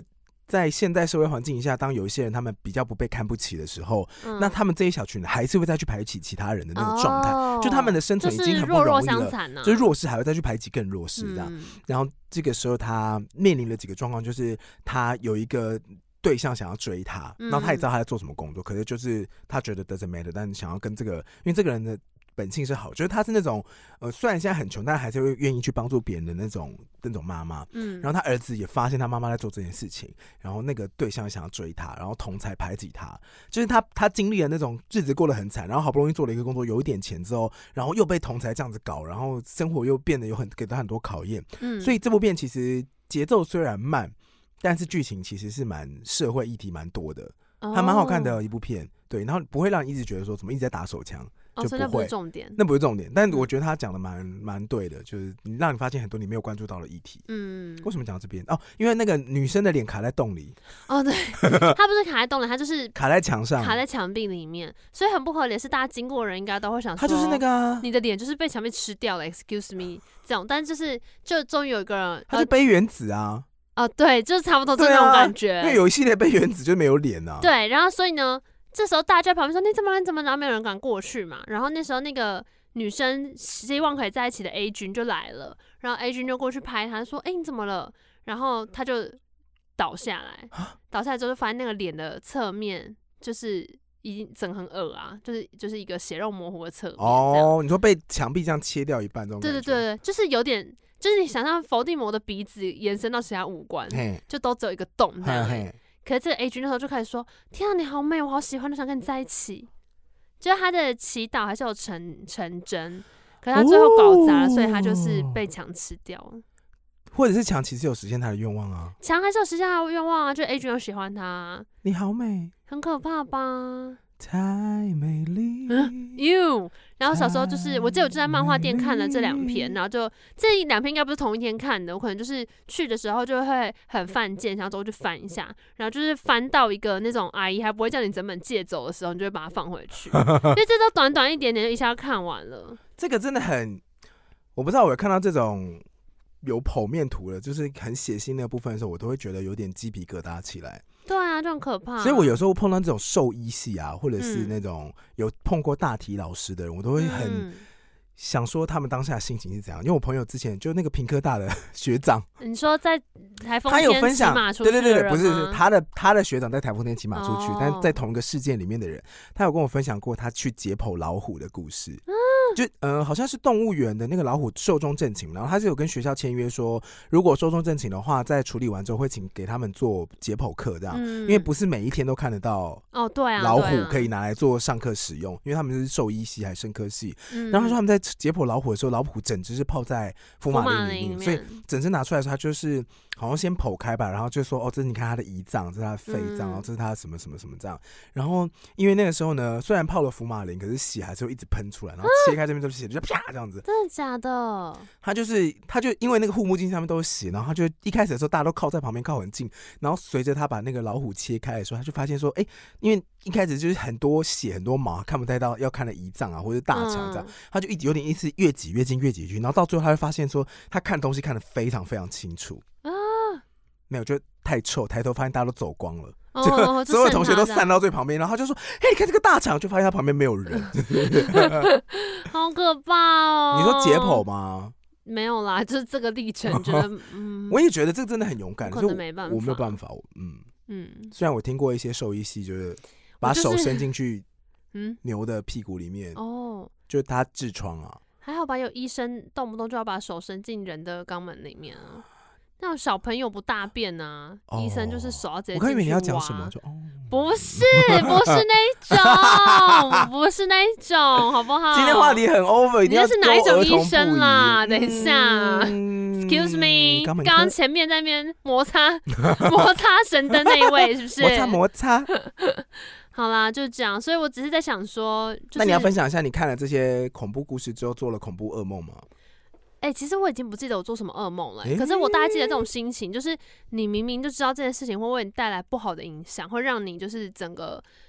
在现代社会环境下，当有一些人他们比较不被看不起的时候，嗯、那他们这一小群人还是会再去排挤其他人的那种状态，哦、就他们的生存已经很不容易了， 就是弱弱相残啊， 就是弱势还会再去排挤更弱势这样。嗯、然后这个时候他面临了几个状况，就是他有一个对象想要追他，然后他也知道他在做什么工作，嗯、可是就是他觉得 doesn't matter， 但想要跟这个，因为这个人的本性是好，就是他是那种呃，虽然现在很穷，但还是会愿意去帮助别人的那种那种妈妈。嗯，然后他儿子也发现他妈妈在做这件事情，然后那个对象想要追他，然后同才排挤他，就是他他经历了那种日子过得很惨，然后好不容易做了一个工作，有一点钱之后，然后又被同才这样子搞，然后生活又变得有很给他很多考验。嗯，所以这部片其实节奏虽然慢，但是剧情其实是蛮社会议题蛮多的，还蛮好看的一部片。对，然后不会让你一直觉得说怎么一直在打手枪。 哦，所以那不是重点， 那不是重点，但我觉得他讲的蛮蛮对的，就是你让你发现很多你没有关注到的议题。嗯，为什么讲到这边？哦，因为那个女生的脸卡在洞里。 哦，对，她不是卡在洞里，她就是卡在墙上， 卡在墙壁里面，所以很不合理。是大家经过的人应该都会想说， 她就是那个、啊、 你的脸就是被墙壁吃掉了 ，excuse me 这种。但就是就终于有一个人， 他是杯原子啊。 哦，对，就是差不多这种感觉、 啊。因为有一系列杯原子就是没有脸啊。 对，然后所以呢。这时候大家在旁边说你怎么了你怎么了，然后没有人敢过去嘛。然后那时候那个女生希望可以在一起的 A 君就来了，然后 A 君就过去拍他说哎、欸、你怎么了，然后他就倒下来，倒下来之后就发现那个脸的侧面就是已经整很恶啊，就是就是一个血肉模糊的侧面。 哦，你说被墙壁这样切掉一半这种感觉。 对对对，就是有点就是你想象伏地魔的鼻子延伸到其他五官，就都只有一个洞这样。嘿嘿，可是这个 A 君那时候就开始说：“天啊，你好美，我好喜欢，就想跟你在一起。”就是他的祈祷还是有成成真，可是他最后搞砸了，哦、所以他就是被墙吃掉了。 或者是墙其实有实现他的愿望啊， 墙还是有实现他的愿望啊，就 A 君有喜欢他。 你好美， 很可怕吧？ 太美丽。 嗯 ，you。然后小时候就是，我记得我就在漫画店看了这两篇，然后就这两篇应该不是同一天看的，我可能就是去的时候就会很犯贱，然后走去翻一下，然后就是翻到一个那种阿姨还不会叫你整本借走的时候，你就会把它放回去，因为这都短短一点点就一下就看完了。 这个真的很，我不知道我有看到这种有剖面图的，就是很血腥的部分的时候，我都会觉得有点鸡皮疙瘩起来。 对啊，就很可怕。 所以我有时候碰到这种兽医系啊，或者是那种有碰过大体老师的人，我都会很想说他们当下的心情是怎样。因为我朋友之前就那个屏科大的学长， 你说在台风天骑马出去的人吗？ 对对对对，不是是他的他的学长在台风天骑马出去，哦、但在同一个事件里面的人，他有跟我分享过他去解剖老虎的故事。嗯就呃，好像是动物园的那个老虎寿终正寝，然后他是有跟学校签约说，如果寿终正寝的话，在处理完之后会请给他们做解剖课这样，嗯、因为不是每一天都看得到哦，对啊， 老虎可以拿来做上课使用，因为他们是兽医系还是生科系，嗯、然后他说他们在解剖老虎的时候，老虎整只是泡在福马林里面，所以整只拿出来的时候，他就是好像先剖开吧，然后就说哦，这是你看他的胰脏，这是他的肺脏，嗯、然后这是他的什么什么什么这样，然后因为那个时候呢，虽然泡了福马林，可是血还是会一直喷出来，然后切开这边就血就啪这样子， 真的假的？ 他就是他就因为那个护目镜上面都有血，然后他就一开始的时候大家都靠在旁边靠很近，然后随着他把那个老虎切开的时候，他就发现说，哎、欸，因为一开始就是很多血很多毛，看不太到要看的胰脏啊或者大肠这样，嗯、他就一直有点意思越挤越近越挤越近，然后到最后他会发现说，他看东西看得非常非常清楚啊，没有就太臭，抬头发现大家都走光了。 哦、 所有同学都散到最旁边，然后他就说：“嘿，你看这个大肠！”就发现他旁边没有人， 好可怕哦！ 你说解剖吗？ 没有啦，就是这个历程，觉得嗯， 我也觉得这个真的很勇敢， 可能没办法， 我没有办法，嗯嗯。虽然我听过一些兽医系，就是把手伸进去牛的屁股里面，哦，就是他痔疮啊。 还好吧，有医生动不动就要把手伸进人的肛门里面啊。那种小朋友不大便啊，哦、医生就是手要直接进去挖。 我刚以为你要讲什么，就哦， 不是，不是那种，不是那种，好不好？ 今天话题很 over， 你那是哪一种医生啦？等一下、嗯、，excuse me， 刚刚前面在那边摩擦摩擦神灯那一位是不是？ 摩擦摩擦。 好啦，就这样。所以我只是在想说，就是、 那你要分享一下你看了这些恐怖故事之后做了恐怖噩梦吗？ 哎、欸，其实我已经不记得我做什么噩梦了、欸，欸、可是我大概记得这种心情，就是你明明就知道这件事情会为你带来不好的影响，会让你就是整个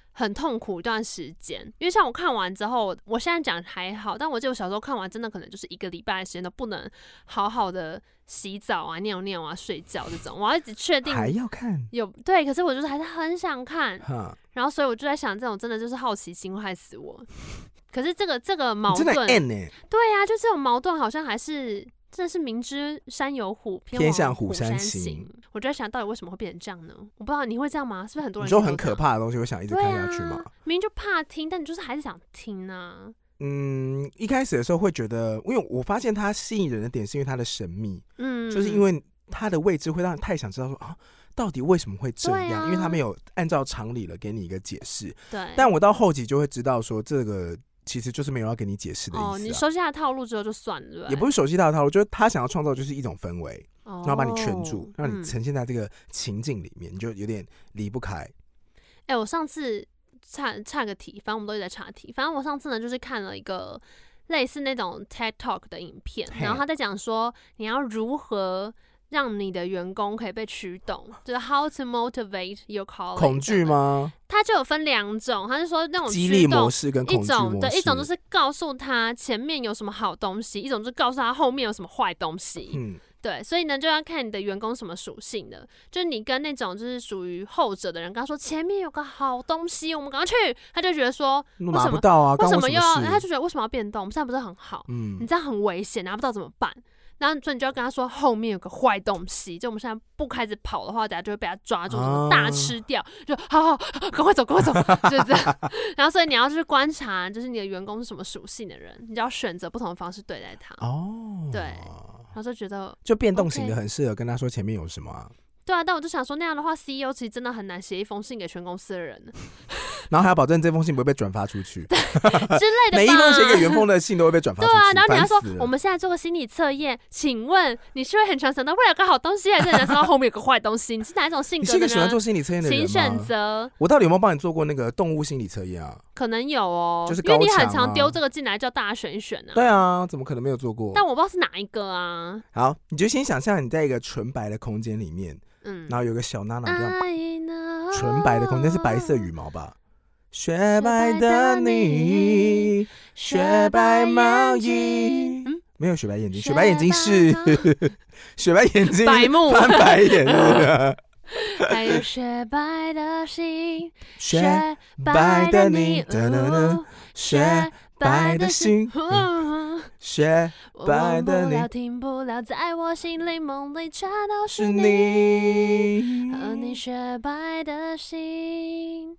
很痛苦一段时间，因为像我看完之后，我现在讲还好，但我记得我小时候看完，真的可能就是一个礼拜的时间都不能好好的洗澡啊、尿尿啊、睡觉这种，我要一直确定还要看有对，可是我就是还是很想看，然后所以我就在想，这种真的就是好奇心会害死我。可是这个这个矛盾， 真的 N 欸， 对啊，就这种矛盾好像还是。真的是明知山有虎， 偏向虎山行。 我就在想，到底为什么会变成这样呢？我不知道你会这样吗？是不是很多人你说很可怕的东西，会想一直看下去吗？ 啊、明明就怕听，但你就是还是想听啊。 嗯，一开始的时候会觉得，因为我发现它吸引人的点是因为它的神秘， 嗯， 就是因为它的位置会让人太想知道说啊，到底为什么会这样？啊、因为它没有按照常理了给你一个解释。 对， 但我到后期就会知道说这个。其实就是没有要给你解释的意思、啊。 哦，你熟悉他的套路之后就算了，对吧？ 也不是熟悉他的套路，就是他想要创造就是一种氛围， 哦、 然后把你圈住，让你呈现在这个情境里面，你就有点离不开。 哎、欸，我上次岔岔个题，反正我们都一直在岔题。反正我上次呢，就是看了一个类似那种 TED Talk 的影片，然后他在讲说你要如何。让你的员工可以被驱动，就是 how to motivate your colleagues。 恐惧吗？ 它就有分两种，他是说那种激励模式跟恐惧模式。 一种对，一种就是告诉他前面有什么好东西，一种就是告诉他后面有什么坏东西。嗯，对，所以呢就要看你的员工什么属性的。就是你跟那种就是属于后者的人，跟他说前面有个好东西，我们赶快去，他就觉得说为什么拿不到啊？ 为什么又要？他就觉得为什么要变动？我们现在不是很好？嗯，你这样很危险，拿不到怎么办？然后所以你就要跟他说后面有个坏东西，就我们现在不开始跑的话，等下就会被他抓住，什么大吃掉，就好好赶快走，赶快走，就是这样。然后所以你要去观察，就是你的员工是什么属性的人，你就要选择不同的方式对待他。哦，对，然后就觉得就变动型的很适合跟他说前面有什么啊。 对啊，但我就想说那样的话 C E O 其实真的很难写一封信给全公司的人， 然后还要保证这封信不会被转发出去之类的吧。 每一封写给员工的信都会被转发出去。 对啊，然后你要说我们现在做个心理测验，请问你是会很常想到未来有个好东西，还是很常想到后面有个坏东西？你是哪一种性格的人？ 你是一个喜欢做心理测验的人吗？ 请选择。 我到底有没有帮你做过那个动物心理测验啊？ 可能有哦， 就是高强啊， 因为你很常丢这个进来叫大家选一选啊。 对啊，怎么可能没有做过？ 但我不知道是哪一个啊。 好，你就先想象你在一个纯白的空间里面。嗯，然后有个小娜娜这样纯白的空间，是白色羽毛吧？雪白的你，雪白毛衣，嗯，没有雪白眼睛，雪白眼睛是雪白眼睛， 白目翻白眼的。 还有雪白的心， 雪白的你，雪白的心。雪白的你， 忘不了停不了，在我心里梦里全都是你和你雪白的心。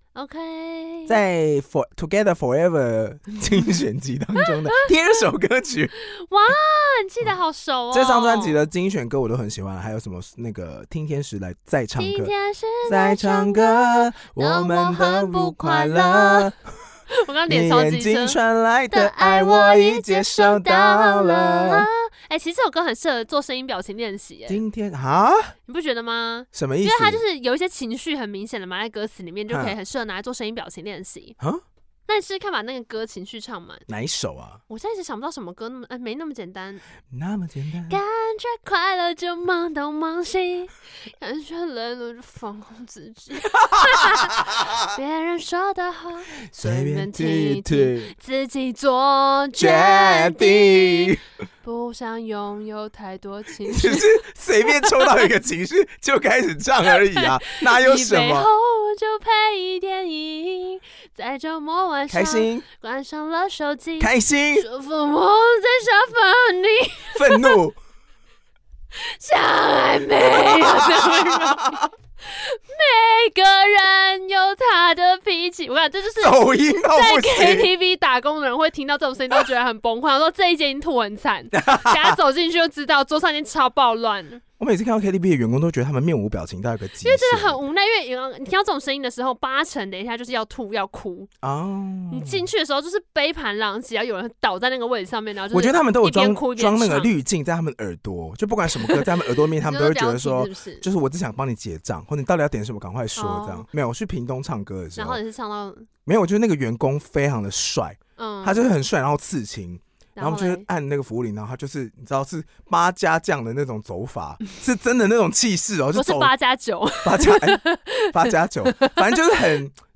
OK， 在 For Together Forever 精选集当中的第二首歌曲。 哇，你记得好熟哦！ 这张专辑的精选歌我都很喜欢，还有什么那个听天使来在唱歌， 听天使在唱歌，我们都不快乐。 我刚脸超级你眼睛传来的爱我已接收到了。 哎、欸，其实这首歌很适合做声音表情练习。 今天啊， 你不觉得吗？ 什么意思？ 因为它就是有一些情绪很明显的埋在歌词里面，就可以很适合拿来做声音表情练习。啊？那你试试看把那个歌情绪唱满。 哪一首啊？ 我现在一直想不到什么歌那么、呃、没那么简单。 那么简单。 感觉快乐就忙东忙西，感觉累了就放空自己。别人说的话随便听一听，自己做决定。不想拥有太多情绪， 只是随便抽到一个情绪就开始唱而已啊，哪有什么？ 一杯后就配电影，在周末晚上开心， 关上了手机， 开心， 说服我在沙发里愤怒， 相爱没有那么容易。每个人有他的脾气，我看这就是走音到不行。 在 K T V 打工的人会听到这种声音都觉得很崩溃。我说这一间已经吐很惨，等下走进去就知道桌上已经超暴乱。 我每次看到 K T V 的员工都觉得他们面无表情到一个极限， 因为真的很无奈。因为你听到这种声音的时候，八成等一下就是要吐要哭哦。你进去的时候就是杯盘狼藉，然后有人倒在那个位置上面，然后就是我觉得他们都有装装那个滤镜在他们耳朵，就不管什么歌在他们耳朵面，他们都会觉得说， 是是就是我只想帮你结账，或者你到底要点什么，赶快说、哦、这样。没有，我去屏东唱歌的时候， 然后你是唱到没有，我觉得那个员工非常的帅，嗯，他就是很帅，然后刺青。然后我们就是按那个服务铃，然后他就是你知道是八加酱的那种走法，是真的那种气势哦，就走不是八加九， 八加八加九，反正就是很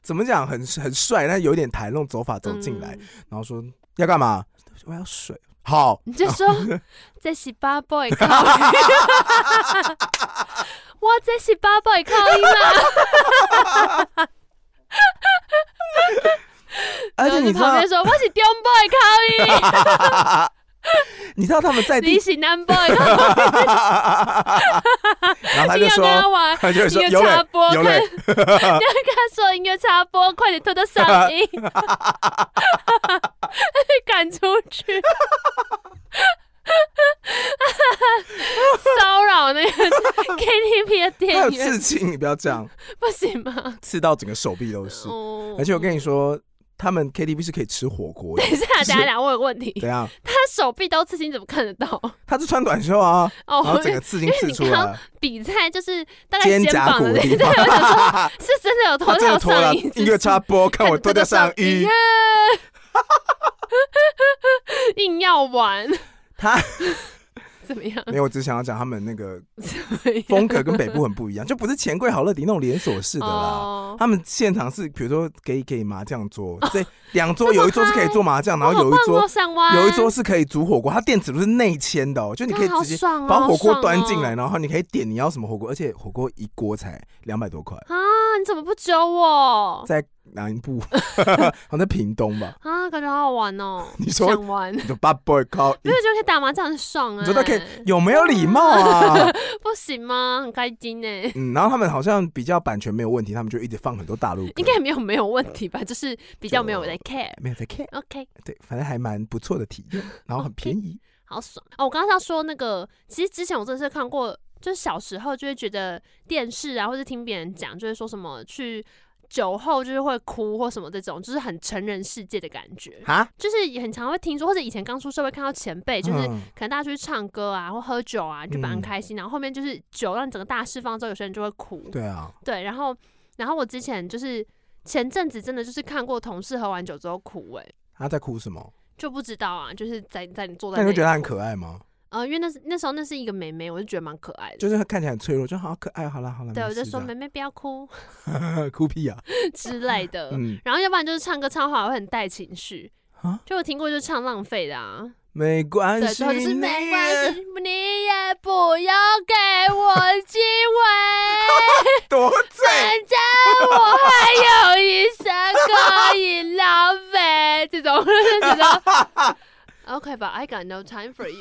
怎么讲，很很帅，但有点台那种走法走进来，嗯、然后说要干嘛？我要水。好， 你就说这是八 boy 靠音，我这是八 boy 靠音啦。 而且你知道， 旁边说我是中 boy 靠音。 你知道他们在地， 你是南 boy， 然后他就说，他就说有嘞有嘞， 你要跟他说音乐插播，快点拖到上音，被赶出去，骚扰那个 K T V 的店员， 他有刺青，你不要这样， 不行吗？ 刺到整个手臂都是，哦、而且我跟你说。他们 K T V 是可以吃火锅的。 等一下，等一下，我有个问题。 怎样？ 他手臂都刺青，怎么看得到？ 他是穿短袖啊，哦、然后整个刺青刺出来。 比赛就是大概肩胛骨的地方，对，我想说，是真的有脱掉上衣。 音乐插播，看我脱掉上衣。 硬要玩他。 怎么样？ 没有，我只想要讲他们那个风格跟北部很不一样，就不是钱柜好乐迪那种连锁式的啦。哦、他们现场是比如说给给麻将桌，这两桌有一桌是可以做麻将，然后有一桌有一桌是可以煮火锅，它电磁炉是内嵌的哦，就你可以直接把火锅端进来，然后你可以点你要什么火锅，而且火锅一锅才两百多块啊！你怎么不揪我？ 在哪一部？好像在屏东吧？ 啊，感觉好好玩哦！ 你说想玩？ 你说八 boy 靠， 没有就可以打麻将很爽哎、欸！ 你说他可以有没有礼貌啊？ 不行吗？很开心哎、欸！ 嗯，然后他们好像比较版权没有问题，他们就一直放很多大陆歌， 应该没有没有问题吧？就是比较没有在 care， 没有在 care。OK， 对，反正还蛮不错的体验，然后很便宜， okay, 好爽哦！我刚刚要说那个，其实之前我真的是看过，就是小时候就会觉得电视啊，或是听别人讲，就会说什么去。酒后就是会哭或什么这种，就是很成人世界的感觉啊，就是也很常会听说，或者以前刚出社会看到前辈，就是可能大家出去唱歌啊或喝酒啊，就蛮开心，嗯、然后后面就是酒让整个大释放之后，有些人就会哭。 对啊， 对，然后然后我之前就是前阵子真的就是看过同事喝完酒之后哭、欸，哎， 他在哭什么？ 就不知道啊，就是在在你坐在那， 那你会觉得他很可爱吗？ 呃，因为那是那时候那是一个妹妹，我就觉得蛮可爱的， 就是看起来很脆弱，就好可爱，好啦好啦。 对，我就说妹妹不要哭， 哭屁啊之类的。嗯，然后要不然就是唱歌唱好会很带情绪啊，就我听过就是唱浪费的啊， 没关系， 对，最后就是没关系，你也不要给我机会， 多醉， 反正我还有一生可以浪费，这种这种。OK 吧 ，I got no time for you 。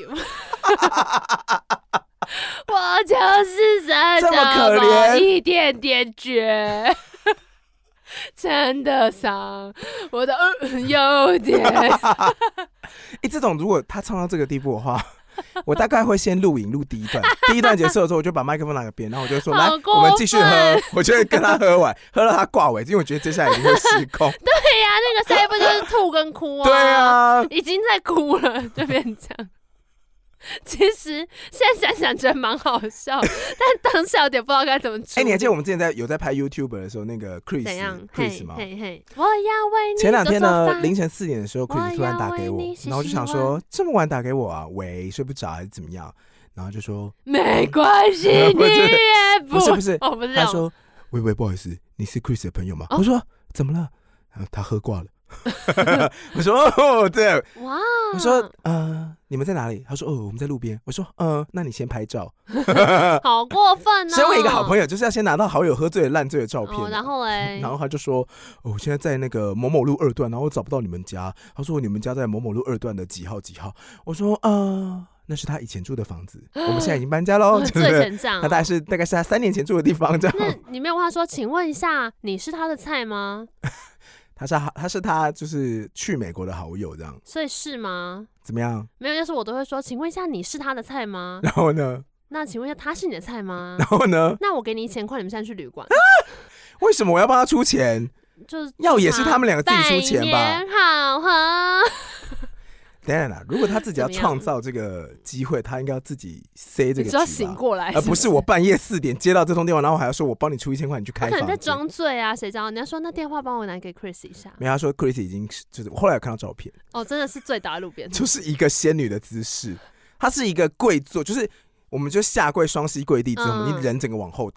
我就是真的某一点点绝，真的伤我的优点。哎、 欸，这种如果他唱到这个地步的话，我大概会先录影录第一段，第一段结束的时候，我就把麦克风拿个边，然后我就说：“来，我们继续喝。”我就会跟他喝完，喝了他挂尾，因为我觉得接下来一定会失控。 对呀、啊，那个下一步就是吐跟哭啊。 对啊， 已经在哭了，就变这样。其实现在想想觉得蛮好笑，但当下有点不知道该怎么处理。 哎、欸，你还记得我们之前在有在拍 YouTuber 的时候，那个 Chris，Chris 吗？ 嘿嘿，我要为你前两天呢，凌晨四点的时候 ，Chris 突然打给我，然后我就想说，这么晚打给我啊？喂，睡不着还是怎么样？然后就说没关系，你也不不是不是， 哦、不是他说，喂喂，不好意思，你是 Chris 的朋友吗？哦、我说怎么了？他喝挂了。我说哦，这样哇！我说呃，你们在哪里？他说哦，我们在路边。我说呃，那你先拍照。 好过分哦！ 身为一个好朋友，就是要先拿到好友喝醉的烂醉的照片、 哦。然后嘞， 然后他就说哦，我现在在那个某某路二段，然后我找不到你们家。他说你们家在某某路二段的几号几号？我说呃。那是他以前住的房子，我们现在已经搬家喽。 最前账、哦， 他大概是大概是他三年前住的地方，这样。 那你没有问他说，请问一下，你是他的菜吗？ 他是他是他就是去美国的好友这样， 所以是吗？ 怎么样？ 没有，就是我都会说，请问一下，你是他的菜吗？ 然后呢？ 那请问一下，他是你的菜吗？ 然后呢？ 那我给你一千块，你们现在去旅馆、啊。 为什么我要帮他出钱？ 就是要也是他们两个自己出钱吧。 百年好合。 当然啦，如果他自己要创造这个机会，他应该要自己塞这个局吧，你只要醒过来是不是， 而不是我半夜四点接到这通电话，然后我还要说我帮你出一千块，你去开房。 他可能在装醉啊，谁知道？你要说那电话帮我拿给 Chris 一下。 没有，他说 Chris 已经就是后来有看到照片， 哦，真的是醉倒在路边， 就是一个仙女的姿势。她是一个跪坐，就是我们就下跪双膝跪地之后，嗯、你人整个往后躺。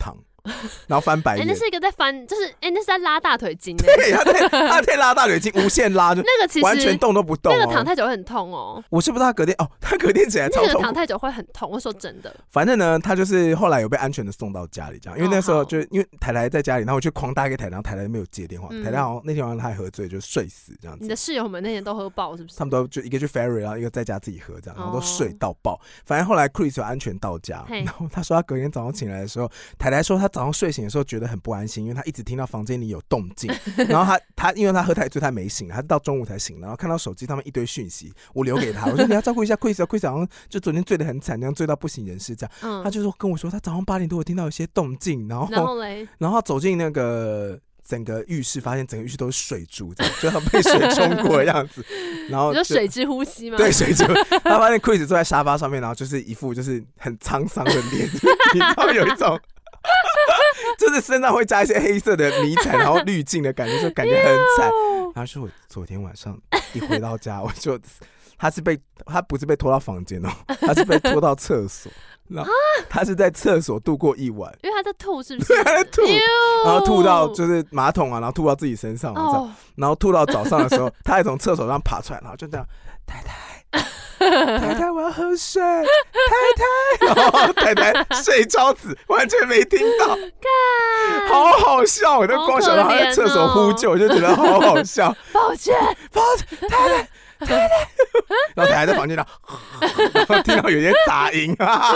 然后翻白眼。 哎、欸，那是一个在翻，就是哎、欸，那是在拉大腿筋、欸。 对，他在他在拉大腿筋，无限拉，就那个其实完全动都不动、哦。 那个躺太久会很痛哦。 我是不知道他隔天哦，他隔天起来超痛。 那个躺太久会很痛，我说真的。 反正呢，他就是后来有被安全的送到家里，这样，因为那时候就、哦、因为台台在家里，然后我就狂打给台台，然后台台没有接电话，嗯、台台好像那天晚上他还喝醉，就睡死这样子。 你的室友们那天都喝爆是不是？ 他们都就一个去 ferry， 然后一个在家自己喝这样，然后都睡到爆。哦、反正后来 Chris 有安全到家，然后他说他隔天早上醒来的时候，台台说他早上睡醒的时候觉得很不安心，因为他一直听到房间里有动静，然后他他因为他喝太醉，他没醒，他到中午才醒，然后看到手机上面一堆讯息，我留给他，我说你要照顾一下 Chris，Chris 好像就昨天醉得很惨，那样醉到不省人事这样。嗯、他就说跟我说他早上八点多我听到有些动静，然后然后嘞， 然后他走进那个。整个浴室发现整个浴室都是水珠，就他被水冲过的样子。然后你说水之呼吸吗？ 对，水之。他发现 Chris 坐在沙发上面，然后就是一副就是很沧桑的脸，你知道有一种，就是身上会加一些黑色的迷彩，然后滤镜的感觉，就感觉很惨。然后说我昨天晚上一回到家，我就他是被他不是被拖到房间哦，他是被拖到厕所。然后他是在厕所度过一晚， 因为他在吐，是不是？ 他在吐，然后吐到就是马桶啊，然后吐到自己身上，哦、然后吐到早上的时候，他还从厕所上爬出来，然后就这样，太太，太太，我要喝水，太太，然后太太睡着子，完全没听到，好好笑，我就光想到他在厕所呼救，我就觉得好好笑。 抱歉， 抱歉，太太。太太，然后台台在房间里，然后听到有些杂音，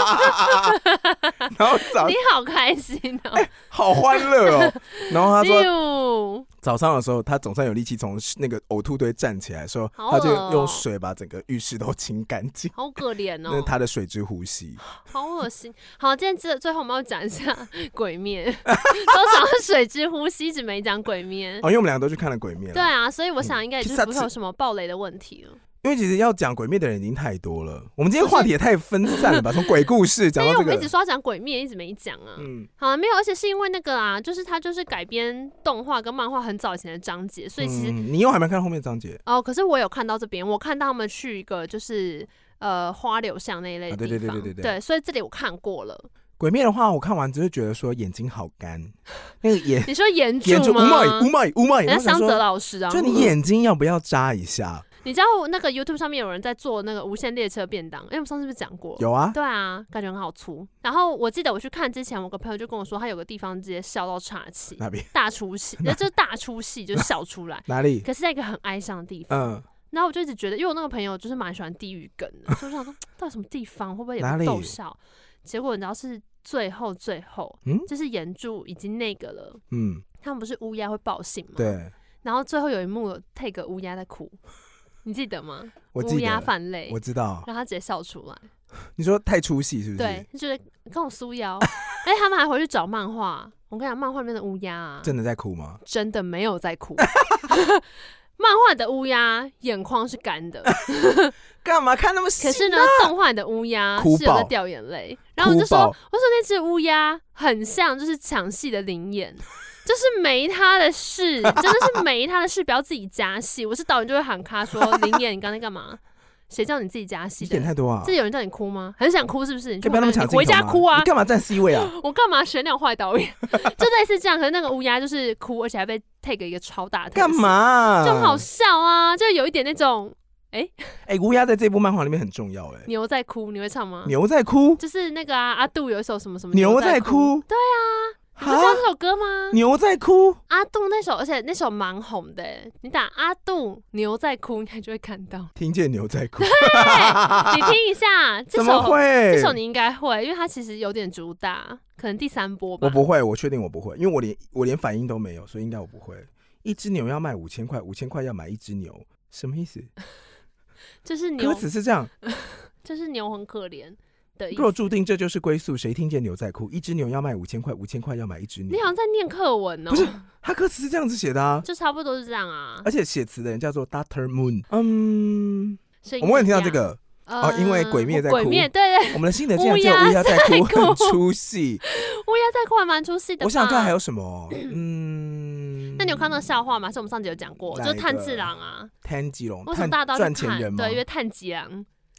然后早你好开心哦、 欸，好欢乐哦。然后他说，早上的时候他总算有力气从那个呕吐堆站起来的时候， 哦、 他就用水把整个浴室都清干净。 好可怜哦， 那是他的水之呼吸， 好恶心。好，今天最后我们要讲一下鬼灭，都讲水之呼吸，一直没讲鬼灭。 哦，因为我们两个都去看了鬼灭了。 对啊，所以我想应该就是不会有什么爆雷的问题。 因为其实要讲鬼灭的人已经太多了，我们今天话题也太分散了吧？从鬼故事讲到这个， 因为我们一直说要讲鬼灭，一直没讲啊。嗯，好、啊，没有，而且是因为那个啊，就是它就是改编动画跟漫画很早以前的章节，所以其实、 嗯、你又还没看到后面的章节哦。可是我有看到这边，我看到他们去一个就是呃花柳巷那一类的地方，啊、对对对对对对，所以这里我看过了。 鬼灭的话，我看完只是觉得说眼睛好干，那个眼你说眼珠吗？ 眼珠乌麦乌麦乌麦， 人家香泽老师啊， 就你眼睛要不要眨一下？ 你知道那个 YouTube 上面有人在做那个无限列车便当，因为我们上次是不是讲过？ 有啊， 对啊，感觉很好粗。然后我记得我去看之前，我个朋友就跟我说，他有个地方直接笑到岔气， 哪边？ 大出戏，那就是大出戏，就是笑出来。 哪里？ 可是在一个很哀伤的地方。嗯。然后我就一直觉得，因为我那个朋友就是蛮喜欢地狱梗的，所以我想说，到底什么地方会不会也不逗笑？结果你知道是最后最后，嗯，就是岩柱已经那个了，嗯，他们不是乌鸦会爆醒吗？ 对。 然后最后有一幕有 take 乌鸦在哭。你记得吗？ 我记得， 乌鸦泛泪， 我知道， 让他直接笑出来。 你说太出戏是不是？ 对，就觉得跟我苏腰。哎，他们还回去找漫画。我跟你讲，漫画里面的乌鸦啊， 真的在哭吗？ 真的没有在哭。漫画的乌鸦眼眶是干的， 干嘛看那么细、啊？ 可是呢，动画的乌鸦是有在掉眼泪。然后我就说，我说那只乌鸦很像就是抢戏的灵眼。就是没他的事，真的是没他的事，不要自己加戏。我是导演就会喊卡说：“林演，你刚才干嘛？谁叫你自己加戏？” 点太多啊！ 这有人叫你哭吗？很想哭是不是？你不要那么抢镜头吗？ 你回家哭啊！ 你干嘛占 C 位啊？ 我干嘛选两坏导演？就类似这样。可是那个乌鸦就是哭，而且还被 take 一个超大的特写， 干嘛？ 就很好笑啊！就有一点那种。哎、欸、 哎，乌、欸、鸦在这部漫画里面很重要哎、欸。 牛在哭，你会唱吗？ 牛在哭， 就是那个啊，阿杜有一首什么什么牛在哭。 对啊。你不知道这首歌吗？ 牛在哭， 阿杜那首，而且那首蛮红的。你打阿杜牛在哭，应该就会看到。 听见牛在哭， 对，你听一下。这首怎么会？ 这首你应该会，因为它其实有点主打，可能第三波吧。 我不会，我确定我不会，因为我连我连反应都没有，所以应该我不会。一只牛要卖五千块，五千块要买一只牛，什么意思？ 就是牛， 歌词是这样， 就是牛很可怜。 若注定这就是归宿，谁听见牛在哭？一只牛要卖五千块，五千块要买一只牛。 你好像在念课文哦。 不是，他歌词是这样子写的啊， 就差不多是这样啊。 而且写词的人叫做 Doctor Moon。嗯，我们会听到这个、呃、哦，因为鬼灭在哭。 鬼灭，对对。 我们的新的竟然只有乌鸦在哭，很出戏。 乌鸦在哭还蛮出戏的。 我想看还有什么？嗯， 那你有看到笑话吗？是我们上集有讲过，就是炭治郎啊。 炭治郎， 为什么大家都赚钱人吗？ 对，因为炭治郎。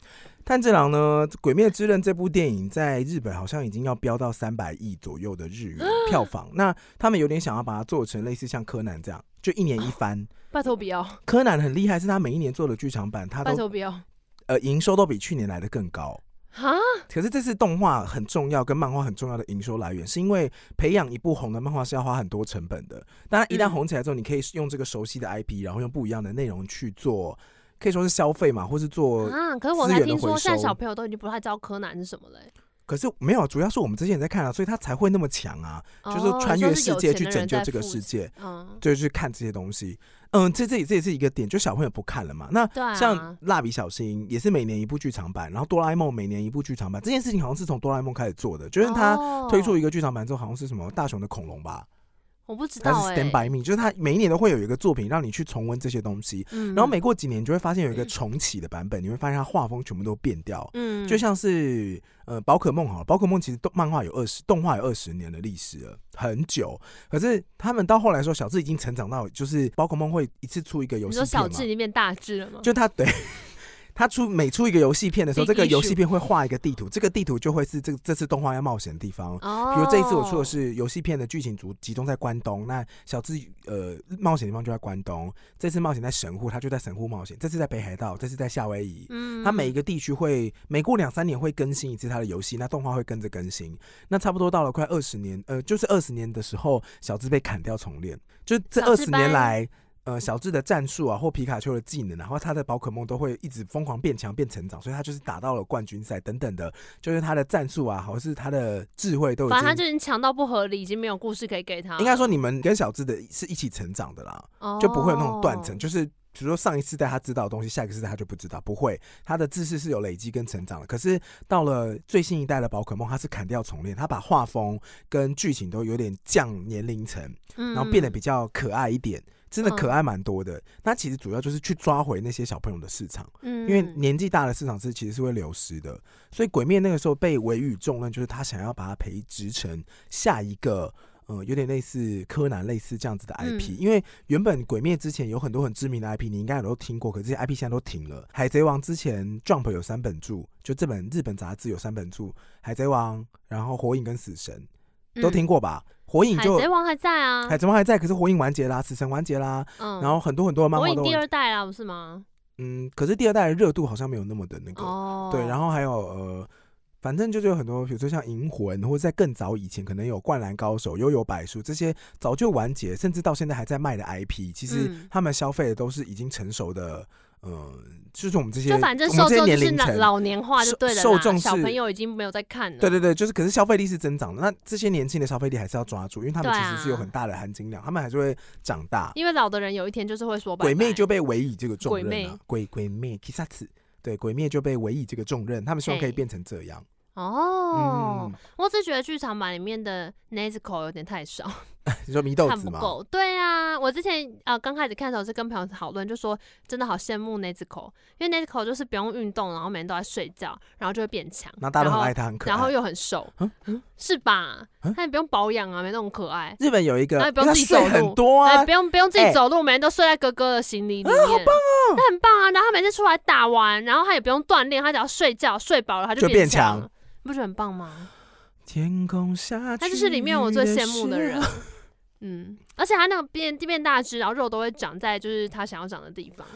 炭治郎呢，《鬼灭之刃》这部电影在日本好像已经要飙到三百亿左右的日元票房。那他们有点想要把它做成类似像柯南这样，就一年一番。 拜托不要！ 柯南很厉害，是他每一年做的剧场版，他都拜托不要。 呃，营收都比去年来的更高。 哈， 可是这次动画很重要，跟漫画很重要的营收来源，是因为培养一部红的漫画是要花很多成本的。当然，一旦红起来之后，你可以用这个熟悉的 I P， 然后用不一样的内容去做。可以说是消费嘛，或是做啊。可是我才听说，现在小朋友都已经不太知道柯南是什么了、欸。可是没有，主要是我们这些人在看啊，所以他才会那么强啊，哦、就是穿越世界去拯救这个世界，嗯，就去看这些东西。嗯，这这这也是一个点，就小朋友不看了嘛。那像蜡笔小新也是每年一部剧场版，然后哆啦 A 梦每年一部剧场版，这件事情好像是从哆啦 A 梦开始做的，就是他推出一个剧场版之后，好像是什么大雄的恐龙吧。 我不知道、欸， 它是 Stand by Me， 就是它每一年都会有一个作品让你去重温这些东西，嗯、然后每过几年你就会发现有一个重启的版本，嗯、你会发现它画风全部都变掉，嗯，就像是呃宝可梦好了，宝可梦其实漫画有二十，动画有二十年的历史了，很久。可是他们到后来说，小智已经成长到，就是宝可梦会一次出一个游戏片嘛， 你说小智已经变大智了吗？ 就他对。他出每出一个游戏片的时候，这个游戏片会画一个地图，这个地图就会是这这次动画要冒险的地方。哦，比如这一次我出的是游戏片的剧情组集中在关东，那小智呃冒险的地方就在关东。这次冒险在神户，他就在神户冒险。这次在北海道，这次在夏威夷。嗯，他每一个地区会每过两三年会更新一次他的游戏，那动画会跟着更新。那差不多到了快二十年，呃，就是二十年的时候，小智被砍掉重练，就这二十年来。呃，小智的战术啊，或皮卡丘的技能啊，或他的宝可梦都会一直疯狂变强、变成长，所以他就是打到了冠军赛等等的，就是他的战术啊，或是他的智慧都已经， 反正他就已经强到不合理，已经没有故事可以给他。 应该说，你们跟小智的是一起成长的啦，哦、就不会有那种断层，就是比如说上一世代他知道的东西，下一个世代他就不知道，不会，他的知识是有累积跟成长的。可是到了最新一代的宝可梦，他是砍掉重练，他把画风跟剧情都有点降年龄层，然后变得比较可爱一点。真的可爱蛮多的，那、嗯、其实主要就是去抓回那些小朋友的市场，嗯，因为年纪大的市场是其实是会流失的，所以鬼灭那个时候被委以重任，就是他想要把它培植成下一个，呃，有点类似柯南类似这样子的 I P，、嗯、因为原本鬼灭之前有很多很知名的 I P， 你应该有都听过，可是这些 I P 现在都停了。海贼王之前 Jump 有三本著，就这本日本杂志有三本著，海贼王，然后火影跟死神，都听过吧？嗯火影就海贼王还在啊， 海贼王还在，可是火影完结啦，死神完结啦，嗯，然后很多很多的漫画都火影第二代啦，不是吗？ 嗯，可是第二代的热度好像没有那么的那个，哦，对，然后还有呃，反正就是有很多，比如说像银魂，或者在更早以前可能有灌篮高手、幽游白书这些早就完结，甚至到现在还在卖的 I P， 其实他们消费的都是已经成熟的。嗯，就是我们这些， 就反正受众就是老年化就对了啦，受众小朋友已经没有在看了。 对对对，就是可是消费力是增长的，那这些年轻的消费力还是要抓住，因为他们其实是有很大的含金量，他们还是会长大。 因为老的人有一天就是会说拜拜， 鬼魅就被委以这个重任了，鬼鬼魅 Kisatsu， 对，鬼灭就被委以这个重任，他们希望可以变成这样。 哦、嗯，我只觉得剧场版里面的 Nezuko 有点太少。 你说祢豆子吗？ 看不够。对啊，我之前呃刚开始看的时候是跟朋友讨论，就说真的好羡慕 Nezuko， 因为 Nezuko 就是不用运动，然后每天都在睡觉，然后就会变强。 然后大家都很爱他，很可爱， 然后又很瘦，嗯、是吧？他也不用保养啊，没那种可爱。 日本有一个， 然后也不用自己走路， 很多啊， 不用不用自己走路，每天都睡在哥哥的行李里面，啊、 好棒哦， 那很棒啊。然后他每次出来打完，然后他也不用锻炼，他只要睡觉，睡饱了他就变强，你不觉得很棒吗？ 天空下， 他就是里面我最羡慕的人。嗯，而且他那个变变大只，然后肉都会长在就是他想要长的地方，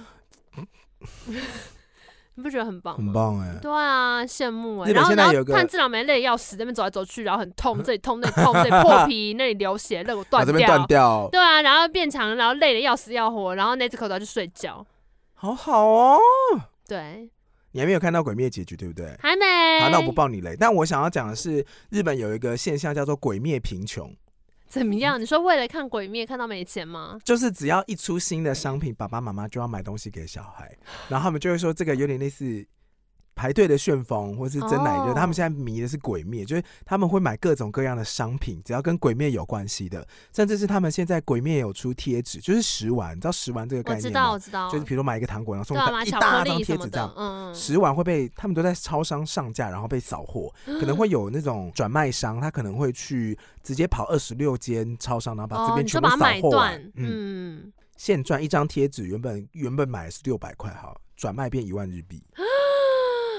你不觉得很棒吗？ 很棒哎、欸！ 对啊，羡慕哎、欸。然后然后炭治郎没累要死，在那边走来走去，然后很痛，这里痛那里痛，这里破皮，那里流血，肋骨断掉， 这边断掉。 对啊，然后变强，然后累得要死要活，然后那只口都要去睡觉， 好好哦。 对。 你还没有看到鬼灭结局对不对？ 还没。 好，那我不爆你雷。但我想要讲的是，日本有一个现象叫做鬼灭贫穷。 怎么样？你说为了看鬼灭看到没钱吗？ 就是只要一出新的商品，爸爸妈妈就要买东西给小孩，然后他们就会说这个有点类似排队的旋风或是真奶热、哦、他们现在迷的是鬼灭，就是他们会买各种各样的商品，只要跟鬼灭有关系的，甚至是他们现在鬼灭有出贴纸，就是食玩，你知道食玩这个概念吗？ 我知道我知道， 就是比如买一个糖果然后送一大张贴纸这样，嗯，食玩会被他们都在超商上架，然后被扫货，可能会有那种转卖商，他可能会去直接跑二十六间超商，然后把这边全部扫货完，哦、嗯，现赚一张贴纸，原本原本买的是六百块，好，转卖变一万日币。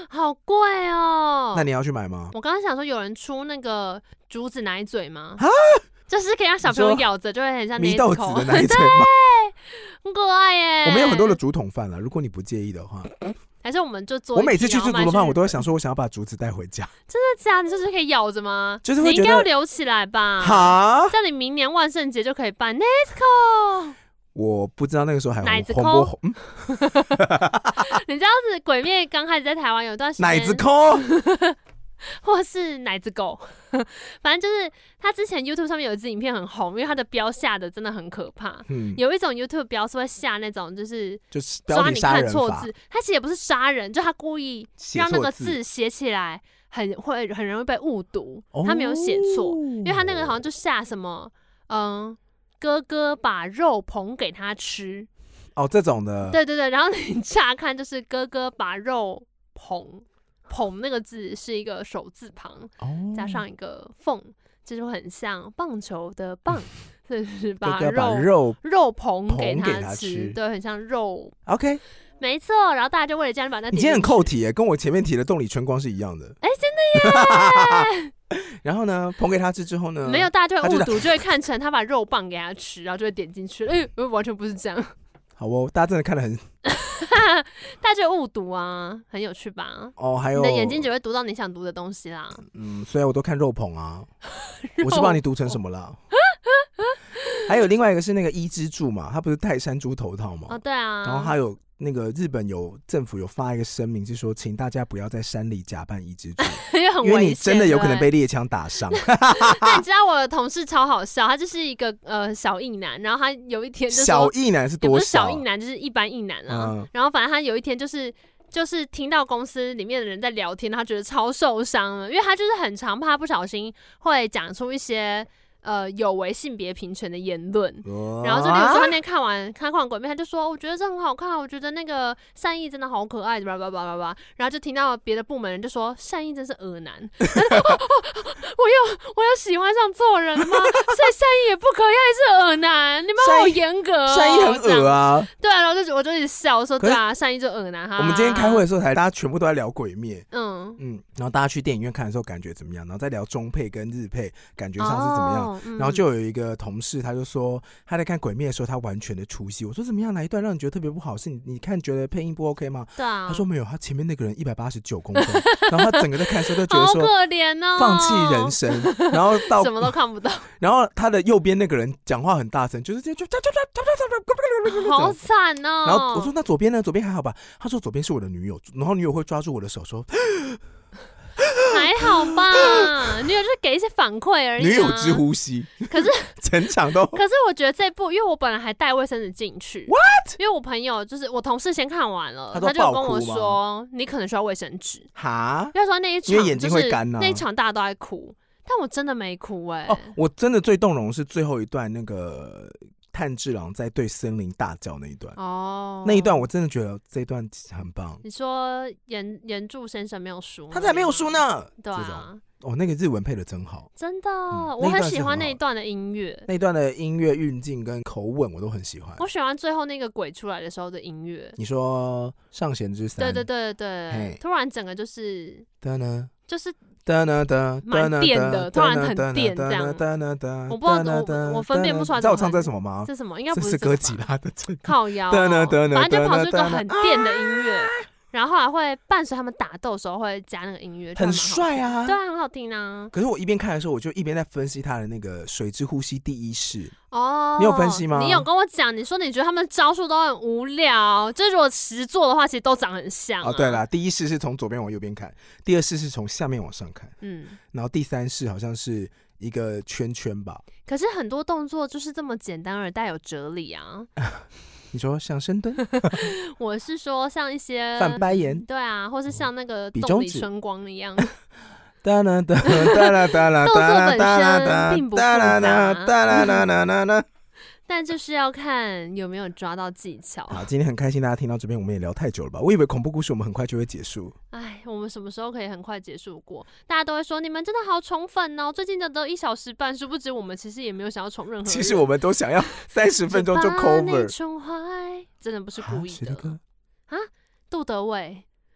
好贵哦。 那你要去买吗？ 我刚刚想说，有人出那个竹子奶嘴吗？ 啊， 就是可以让小朋友咬着，就会很像米豆子的奶嘴吗？ 很可爱耶。 我们有很多的竹筒饭了，如果你不介意的话。 还是我们就做。 我每次去吃竹筒饭，我都会想说，我想要把竹子带回家。 真的假的？就是可以咬着吗？ 就是会觉得你应该要留起来吧？ 哈， 这样你明年万圣节就可以办 Nesco。 我不知道那个时候还奶子红不红。嗯、 你知道是鬼灭刚开始在台湾有一段时间， 奶子抠， 或是奶子狗，反正就是他之前 YouTube 上面有一支影片很红，因为他的标下的真的很可怕。嗯、有一种 YouTube 标是会下那种就是就是抓你看错字，他其实也不是杀人，就他故意让那个字写起来很会很容易被误读，哦、他没有写错，因为他那个好像就下什么嗯。哥哥把肉捧给他吃， 哦，这种的， 对对对，然后你乍看就是哥哥把肉捧，捧那个字是一个手字旁，哦、加上一个凤，就是很像棒球的棒，就是把肉哥哥把肉肉捧给他 吃, 给他吃， 对，很像肉。 OK， 没错，然后大家就为了这样把那， 你今天很扣题耶，跟我前面提的动力春光是一样的。 哎，真的耶！ 然后呢，捧给他吃之后呢， 没有，大家就会误读，就会看成他把肉棒给他吃，然后就会点进去。哎、欸，完全不是这样。 好哦，大家真的看得很， 大家就误读啊，很有趣吧？ 哦，还有你的眼睛只会读到你想读的东西啦。 嗯，虽然我都看肉捧啊，我是帮你读成什么了？还有另外一个是那个伊之助嘛，他不是戴山猪头套嘛？ 哦，对啊。 然后还有那个日本有政府有发一个声明，是说请大家不要在山里假扮伊之助， 因为很危险， 因为你真的有可能被猎枪打伤。 那你知道我的同事超好笑，他就是一个呃小异男，然后他有一天就说小异男是多少？ 不是小异男，就是一般异男啦。嗯、然后反正他有一天就是就是听到公司里面的人在聊天，他觉得超受伤了，因为他就是很常怕不小心会讲出一些。呃，有违性别平权的言论，然后就例如说他那天看完看完鬼灭，他就说我觉得这很好看，我觉得那个善意真的好可爱，叭叭叭叭叭，然后就听到别的部门人就说善意真是恶男，哦哦我有我有喜欢上错人吗？所以善意也不可以，也是恶男，你们好严格、哦， 善意很恶啊， 对啊，然后就我就一直笑说对啊，善意就恶男哈。 我们今天开会的时候，才大家全部都在聊鬼灭，嗯嗯，然后大家去电影院看的时候感觉怎么样？然后再聊中配跟日配感觉上是怎么样？哦然后就有一个同事，他就说他在看《鬼灭》的时候，他完全的出戏。我说怎么样？哪一段让你觉得特别不好？是你你看觉得配音不 OK 吗？ 对啊。 他说没有，他前面那个人一百八十九公分，然后他整个在看的时候都觉得说好可怜哦， 放弃人生，然后到什么都看不到。 然后他的右边那个人讲话很大声，就是这样就好惨哦。 然后我说那左边呢？左边还好吧？他说左边是我的女友，然后女友会抓住我的手说。 还好吧，女友就是给一些反馈而已、啊。 女友之呼吸， 可是整场都。 可是我觉得这部，因为我本来还带卫生纸进去 ，what？ 因为我朋友就是我同事先看完了，他, 他就跟我说，你可能需要卫生纸。 哈？ 因为说那一场因为眼睛会干啊， 那一场大家都在哭，但我真的没哭哎、欸。 哦，我真的最动容是最后一段那个。炭治郎在对森林大叫那一段哦，那一段我真的觉得这一段很棒。 你说岩岩柱先生没有输， 他才没有输呢。 对啊， 哦，那个日文配的真好， 真的，嗯、我很喜欢那一段的音乐， 那一段的音乐运镜跟口吻我都很喜欢。 我喜欢最后那个鬼出来的时候的音乐。 你说上弦之三？ 对对对对，突然整个就是呢， 就是。 蛮电的，突然很电这样。我不知道，我我分辨不出来。 你知道我唱这是什么吗？ 这是什么？应该不是。这是哥吉拉的这个。 靠腰、哦。反正就跑出一个很电的音乐，然后后来会伴随他们打斗的时候会加那个音乐， 很帅啊。 对啊，很好听啊。 可是我一边看的时候，我就一边在分析他的那个水之呼吸第一式。哦，你有分析吗？ 你有跟我讲，你说你觉得他们招数都很无聊，就是如果实做的话，其实都长很像、啊。 哦，对啦，第一式是从左边往右边看，第二式是从下面往上看，嗯，然后第三式好像是一个圈圈吧。 可是很多动作就是这么简单而带有哲理啊。 你说像深蹲？ 我是说像一些翻白眼， 对啊，或是像那个动力春光一样。 哒啦哒哒啦哒啦动作本身并不复杂，但就是要看有没有抓到技巧。 好，今天很开心大家听到这边，我们也聊太久了吧？我以为恐怖故事我们很快就会结束。 哎，我们什么时候可以很快结束过？大家都会说你们真的好宠粉哦，最近的都一小时半，殊不知我们其实也没有想要宠任何人。 其实我们都想要三十分钟就 cover。 把你宠坏，真的不是故意的啊！杜德伟。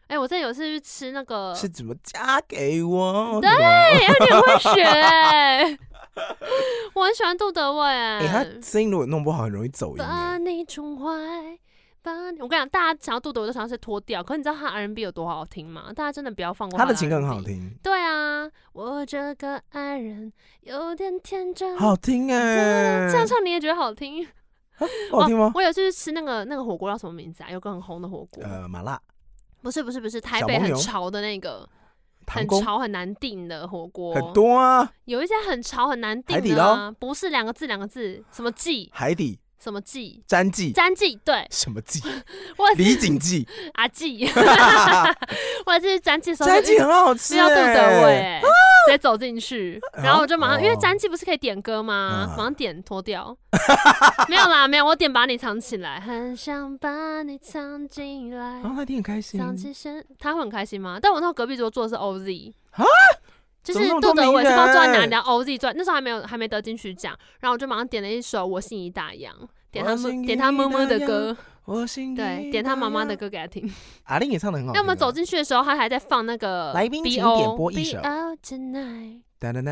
哎、欸，我之前有次去吃那个， 是怎么嫁给我？ 对，你很会学哎、欸，我很喜欢杜德伟哎、 欸，他声音如果弄不好，很容易走音。 把你宠坏，把你，我跟你讲，大家想要杜德伟都想要是脱掉，可是你知道他 R and B 有多好听吗？大家真的不要放过他的 R and B， 他的情歌很好听。 对啊，我这个爱人有点天真， 好听哎、 欸，这样唱你也觉得好听？ 好听吗？ 我有次去吃那个那个火锅叫什么名字啊？有个很红的火锅， 呃，麻辣。 不是不是不是，台北很潮的那个，很潮很难订的火锅， 很多啊。 有一家很潮很难订的啊，不是两个字两个字，什么记？ 海底。 什么记？ 詹记。 詹记对。 什么记？ 李锦记。 阿记。我是詹记的时候， 詹记很好吃、欸， 遇到杜德伟、欸，直接走进去，然后我就马上，因为詹记不是可以点歌吗？马上点脱掉。没有啦，没有，我点把你藏起来，很想把你藏进来。 然后他听很开心， 藏起身，他会很开心吗？但我那时候隔壁桌坐的是 O Z 啊。 就是杜德伟是不知道坐在哪里，然后 O Z 坐，那时候还没有还没得金曲奖，然后我就马上点了一首《我心已大洋》，点他点他妈妈的歌，对，点他妈妈的歌给他听。 阿玲也唱的很好听。 那我们走进去的时候，他还在放那个来宾，请点播一首。B O Tonight，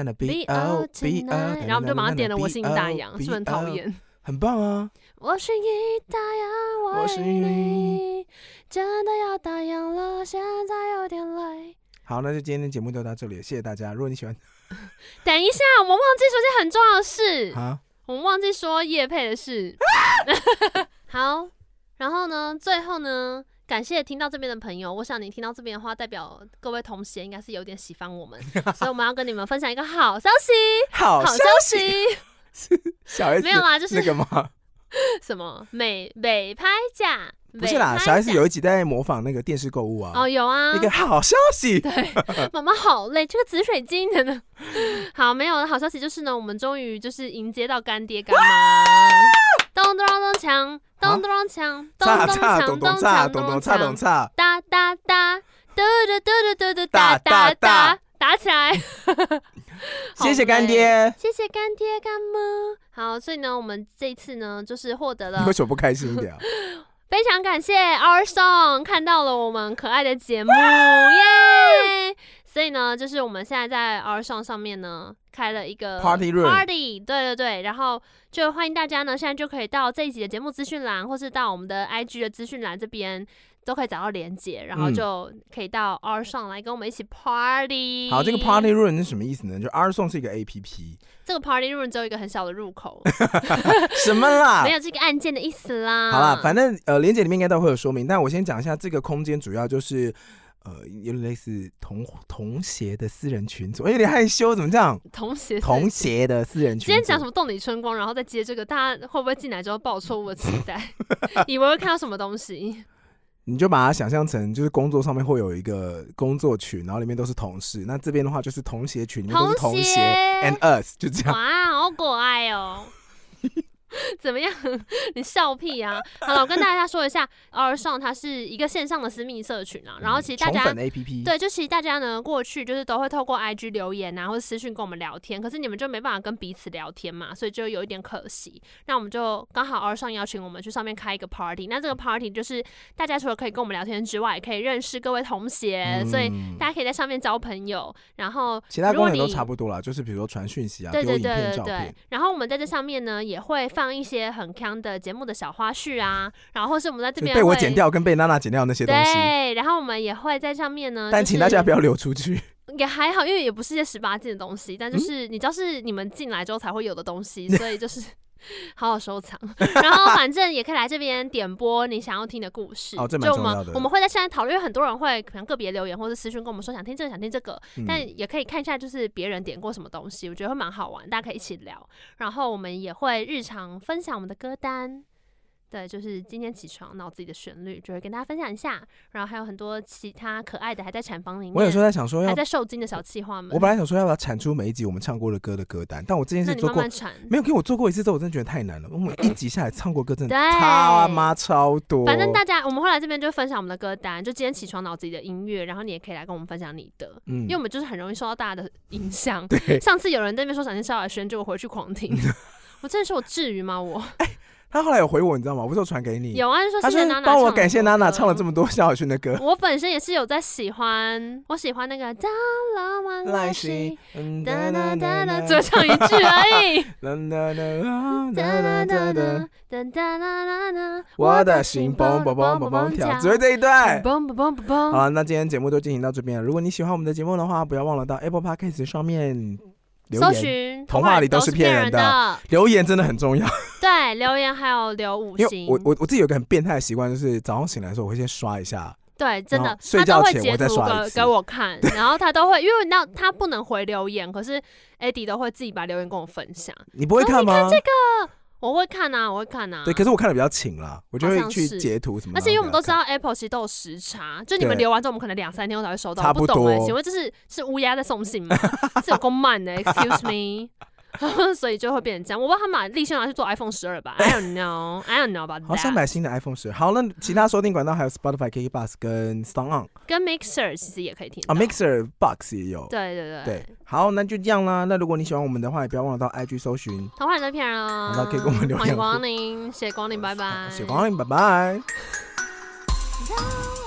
B O B O， 然后我们就马上点了《我心已大洋》，是不是很讨厌？ 很棒啊！ 我心已大洋，我爱你，真的要大洋了，现在有点累。 好，那就今天的节目就到这里了，谢谢大家。如果你喜欢， 等一下，我们忘记说件很重要的事啊， 我们忘记说业配的事。好，然后呢，最后呢，感谢听到这边的朋友。我想你听到这边的话，代表各位同学应该是有点喜欢我们，所以我们要跟你们分享一个好消息。 好消息是小 S 没有啦，就是那个吗？ 什么美美拍价？ 不是啦，小 S 有一集在模仿那个电视购物啊。 哦，有啊。 一个好消息。 对，妈妈好累，这个紫水晶的呢。好，没有好消息就是呢，我们终于就是迎接到干爹干妈。咚咚咚锵，咚咚锵，咚咚锵，咚咚锵，咚咚锵，咚锵，哒哒哒，嘟嘟嘟嘟嘟嘟哒哒哒，打起来。 谢谢干爹， 谢谢干爹干妈。好，所以呢，我们这一次呢，就是获得了。 你为什么不开心一点啊？ 非常感谢 Our Song 看到了我们可爱的节目，耶！所以呢，就是我们现在在 Our Song 上面呢开了一个 Party Room， Party， 对对对，然后就欢迎大家呢，现在就可以到这一集的节目资讯栏，或是到我们的 I G 的资讯栏这边。都可以找到连结，然后就可以到 R Song 来跟我们一起 party。 好，这个 Party Room 是什么意思呢？就 R Song 是一个 A P P， 这个 Party Room 只有一个很小的入口。 什么啦？ 没有这个按键的意思啦。 好啦，反正呃连结里面应该都会有说明，但我先讲一下这个空间主要就是呃有点类似同同协的私人群组，有点害羞，怎么这样？ 同协同协的私人群组。 今天讲什么动你春光，然后再接这个，大家会不会进来之后抱错误的期待，以为会看到什么东西？ 你就把它想象成，就是工作上面会有一个工作群，然后里面都是同事。那这边的话就是同协群，里面都是同协 and us， 就这样。 哇，好可爱哦！怎么样？你笑屁啊！好了，我跟大家说一下 ，R Song 它是一个线上的私密社群啊。然后其实大家、 宠粉 A P P， 对，就其实大家呢过去就是都会透过 I G 留言啊，或者私讯跟我们聊天。可是你们就没办法跟彼此聊天嘛，所以就有一点可惜。那我们就刚好 R Song 邀请我们去上面开一个 party。那这个 party 就是大家除了可以跟我们聊天之外，也可以认识各位同学，嗯、所以大家可以在上面交朋友。然后其他功能都差不多啦，就是比如说传讯息啊， 对对对对对对。 然后我们在这上面呢也会放一些很的节目的小花絮啊，然后或是我们在这边被我剪掉跟被娜娜剪掉那些东西， 对，然后我们也会在上面呢， 但请大家不要流出去。 也还好，因为也不是一些十八禁的东西，但就是你知道是你们进来之后才会有的东西，所以就是好好收藏。然后反正也可以来这边点播你想要听的故事。 哦，这蛮重要的。 就我们我们会在现在讨论，因为很多人会可能个别留言或者私讯跟我们说想听这个想听这个，嗯、但也可以看一下就是别人点过什么东西，我觉得会蛮好玩，大家可以一起聊。然后我们也会日常分享我们的歌单。对，就是今天起床脑子里的旋律，就会跟大家分享一下。然后还有很多其他可爱的还在产房里面。 我有时候在想说要， 还在受精的小企划们。 我本来想说要不要产出每一集我们唱过的歌的歌单，但我这件事做过， 慢慢没有，因为我做过一次之后，我真的觉得太难了。我们一集下来唱过歌真的他妈超多。 反正大家我们会来这边就分享我们的歌单，就今天起床脑子里的音乐，然后你也可以来跟我们分享你的，嗯，因为我们就是很容易受到大家的影响。 对， 上次有人在那边说想听萧亚轩，就我回去狂听。我真的说我至于吗？我。 他后来有回我，你知道吗？我不是有传给你？ 有啊，就说他说谢谢娜娜， 帮我感谢娜娜唱了这么多萧亚轩的歌。 我本身也是有在喜欢，我喜欢那个当浪漫来袭，哒哒哒哒，只唱一句而已。 我的心蹦蹦蹦蹦蹦跳，只会这一段。 蹦蹦蹦蹦蹦。 好了，那今天节目就进行到这边了。如果你喜欢我们的节目的话，不要忘了到 Apple Podcast 上面留搜言。 寻童话里都是骗人的，留言真的很重要。 对，留言还有留五星。 因为我我我自己有一个很变态的习惯，就是早上醒来的时候，我会先刷一下。 对，真的， 睡觉前他都会截图给给我看，然后他都会，因为那他不能回留言，可是 Eddie 都会自己把留言跟我分享。 你不会看吗？ 你看这个。我会看啊，我会看啊。 对，可是我看的比较勤啦，我就会去截图什么的。 而且因为我们都知道 Apple 其实都有时差，就你们留完之后，我们可能两三天后才会收到。 差不多。 我不懂哎、欸，请问这是是乌鸦在送信吗？是有够慢的 ，Excuse me 。所以就会变成这样。我不知道他们把立讯拿去做 iPhone 十二吧 ？I don't know, I don't know about that。 好想买新的 iPhone 十二。好，那其他收听管道还有 Spotify、K K Bus 跟 SoundOn， 跟 Mixer 其实也可以听到。 啊 ，Mixer Box 也有。 对对对。 对，好，那就这样啦。那如果你喜欢我们的话，也不要忘了到 I G 搜寻。 童话里的骗人哦。 那可以跟我们留言。 欢迎光临，谢谢光临，拜拜。 谢谢光临，拜拜。